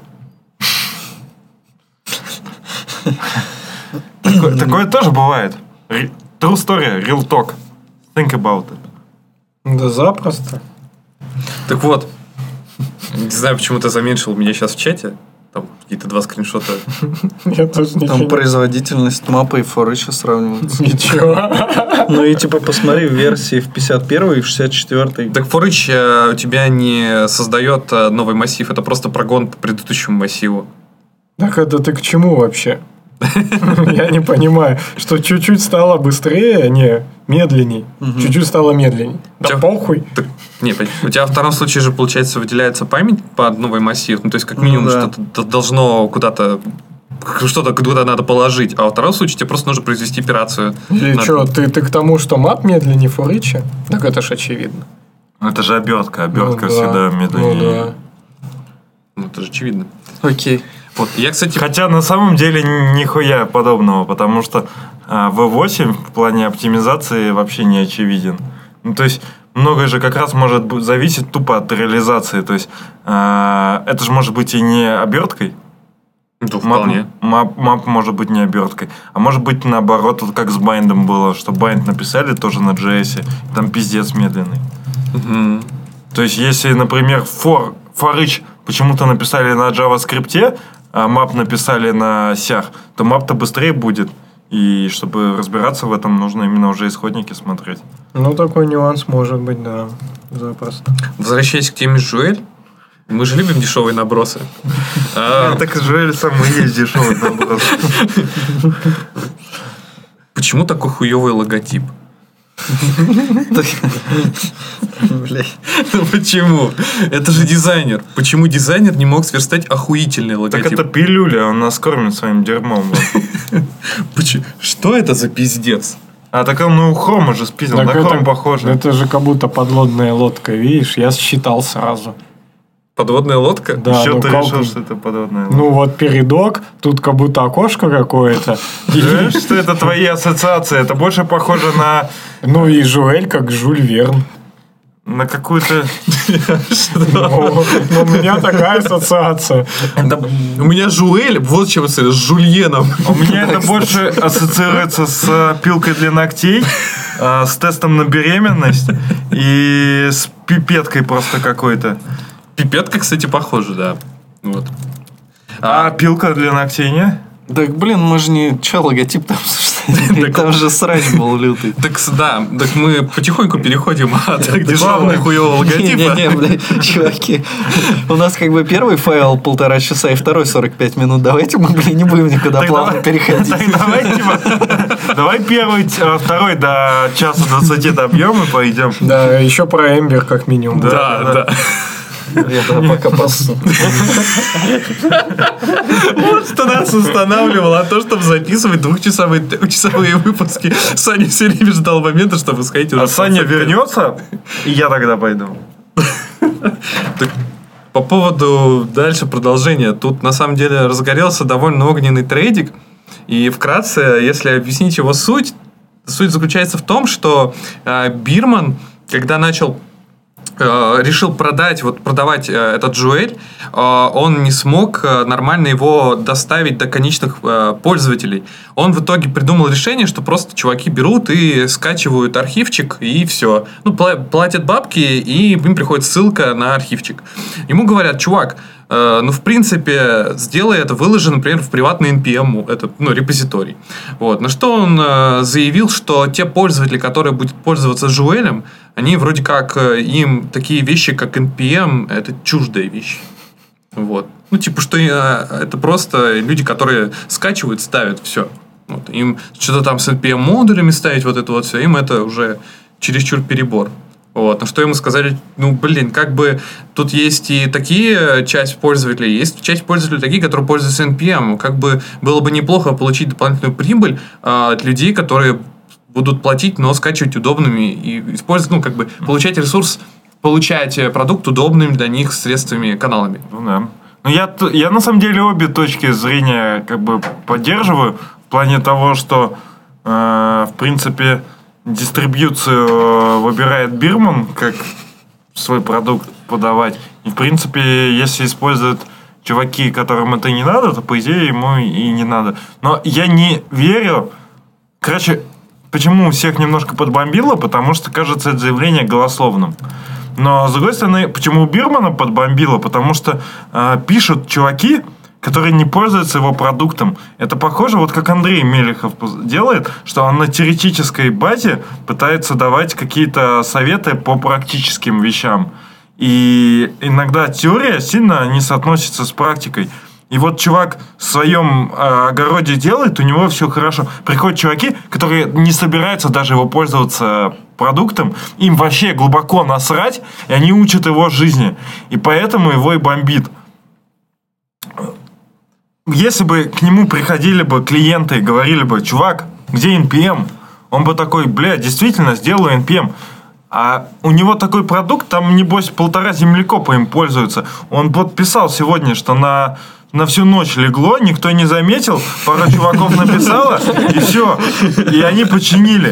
Такое тоже бывает. True story, real talk. Think about it. Да запросто. Так вот, не знаю, почему ты заменьшил меня сейчас в чате. Там какие-то 2 скриншота. Я тоже ничего Там не... производительность мапы и форыча сравнивается. Ничего. Ну и типа посмотри в версии в 51 и в 64. Так For-each у тебя не создает новый массив, это просто прогон по предыдущему массиву. Так это ты к чему вообще? Я не понимаю, что чуть-чуть стало быстрее, не, медленней. Чуть-чуть стало медленней. Да Чё? похуй. Не, у тебя в втором случае же, получается, выделяется память под новый массив. Ну, то есть, как минимум, да. что-то должно куда-то... Что-то куда надо положить. А во втором случае тебе просто нужно произвести операцию. Или Надо- что, ты к тому, что мап медленнее For-each? Так это ж очевидно. Это же обертка. Обертка Ну да. всегда медленнее. Ну да. Ну, это же очевидно. Окей. Вот, я, кстати... Хотя на самом деле нихуя подобного, потому что V8 в плане оптимизации вообще не очевиден. Ну, то есть многое же как раз может зависеть тупо от реализации. То есть это же может быть и не оберткой. Ну, вполне. Мап может быть не оберткой. А может быть наоборот, вот как с байндом было, что байнд написали тоже на JS, и там пиздец медленный. Мгм. То есть если, например, for-each почему-то написали на JavaScript, а map написали на сях, то map-то быстрее будет. И чтобы разбираться в этом, нужно именно уже исходники смотреть. Ну, такой нюанс может быть, да. Запросто. Возвращаясь к теме Жуэль, мы же любим дешевые набросы. Так же сам и есть дешевый наброс. Почему такой хуёвый логотип? Блядь. Ну почему? Это же дизайнер. Почему дизайнер не мог сверстать охуительный Так логотип? это пилюля, он нас кормит своим дерьмом. Что это за пиздец? А так он у Хрома же спиздил, на Хром похоже. Это же как будто подлодная лодка, видишь? Я считал сразу. Подводная лодка? Да, Еще ну ты как- решил, что это подобное. Ну вот передок, тут как будто окошко какое-то. Знаешь, что это твои ассоциации? Это больше похоже Ну и Жуэль как Жюль Верн. на какую-то... Ну, у меня такая ассоциация. У меня Жуэль, вот чем с Жульеном. У меня это больше ассоциируется с пилкой для ногтей, с тестом на беременность и с пипеткой просто какой-то. Пипетка, кстати, похожа, да. Вот. А пилка для ногтей не? Так, блин, мы же не... Че логотип там обсуждали? Там же срач был лютый. Так, да, так мы потихоньку переходим от дешевого хуевого логотипа. Не-не-не, блядь, чуваки. У нас как бы первый файл 1,5 часа и второй 45 минут. Давайте мы, блин, не будем никуда плавно переходить. Давай первый, второй до часа 20 добьем и пойдем. Да, еще про Эмбер как минимум. Да. Я тогда пока пассу. Вот что нас устанавливало, а то, чтобы записывать 2-часовые выпуски. Саня все время ждал момента, чтобы сходить уже. А Саня вернется, и я тогда пойду. По поводу дальше продолжения. Тут на самом деле разгорелся довольно огненный трейдик. И вкратце, если объяснить его суть заключается в том, что Бирман, когда решил продавать этот Жуэль, он не смог нормально его доставить до конечных пользователей. Он в итоге придумал решение, что просто чуваки берут и скачивают архивчик, и все. Ну, платят бабки, и им приходит ссылка на архивчик. Ему говорят: чувак, ну, в принципе, сделай это, выложи, например, в приватный NPM, это, репозиторий. Вот. На что он заявил, что те пользователи, которые будут пользоваться Жуэлем, они вроде как, им такие вещи, как NPM, это чуждые вещи. Вот. Ну, типа, что это просто люди, которые скачивают, ставят, все. Вот. Им что-то там с NPM-модулями ставить, вот это вот все, им это уже чересчур перебор. Вот. На что ему сказали, как бы тут есть и такие часть пользователей, есть часть пользователей такие, которые пользуются NPM. Как бы было бы неплохо получить дополнительную прибыль от людей, которые будут платить, но скачивать удобными и использовать, получать ресурс, получать продукт удобными для них средствами, каналами. Ну да. Но я на самом деле обе точки зрения поддерживаю в плане того, что в принципе дистрибьюцию выбирает Бирман, как свой продукт подавать. И в принципе, если используют чуваки, которым это не надо, то по идее ему и не надо. Но я не верю. Короче, почему всех немножко подбомбило? Потому что, кажется, это заявление голословным. Но, с другой стороны, почему Бирмана подбомбило? Потому что пишут чуваки, которые не пользуются его продуктом. Это похоже, вот как Андрей Мелехов делает, что он на теоретической базе пытается давать какие-то советы по практическим вещам. И иногда теория сильно не соотносится с практикой. И вот чувак в своем огороде делает, у него все хорошо. Приходят чуваки, которые не собираются даже его пользоваться продуктом, им вообще глубоко насрать, и они учат его жизни. И поэтому его и бомбит. Если бы к нему приходили бы клиенты и говорили бы: чувак, где NPM? Он бы такой: действительно, сделаю NPM. А у него такой продукт, там, небось, 1,5 землекопа им пользуются. Он подписал сегодня, что на всю ночь легло, никто не заметил, пара чуваков написала, и все. И они починили.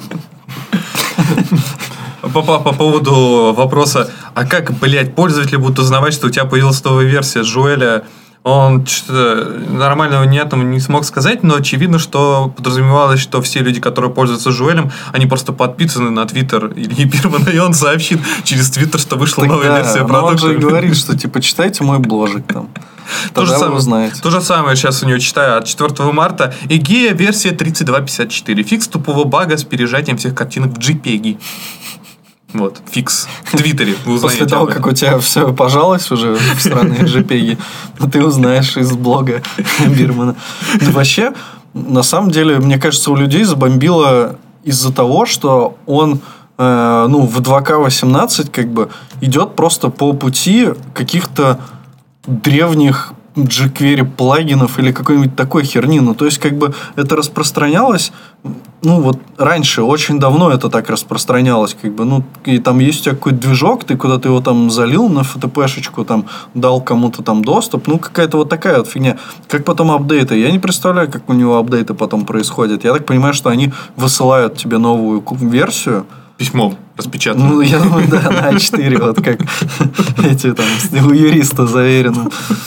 По поводу вопроса, а как, пользователи будут узнавать, что у тебя появилась новая версия Жуэля? Он что-то нормального не смог сказать, но очевидно, что подразумевалось, что все люди, которые пользуются Жуэлем, они просто подписаны на Твиттер Ильи Бирмана, и он сообщит через Твиттер, что вышла новая версия продукта. Он же говорит, что читайте мой бложик там. То же самое сейчас у него читаю от 4 марта. Игея версия 32.54. Фикс тупого бага с пережатием всех картинок в JPEG. Вот, фикс. В Твиттере вы узнаете. После того, как у тебя все пожалось уже в странные JPEG, ты узнаешь из блога Бирмана. Вообще, на самом деле, мне кажется, у людей забомбило из-за того, что он в 2К18 идет просто по пути каких-то древних jQuery плагинов или какой-нибудь такой херни. То есть, это распространялось, раньше, очень давно это так распространялось, и там есть у тебя какой-то движок, ты куда-то его там залил на FTP-шечку, там, дал кому-то там доступ, какая-то вот такая вот фигня. Как потом апдейты? Я не представляю, как у него апдейты потом происходят. Я так понимаю, что они высылают тебе новую версию, письмо распечатано. Я думаю, да, на А4, вот как эти там у юриста заверено.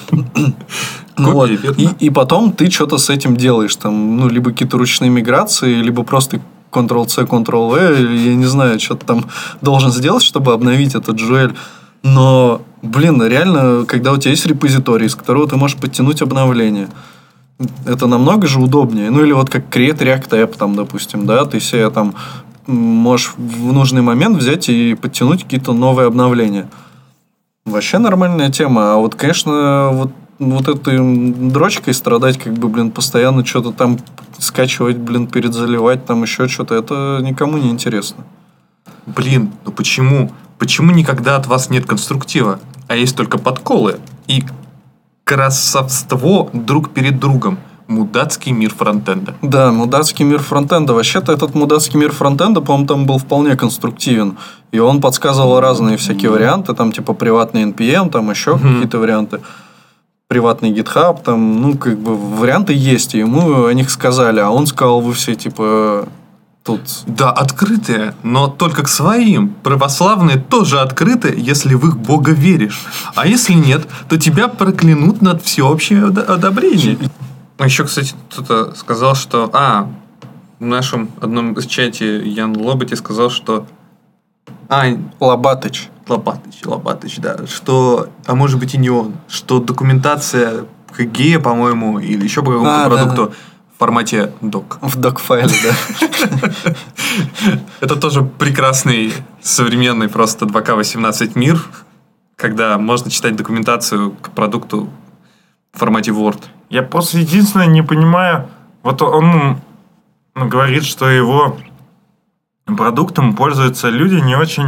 И потом ты что-то с этим делаешь. Там, либо какие-то ручные миграции, либо просто Ctrl-C, Ctrl-V, я не знаю, что-то там должен сделать, чтобы обновить этот Жуэль. Но, реально, когда у тебя есть репозиторий, из которого ты можешь подтянуть обновление, это намного же удобнее. Или вот как Create React App, там, допустим, да, ты себе там можешь в нужный момент взять и подтянуть какие-то новые обновления. Вообще нормальная тема. А вот, конечно, вот этой дрочкой страдать, постоянно что-то там скачивать, перезаливать, там еще что-то, это никому не интересно. Почему? Почему никогда от вас нет конструктива, а есть только подколы и красавство друг перед другом? Мудацкий мир фронтенда. Да, мудацкий мир фронтенда. Вообще-то этот мудацкий мир фронтенда, по-моему, там был вполне конструктивен. И он подсказывал разные всякие варианты, там типа приватный NPM, там еще какие-то варианты. Приватный GitHub, там, варианты есть. И ему о них сказали, а он сказал: вы все типа тут... Да, открытые, но только к своим. Православные тоже открыты, если в их Бога веришь. А если нет, то тебя проклянут над всеобщее одобрение. Еще, кстати, кто-то сказал, что... в нашем одном из чате Ян Лоботи сказал, что... Лобатыч, да. Что... А может быть и не он. Что документация ХГ, по-моему, или еще по какому-то продукту в формате док. В док-файле, да. Это тоже прекрасный современный просто 2К18 мир, когда можно читать документацию к продукту в формате Word. Я просто единственное не понимаю, вот он говорит, что его продуктом пользуются люди не очень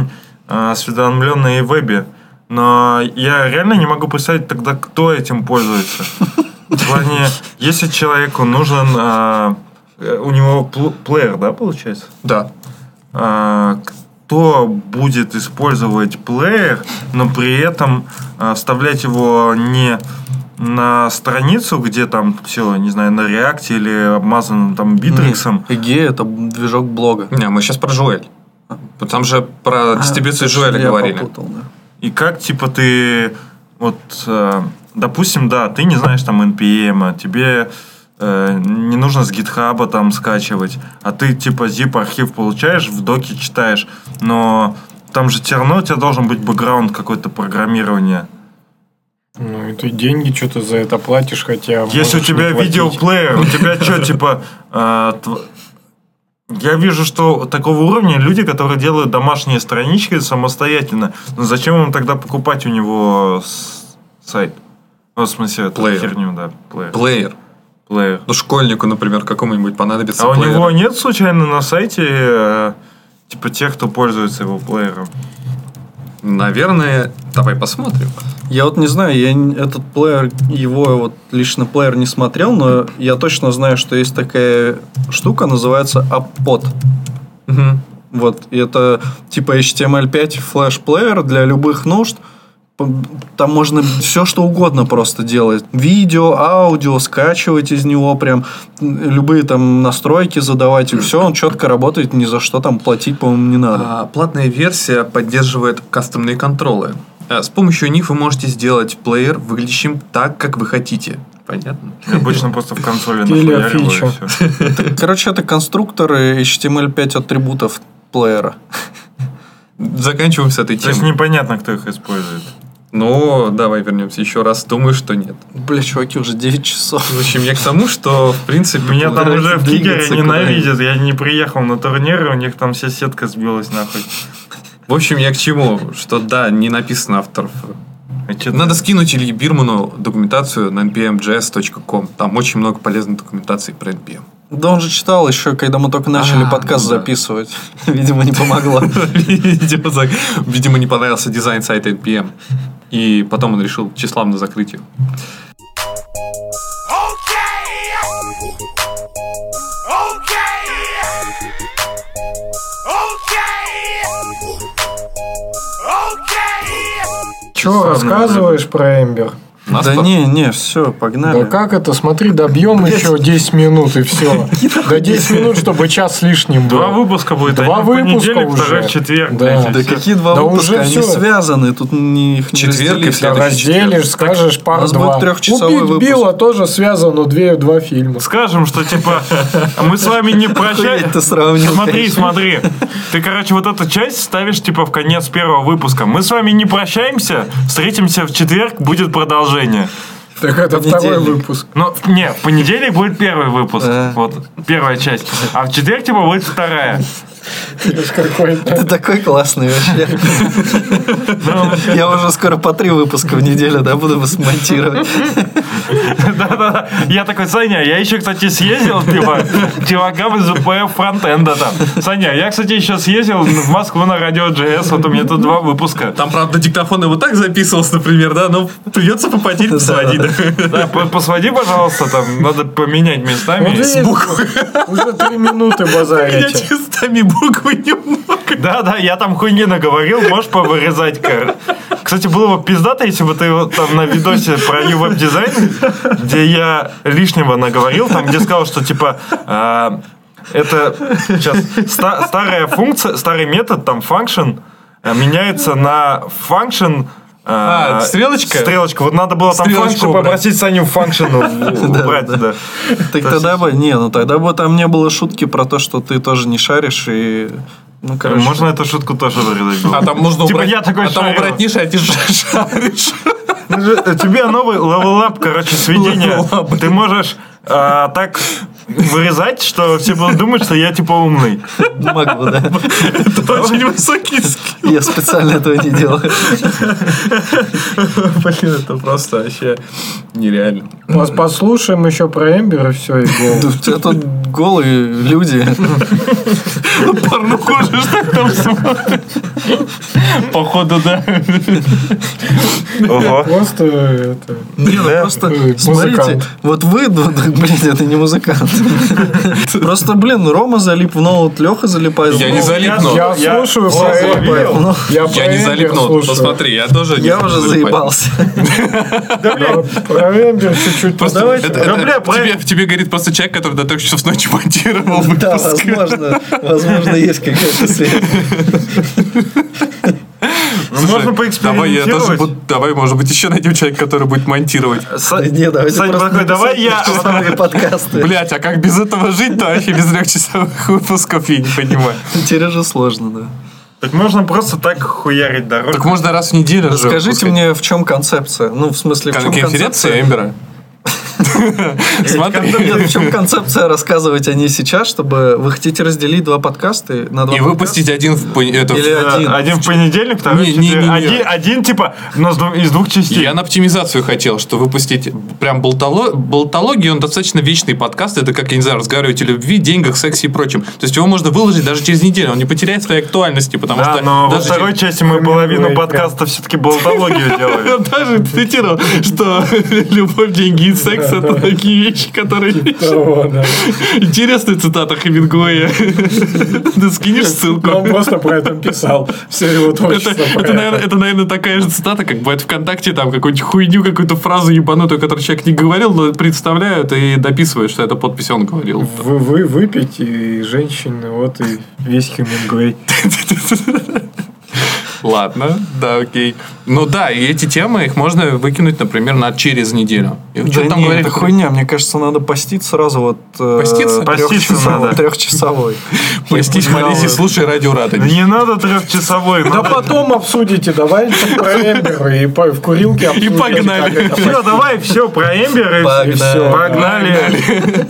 осведомленные в вебе. Но я реально не могу представить тогда, кто этим пользуется. В плане, если человеку нужен... у него плеер, да, получается? Да. Кто будет использовать плеер, но при этом вставлять его не на страницу, где там все, не знаю, на React или обмазанным там битрексом. EGE — это движок блога. Не, мы сейчас про Жуэль. Там же про дистрибьюцию Жуэля говорили. Попутал, да. И как, типа, ты... Вот, допустим, да, ты не знаешь там NPM, тебе не нужно с гитхаба там скачивать, а ты, типа, zip-архив получаешь, в доке читаешь, но там же все равно у тебя должен быть бэкграунд какое-то программирование. Ну, и ты деньги что-то за это платишь, хотя... Если у тебя видеоплеер, у тебя что, типа... Я вижу, что такого уровня люди, которые делают домашние странички самостоятельно. Но зачем им тогда покупать у него сайт? Ну, в смысле, эту херню, да, плеер. Ну, школьнику, например, какому-нибудь понадобится плеер. плеер. У него нет случайно на сайте типа тех, кто пользуется его плеером? Наверное, давай посмотрим. Я вот не знаю, я этот плеер, его вот лично плеер не смотрел, но я точно знаю, что есть такая штука, называется AppPod. Угу. Вот, и это типа HTML5 флеш-плеер для любых нужд. Там можно все, что угодно просто делать. Видео, аудио, скачивать из него прям любые там настройки задавать, и все, он четко работает, ни за что там платить, по-моему, не надо. Платная версия поддерживает кастомные контролы. С помощью них вы можете сделать плеер выглядящим так, как вы хотите. Понятно? Обычно просто в консоли нахуяриваю, и все. Короче, это конструкторы HTML5 атрибутов плеера. Заканчиваем с этой То есть темой. непонятно, кто их использует. Ну, давай вернемся еще раз. Думаю, что нет. Бля, чуваки, уже 9 часов. В общем, я к тому, что, в принципе... Меня там уже в Кикере двигаться ненавидят. Я не приехал на турниры, у них там вся сетка сбилась нахуй. В общем, я к чему? Что да, не написано авторов. А Надо скинуть Илье Бирману документацию на npmjs.com. Там очень много полезной документации про NPM. Да он же читал еще, когда мы только начали подкаст записывать. Видимо, не помогло. Видимо, не понравился дизайн сайта NPM. И потом он решил тщеславно закрыть его. Че рассказываешь про Эмбер? Да не, все, погнали. Да как это? Смотри, добьем еще 10 минут и все. Да 10 минут, чтобы час с лишним было. 2 выпуска будет. 2 один в выпуска понедельник, уже. второй в четверг. Да. блядь, и Да всё. какие 2 Да выпуска? уже Они всё. связаны, тут их не Четверг и разделить. следующий Разделишь, скажешь пар нас 2. будет 3-часовой Убить выпуск. Билла тоже связано 2 фильма. Скажем, что типа мы с вами не прощаемся. Ты сравнил, Смотри. Ты, короче, вот эту часть ставишь типа в конец первого выпуска. Мы с вами не прощаемся. Встретимся в четверг, будет продолжение. Так это второй выпуск. Ну, не, в понедельник будет первый выпуск. Вот, первая часть. А в четверг, типа, будет вторая. Ты такой классный вообще. Я уже скоро по 3 выпуска в неделю, да, буду смонтировать. Да-да-да. Я такой, Саня, я еще, кстати, съездил, типа, чувакам из УПФ фронтенда там. Саня, я, кстати, еще съездил в Москву на радио JS, вот у меня тут 2 выпуска. Там, правда, диктофон вот так записывался, например, да, но придется попотеть, посводить. Да, посводи, пожалуйста, там, надо поменять местами. Уже 3 минуты базарите. Местами буквы немного. Да, я там хуйни наговорил, можешь повырезать, Кстати, было бы пиздато, если бы ты вот там на видосе про New Web Design, где я лишнего наговорил, там, где сказал, что, типа, это сейчас старая функция, старый метод, там, function, меняется на function. Стрелочка? Стрелочка. Вот надо было там Стрелочку function убрать. попросить Саню function убрать, да. Так тогда бы, тогда бы там не было шутки про то, что ты тоже не шаришь и... Ну, короче. Можно эту шутку тоже вырезать. А там можно Типа убрать. я такой а там шарил. убрать не шарить, ты шаришь. Тебе новый левел-ап, короче, сведения. Ты можешь так вырезать, что все будут думать, что я типа умный. Могу, да. Это очень высокий скилл. Я специально этого не делаю. Блин, это просто вообще нереально. Послушаем еще про Эмбер и все, и гол. Да у тебя тут голые люди. Порнуху же что там смотришь? Походу, да. Ого. Просто это... Не, ну просто, Музыкант. смотрите, вот вы, блин, это не музыкант. Просто, блин, Рома залип в ноут, Леха залипает в Я не ноут. залипнул. Я слушаю про залипает в ноут. Я Я не про залипнул. Эмбер слушаю. Посмотри, я тоже не Я уже залипаю. заебался. Да, про Эмбер чуть-чуть. Просто Давайте. в тебе говорит просто человек, который до 3 часов ночи монтировал Да, выпуск. возможно, есть какая-то связь. Можно поэкспериментировать. Давай, может быть, еще найдем человека, который будет монтировать. Не, давайте Сань, просто такой, давай я- трехчасовые подкасты. Блять, а как без этого жить-то вообще без 3-часовых выпусков, я не понимаю. Теперь же сложно, да. Так можно просто так хуярить дорогу. Так можно раз в неделю же Скажите выпускать. мне, в чем концепция? Ну, в смысле, в чем Конференция концепция? Эмбера. Смотри. Нет, в чем концепция рассказывать о ней сейчас, чтобы вы хотите разделить два подкаста на два И выпустить один в Или Один в понедельник, второй в Не, четверг. не, не. Один типа, но из двух частей. Я на оптимизацию хотел, что выпустить прям болтологию, он достаточно вечный подкаст. Это как, я не знаю, разговаривать о любви, деньгах, сексе и прочем. То есть его можно выложить даже через неделю, он не потеряет своей актуальности, потому Да, что но во даже второй части мы половину подкаста все-таки болтологию делаем. Даже цитировал, что любовь, деньги и секс — это такие вещи, которые... Да. Интересная цитата Хемингуэя. Ты скинешь ссылку? Он просто про это писал. Все его творчество про Это, наверное, такая же цитата, как бывает ВКонтакте, там какую-нибудь хуйню, какую-то фразу ебанутую, которую человек не говорил, но представляют и дописывают, что это подпись он говорил. Вы выпить, и женщины, вот и весь Хемингуэй. Ладно, да, окей. Ну да, и эти темы, их можно выкинуть, например, на через неделю. И Да что там не, говорить? это хуйня. Мне кажется, надо постить сразу вот... Поститься? Поститься надо. Трехчасовой. Постись, молись и слушай радио Радонеж. Не надо трехчасовой. Да потом обсудите, давайте про Эмбер и в курилке обсудите. погнали. как это Все, давай, все, про Эмбер и Погнали. все. Погнали.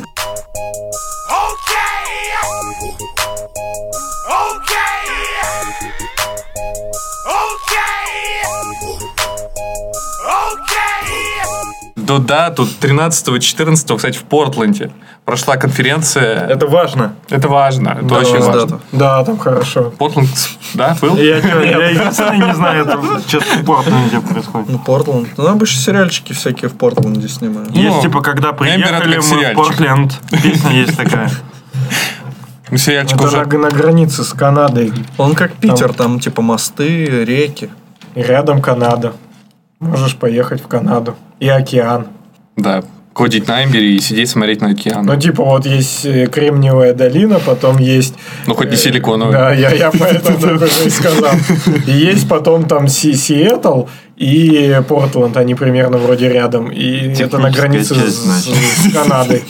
Ну да, тут 13-14, кстати, в Портленде прошла конференция. Это важно. Это важно, это очень важно. Дата. Да, там хорошо. Портленд, да, был? Я единственное не знаю, что в Портленде происходит. Ну, Портленд. Ну, обычно сериальчики всякие в Портленде снимают. Есть типа, когда приехали это как мы в сериальчик. Портленд. Песня есть такая. Ну, сериальчик Это уже... на границе с Канадой. Он как Питер, там типа мосты, реки. И рядом Канада. Можешь поехать в Канаду. И океан. Да, ходить на Эмбере и сидеть смотреть на океан. Ну, типа, вот есть Кремниевая долина, потом есть... Ну, хоть не силиконовый. Да, я поэтому только что и сказал. И есть потом там Сиэтл и Портленд, они примерно вроде рядом. И это на границе часть, значит. с Канадой.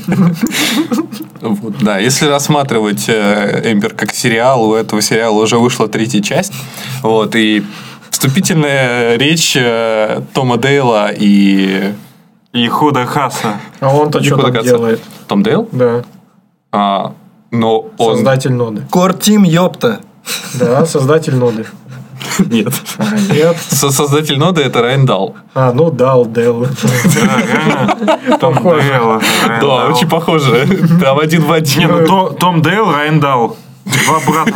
Вот, да, если рассматривать Эмбер как сериал, у этого сериала уже вышла 3-я часть. Вот, и вступительная речь Тома Дейла и... И Худа Хаса. А он-то что там Худо-Каца. делает? Том Дейл? Да. Но он... Создатель ноды. Кор-тим, ёпта. Да, создатель ноды. Нет. Нет. Создатель ноды — это Райан Дал. Ну Дал. Да, реально. Том Похоже. Дейл. Райан Да, Дал. очень похоже. Там один в Не, один. ну Том Дейл, Райан Дал. Два брата.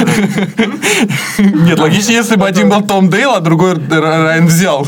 Нет, логичнее, если бы один был Том Дейл, а другой Райан взял.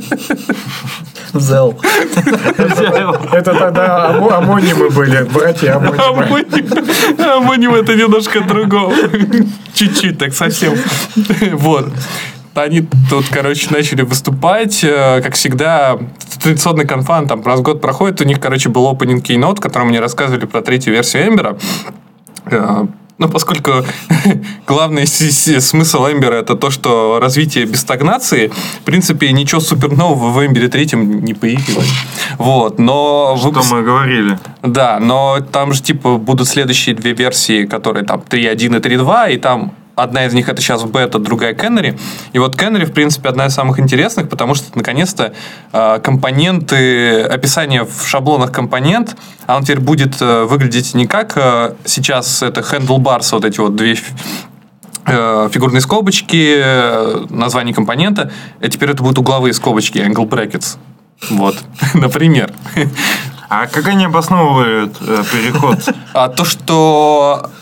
Зел. Это тогда амонимы были, братья амонимы. Амоним — это немножко другого. Чуть-чуть, так совсем. Вот. Они тут, короче, начали выступать. Как всегда, традиционный конфан там раз в год проходит. У них, короче, был opening keynote, в котором мне рассказывали про 3-ю версию Эмбера. Ну, поскольку главный смысл Эмбера — это то, что развитие без стагнации, в принципе, ничего супер нового в Эмбере 3 не появилось. Вот, но... Что мы говорили. Да, но там же, типа, будут следующие 2 версии, которые там 3.1 и 3.2, и там одна из них это сейчас бета, другая Canary. И вот Canary, в принципе, одна из самых интересных, потому что, наконец-то, компоненты, описание в шаблонах компонент, оно теперь будет выглядеть не как сейчас это handlebars, вот эти вот 2 фигурные скобочки, название компонента, а теперь это будут угловые скобочки, angle brackets. Вот, например. А как они обосновывают переход? То, что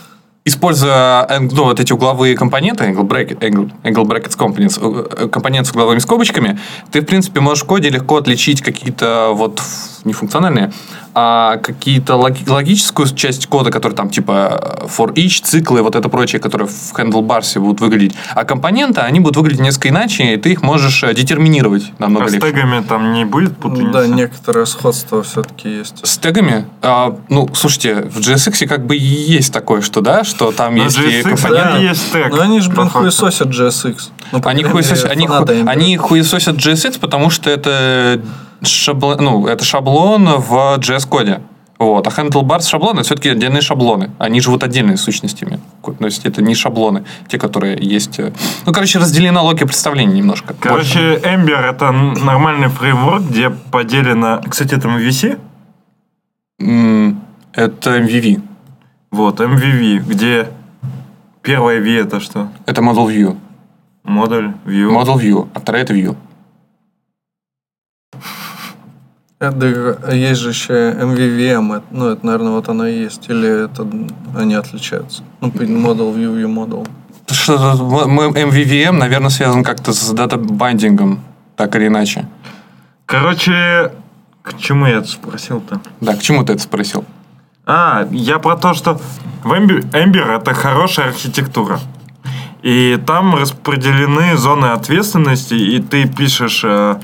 используя вот эти угловые компоненты, angle brackets компоненты с угловыми скобочками, ты, в принципе, можешь в коде легко отличить какие-то вот не функциональные, а какие-то логическую часть кода, которая там типа for each, циклы, вот это прочее, которые в handlebars будут выглядеть. А компоненты, они будут выглядеть несколько иначе, и ты их можешь детерминировать намного легче. А с тегами там не будет путаницы? Да, некоторое сходство все-таки есть. С тегами? Слушайте, в JSX как бы и есть такое, что да, что там есть и компоненты. Да, есть тег. Но они же, хуесосят JSX. Они хуесосят JSX, потому что это шаблон в JS-коде. Вот. А handlebars шаблоны это все-таки отдельные шаблоны. Они живут отдельными сущностями. То есть это не шаблоны, те, которые есть. Разделена логика представлений немножко. Ember это нормальный фреймворк, где поделено. Кстати, это MVC? Это MVV. Вот, MVV, где первая V это что? Это Model View. Model View, а вторая это View. Это есть же еще MVVM, это, наверное, вот оно и есть, или это они отличаются? Model View, Model. MVVM, наверное, связан как-то с дата-байдингом, так или иначе. К чему я это спросил-то? Да, к чему ты это спросил? Я про то, что в Ember это хорошая архитектура. И там распределены зоны ответственности, и ты пишешь...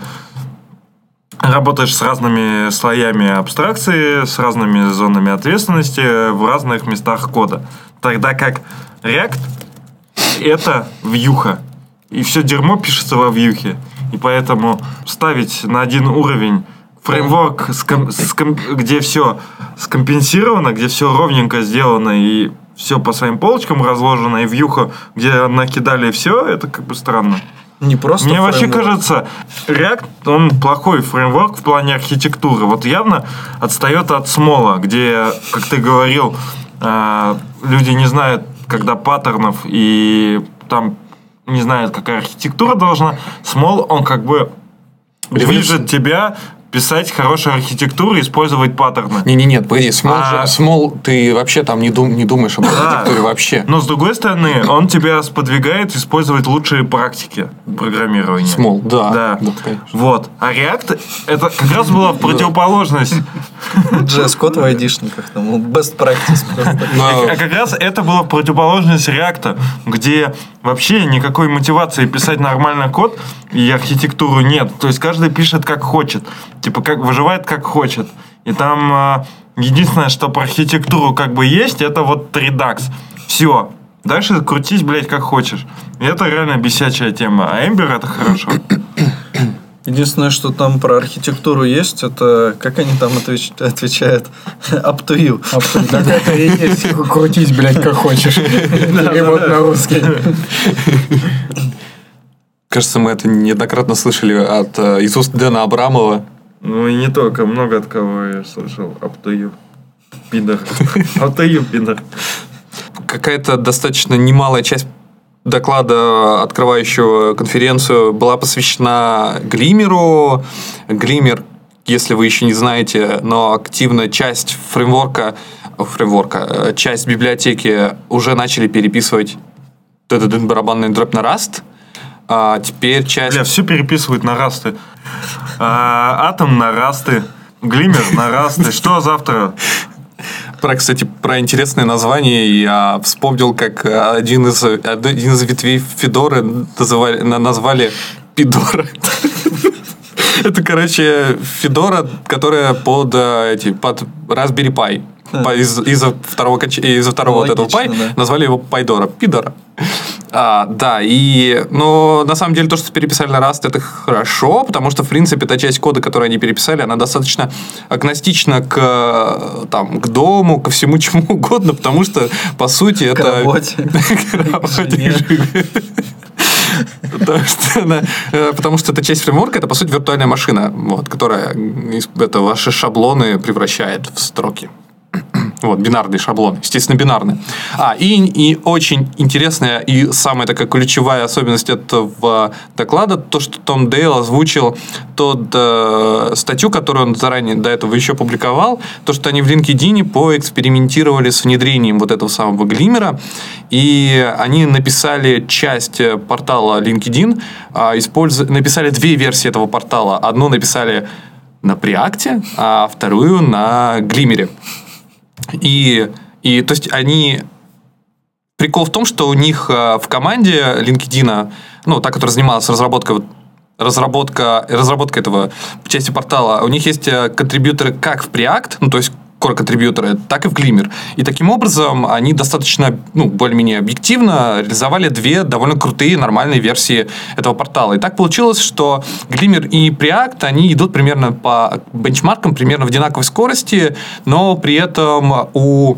Работаешь с разными слоями абстракции, с разными зонами ответственности в разных местах кода. Тогда как React — это вьюха. И все дерьмо пишется во вьюхе. И поэтому ставить на один уровень фреймворк, где все скомпенсировано, где все ровненько сделано и все по своим полочкам разложено, и вьюха, где накидали все, это как бы странно. Не просто Мне вообще кажется, React, он плохой фреймворк в плане архитектуры. Вот явно отстает от Small, где, как ты говорил, люди не знают, когда паттернов, и там не знают, какая архитектура должна. Small, он как бы движет тебя писать хорошую архитектуру и использовать паттерны. Нет, погоди, Small, ты вообще там не думаешь об архитектуре вообще. Но с другой стороны, он тебя сподвигает использовать лучшие практики программирования. Small, да. Вот. А React, это как раз была противоположность. JS-код в айдишниках, там, best practice просто. А как раз это была противоположность React, где вообще никакой мотивации писать нормальный код и архитектуру нет. То есть каждый пишет как хочет. Типа как выживает как хочет. И там единственное, что про архитектуру как бы есть, это вот Redux. Все. Дальше крутись, блядь, как хочешь. И это реально бесячая тема. А Ember это хорошо. Единственное, что там про архитектуру есть, это как они там отвечают up to you. Так это и есть крутись, блядь, как хочешь. Перевод на русский. Кажется, мы это неоднократно слышали из уст Дэна Абрамова. Ну и не только, много от кого я слышал. Up to you. Пидор. Up to you, пидор. Какая-то достаточно немалая часть доклада, открывающего конференцию, была посвящена Глимеру. Глимер, если вы еще не знаете, но активно часть фреймворка, часть библиотеки уже начали переписывать барабанный дробь на Rust. А теперь часть... все переписывают на расты. Атом на расты. Глимер на расты. Что завтра? Кстати, про интересное название я вспомнил, как один из ветвей Федоры назвали Пидора. Это, Федора, которая под Raspberry Pi. Из-за второго вот этого Pi назвали его Пайдора. Пидора. На самом деле то, что переписали на Rust, это хорошо, потому что, в принципе, та часть кода, которую они переписали, она достаточно агностична к дому, ко всему чему угодно, потому что, по сути, это... К работе. Потому что эта часть фреймворка, это, по сути, виртуальная машина, которая ваши шаблоны превращает в строки. Вот, бинарные шаблоны, естественно, бинарные. И очень интересная и самая такая ключевая особенность этого доклада, то, что Том Дейл озвучил статью, которую он заранее до этого еще публиковал, то, что они в LinkedIn поэкспериментировали с внедрением вот этого самого глиммера, и они написали часть портала LinkedIn, написали 2 версии этого портала. Одну написали на Preact, а вторую на глиммере. И то есть они... Прикол в том, что у них в команде LinkedIn, та, которая занималась разработкой этого части портала, у них есть контрибьюторы как в Preact, то есть core-контрибьюторы, так и в Glimmer. И таким образом они достаточно, более-менее объективно реализовали 2 довольно крутые, нормальные версии этого портала. И так получилось, что Glimmer и Preact, они идут примерно по бенчмаркам, примерно в одинаковой скорости, но при этом у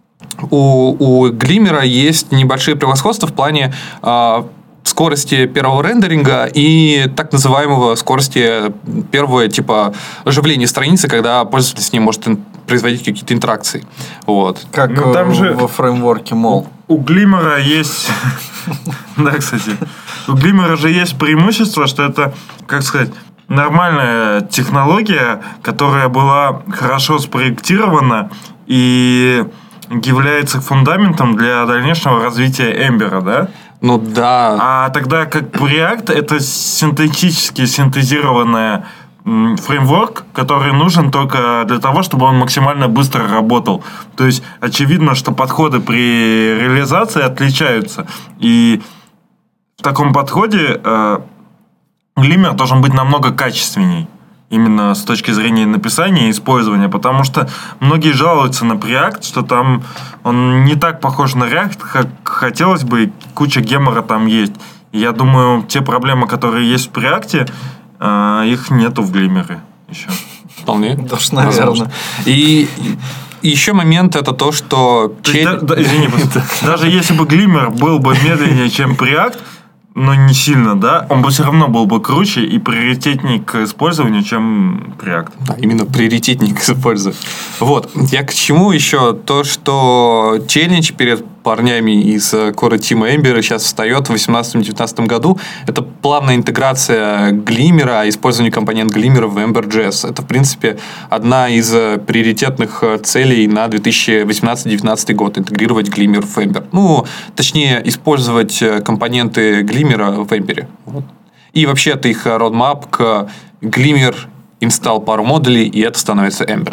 Glimmer есть небольшие превосходства в плане скорости первого рендеринга и так называемого скорости первого типа оживления страницы, когда пользователь с ней может производить какие-то интеракции. Вот. Как там же во фреймворке, мол. У Глиммера есть... Да, кстати. У Глиммера же есть преимущество, что это, как сказать, нормальная технология, которая была хорошо спроектирована и является фундаментом для дальнейшего развития Эмбера, да? Ну да. А тогда как Preact это синтетически синтезированная фреймворк, который нужен только для того, чтобы он максимально быстро работал. То есть очевидно, что подходы при реализации отличаются. И в таком подходе Glimmer должен быть намного качественней. Именно с точки зрения написания и использования. Потому что многие жалуются на Preact, что там он не так похож на React, как хотелось бы, и куча гемора там есть. И я думаю, те проблемы, которые есть в Preact, их нету в Glimmer еще. Вполне. Даже, наверное. И еще момент это то, что... Извини, даже если бы Glimmer был бы медленнее, чем Preact, но не сильно, да, он бы все равно был бы круче и приоритетнее к использованию, чем Preact. Да, именно приоритетнее к использованию. Вот. Я к чему еще? То, что челлендж перед парнями из Core Team Ember сейчас встает в 2018-2019 году. Это плавная интеграция Glimmer, использование компонент Glimmer в Ember.js. Это, в принципе, одна из приоритетных целей на 2018-2019 год. Интегрировать Glimmer в Ember. Точнее, использовать компоненты Glimmer в Ember. Вот. И вообще, это их roadmap к Glimmer, install пару модулей, и это становится Ember.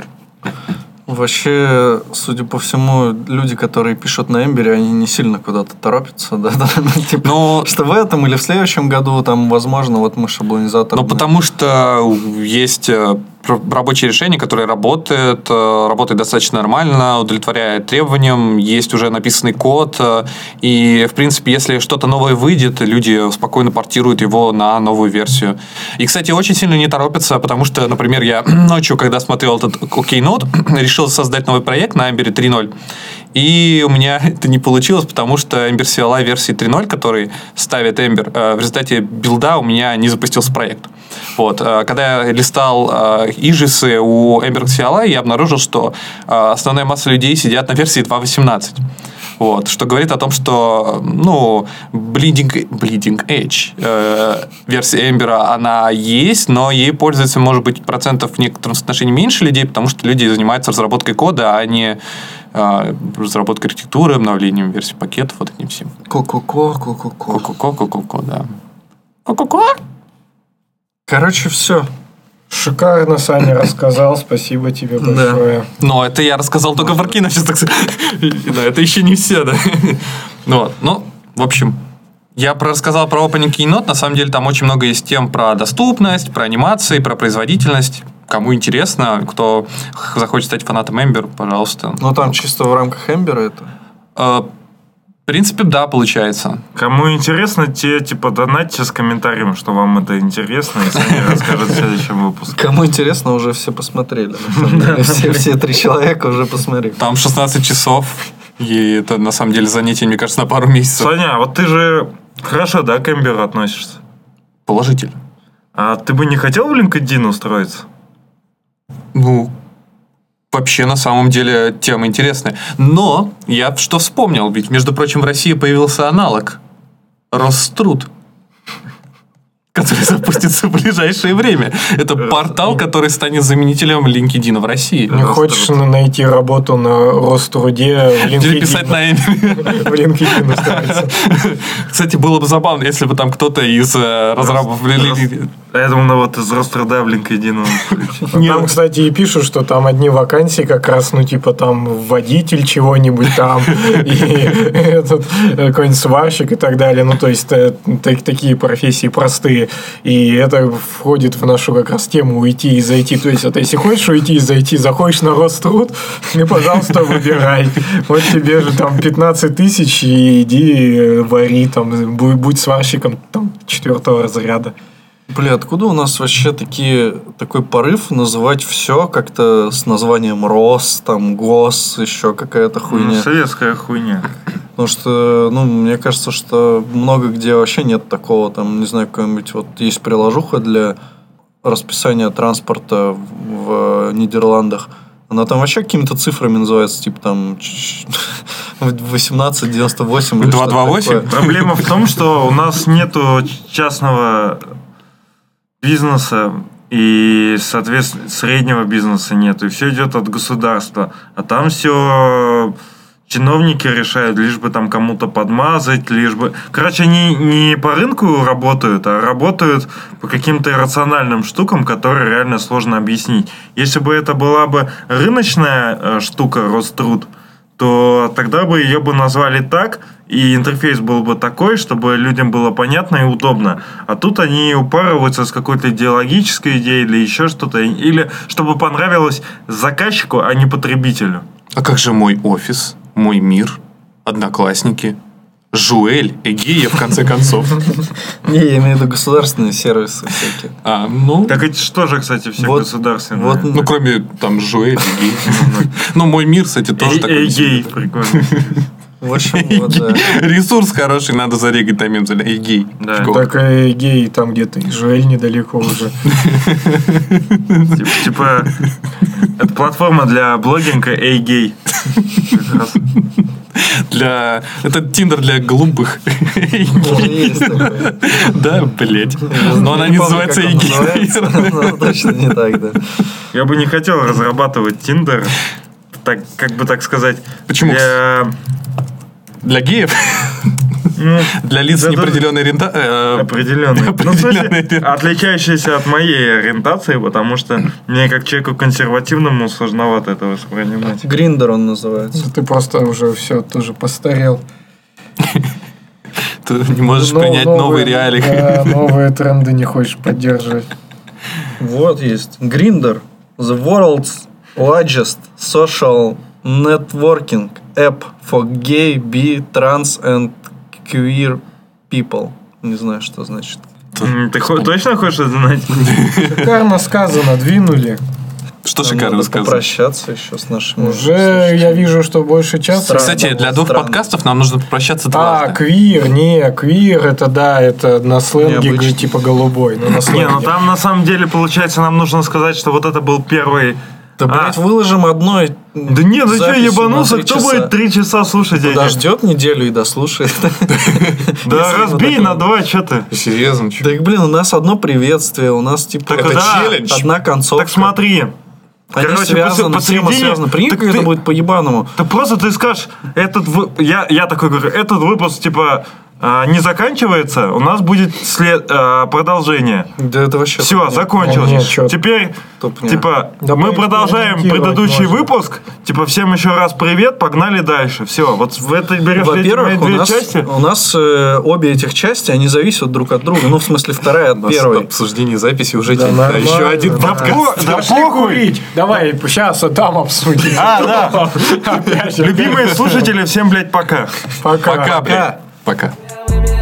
Вообще, судя по всему, люди, которые пишут на Эмбере, они не сильно куда-то торопятся, да? Что в этом или в следующем году, там, возможно, вот мы шаблонизатор. Потому что есть рабочее решение, которое работает достаточно нормально, удовлетворяет требованиям, есть уже написанный код, и, в принципе, если что-то новое выйдет, люди спокойно портируют его на новую версию. И, кстати, очень сильно не торопятся, потому что, например, я ночью, когда смотрел этот Keynote, решил создать новый проект на Ember 3.0, и у меня это не получилось, потому что Ember CLI версии 3.0, который ставит Ember, в результате билда у меня не запустился проект. Вот. Когда я листал ижисы у Ember CLI, я обнаружил, что основная масса людей сидят на версии 2.18. Вот. Что говорит о том, что bleeding edge версия Ember, она есть, но ей пользуется, может быть, процентов в некотором соотношении меньше людей, потому что люди занимаются разработкой кода, а не разработкой архитектуры, обновлением версий пакетов, вот этим всем. Ко-ко-ко, да. Ко-ко-ко. Короче, все. Шикарно, Саня рассказал, спасибо тебе большое. Но это я рассказал только про кино, сейчас так сказать. Да, это еще не все, да. В общем, я рассказал про Opening Keynote, на самом деле там очень много есть тем про доступность, про анимации, про производительность. Кому интересно, кто захочет стать фанатом Ember, пожалуйста. Там чисто в рамках Ember это? В принципе, да, получается. Кому интересно, те донатьте с комментарием, что вам это интересно, и сами расскажут в следующем выпуске. Кому интересно, уже все посмотрели. Все 3 человека уже посмотрели. Там 16 часов, и это, на самом деле, занятие, мне кажется, на пару месяцев. Саня, вот ты же хорошо, да, к Ember относишься? Положительно. А ты бы не хотел в LinkedIn устроиться? Вообще, на самом деле, тема интересная. Но я что вспомнил, ведь, между прочим, в России появился аналог. Роструд. Который запустится в ближайшее время. Это портал, который станет заменителем LinkedIn в России. Не хочешь найти работу на Роструде в Переписать на В LinkedIn устроиться. Кстати, было бы забавно, если бы там кто-то из разрабов... Я думал, вот из Роструда в LinkedIn. Там, кстати, и пишут, что там одни вакансии как раз, ну, типа, там, водитель чего-нибудь там, и какой-нибудь сварщик и так далее. Ну, то есть, такие профессии простые. И это входит в нашу как раз тему уйти и зайти. То есть, вот если хочешь уйти и зайти, заходишь на Роструд, и, пожалуйста, выбирай. Вот тебе же там 15 тысяч, и иди вари, там, будь сварщиком там 4-го разряда. Бля, откуда у нас вообще такой порыв называть все как-то с названием РОС, там, ГОС, еще какая-то хуйня? Советская хуйня. Потому что, мне кажется, что много где вообще нет такого. Там, не знаю, какой-нибудь вот есть приложуха для расписания транспорта в Нидерландах. Она там вообще какими-то цифрами называется, типа там 1898 или 228? Проблема в том, что у нас нету частного бизнеса и, соответственно, среднего бизнеса нету. И все идет от государства. А там все чиновники решают, лишь бы там кому-то подмазать, лишь бы... Короче, они не по рынку работают, а работают по каким-то иррациональным штукам, которые реально сложно объяснить. Если бы это была бы рыночная штука, Роструд, то тогда бы ее бы назвали так, и интерфейс был бы такой, чтобы людям было понятно и удобно. А тут они упарываются с какой-то идеологической идеей или еще что-то, или чтобы понравилось заказчику, а не потребителю. А как же мой офис, мой мир, одноклассники, Жуэль, Эгея, в конце концов? Не, я имею в виду государственные сервисы всякие. Так эти что же, кстати, все государственные? Вот, ну, кроме там Жуэль, Эгей. Ну, мой мир, кстати, тоже такой. Эгей, прикольно. В общем, вот, да. Ресурс хороший, надо зарегать там Эгей. Да. Так Эгей там где-то, и Жуэль недалеко уже. Типа, это платформа для блогинга Эгей. Это Тиндер для глупых. Да, блять. Но она не называется Эгей. Точно не так, да. Я бы не хотел разрабатывать Тиндер, так сказать. Почему? Для геев? Для лиц неопределенной ориентации? Определенной. Ну, в смысле, отличающейся от моей ориентации, потому что мне, как человеку консервативному, сложновато это воспринимать. Гриндер он называется. Ты просто уже все тоже постарел. Ты не можешь принять новые реалии. Да, новые тренды не хочешь поддерживать. Вот есть. Grindr. The world's largest social networking app for gay, bi, trans and queer people. Не знаю, что значит. Ты точно хочешь это знать? Шикарно сказано, двинули. Что шикарно сказано? Попрощаться еще с нашими... Уже я вижу, что больше часа. Кстати, для двух подкастов нам нужно попрощаться дважды. Квир, это да, это на сленге Необычно. типа голубой. Но на сленге. Не, ну там на самом деле, получается, нам нужно сказать, что вот это был первый... Да, блядь, выложим одной. Да нет, ты что, записью ебанулся? на 3 Кто часа? будет 3 часа слушать эти? Подождет неделю и дослушает. Да разбей на 2, что ты? Серьезно? Так, блин, у нас одно приветствие, у нас типа Так это челлендж. одна концовка. Так смотри. Они Короче, связаны, тема посередине- связана. Прикинь, Так как это ты- будет по-ебаному. Да просто ты скажешь, я такой говорю, этот выпуск, типа, не заканчивается, у нас будет продолжение. Да это вообще... Все, Нет, закончилось. чё- Теперь, Тупня. типа, Да мы мы продолжаем экспериментировать предыдущий можем. выпуск. Типа, всем еще раз привет, погнали дальше. Все, вот в этой берешь эти мои Во-первых, две части. у нас обе этих части, они зависят друг от друга. Ну, в смысле, вторая от первой. Обсуждение записи уже Да, тянет. А нормально, еще один да. подкаст. Да Пошли похуй. курить. Давай, сейчас там обсудим. Да. Опять же. Любимые слушатели, всем, блядь, пока. Пока. Пока, блядь. Пока. With me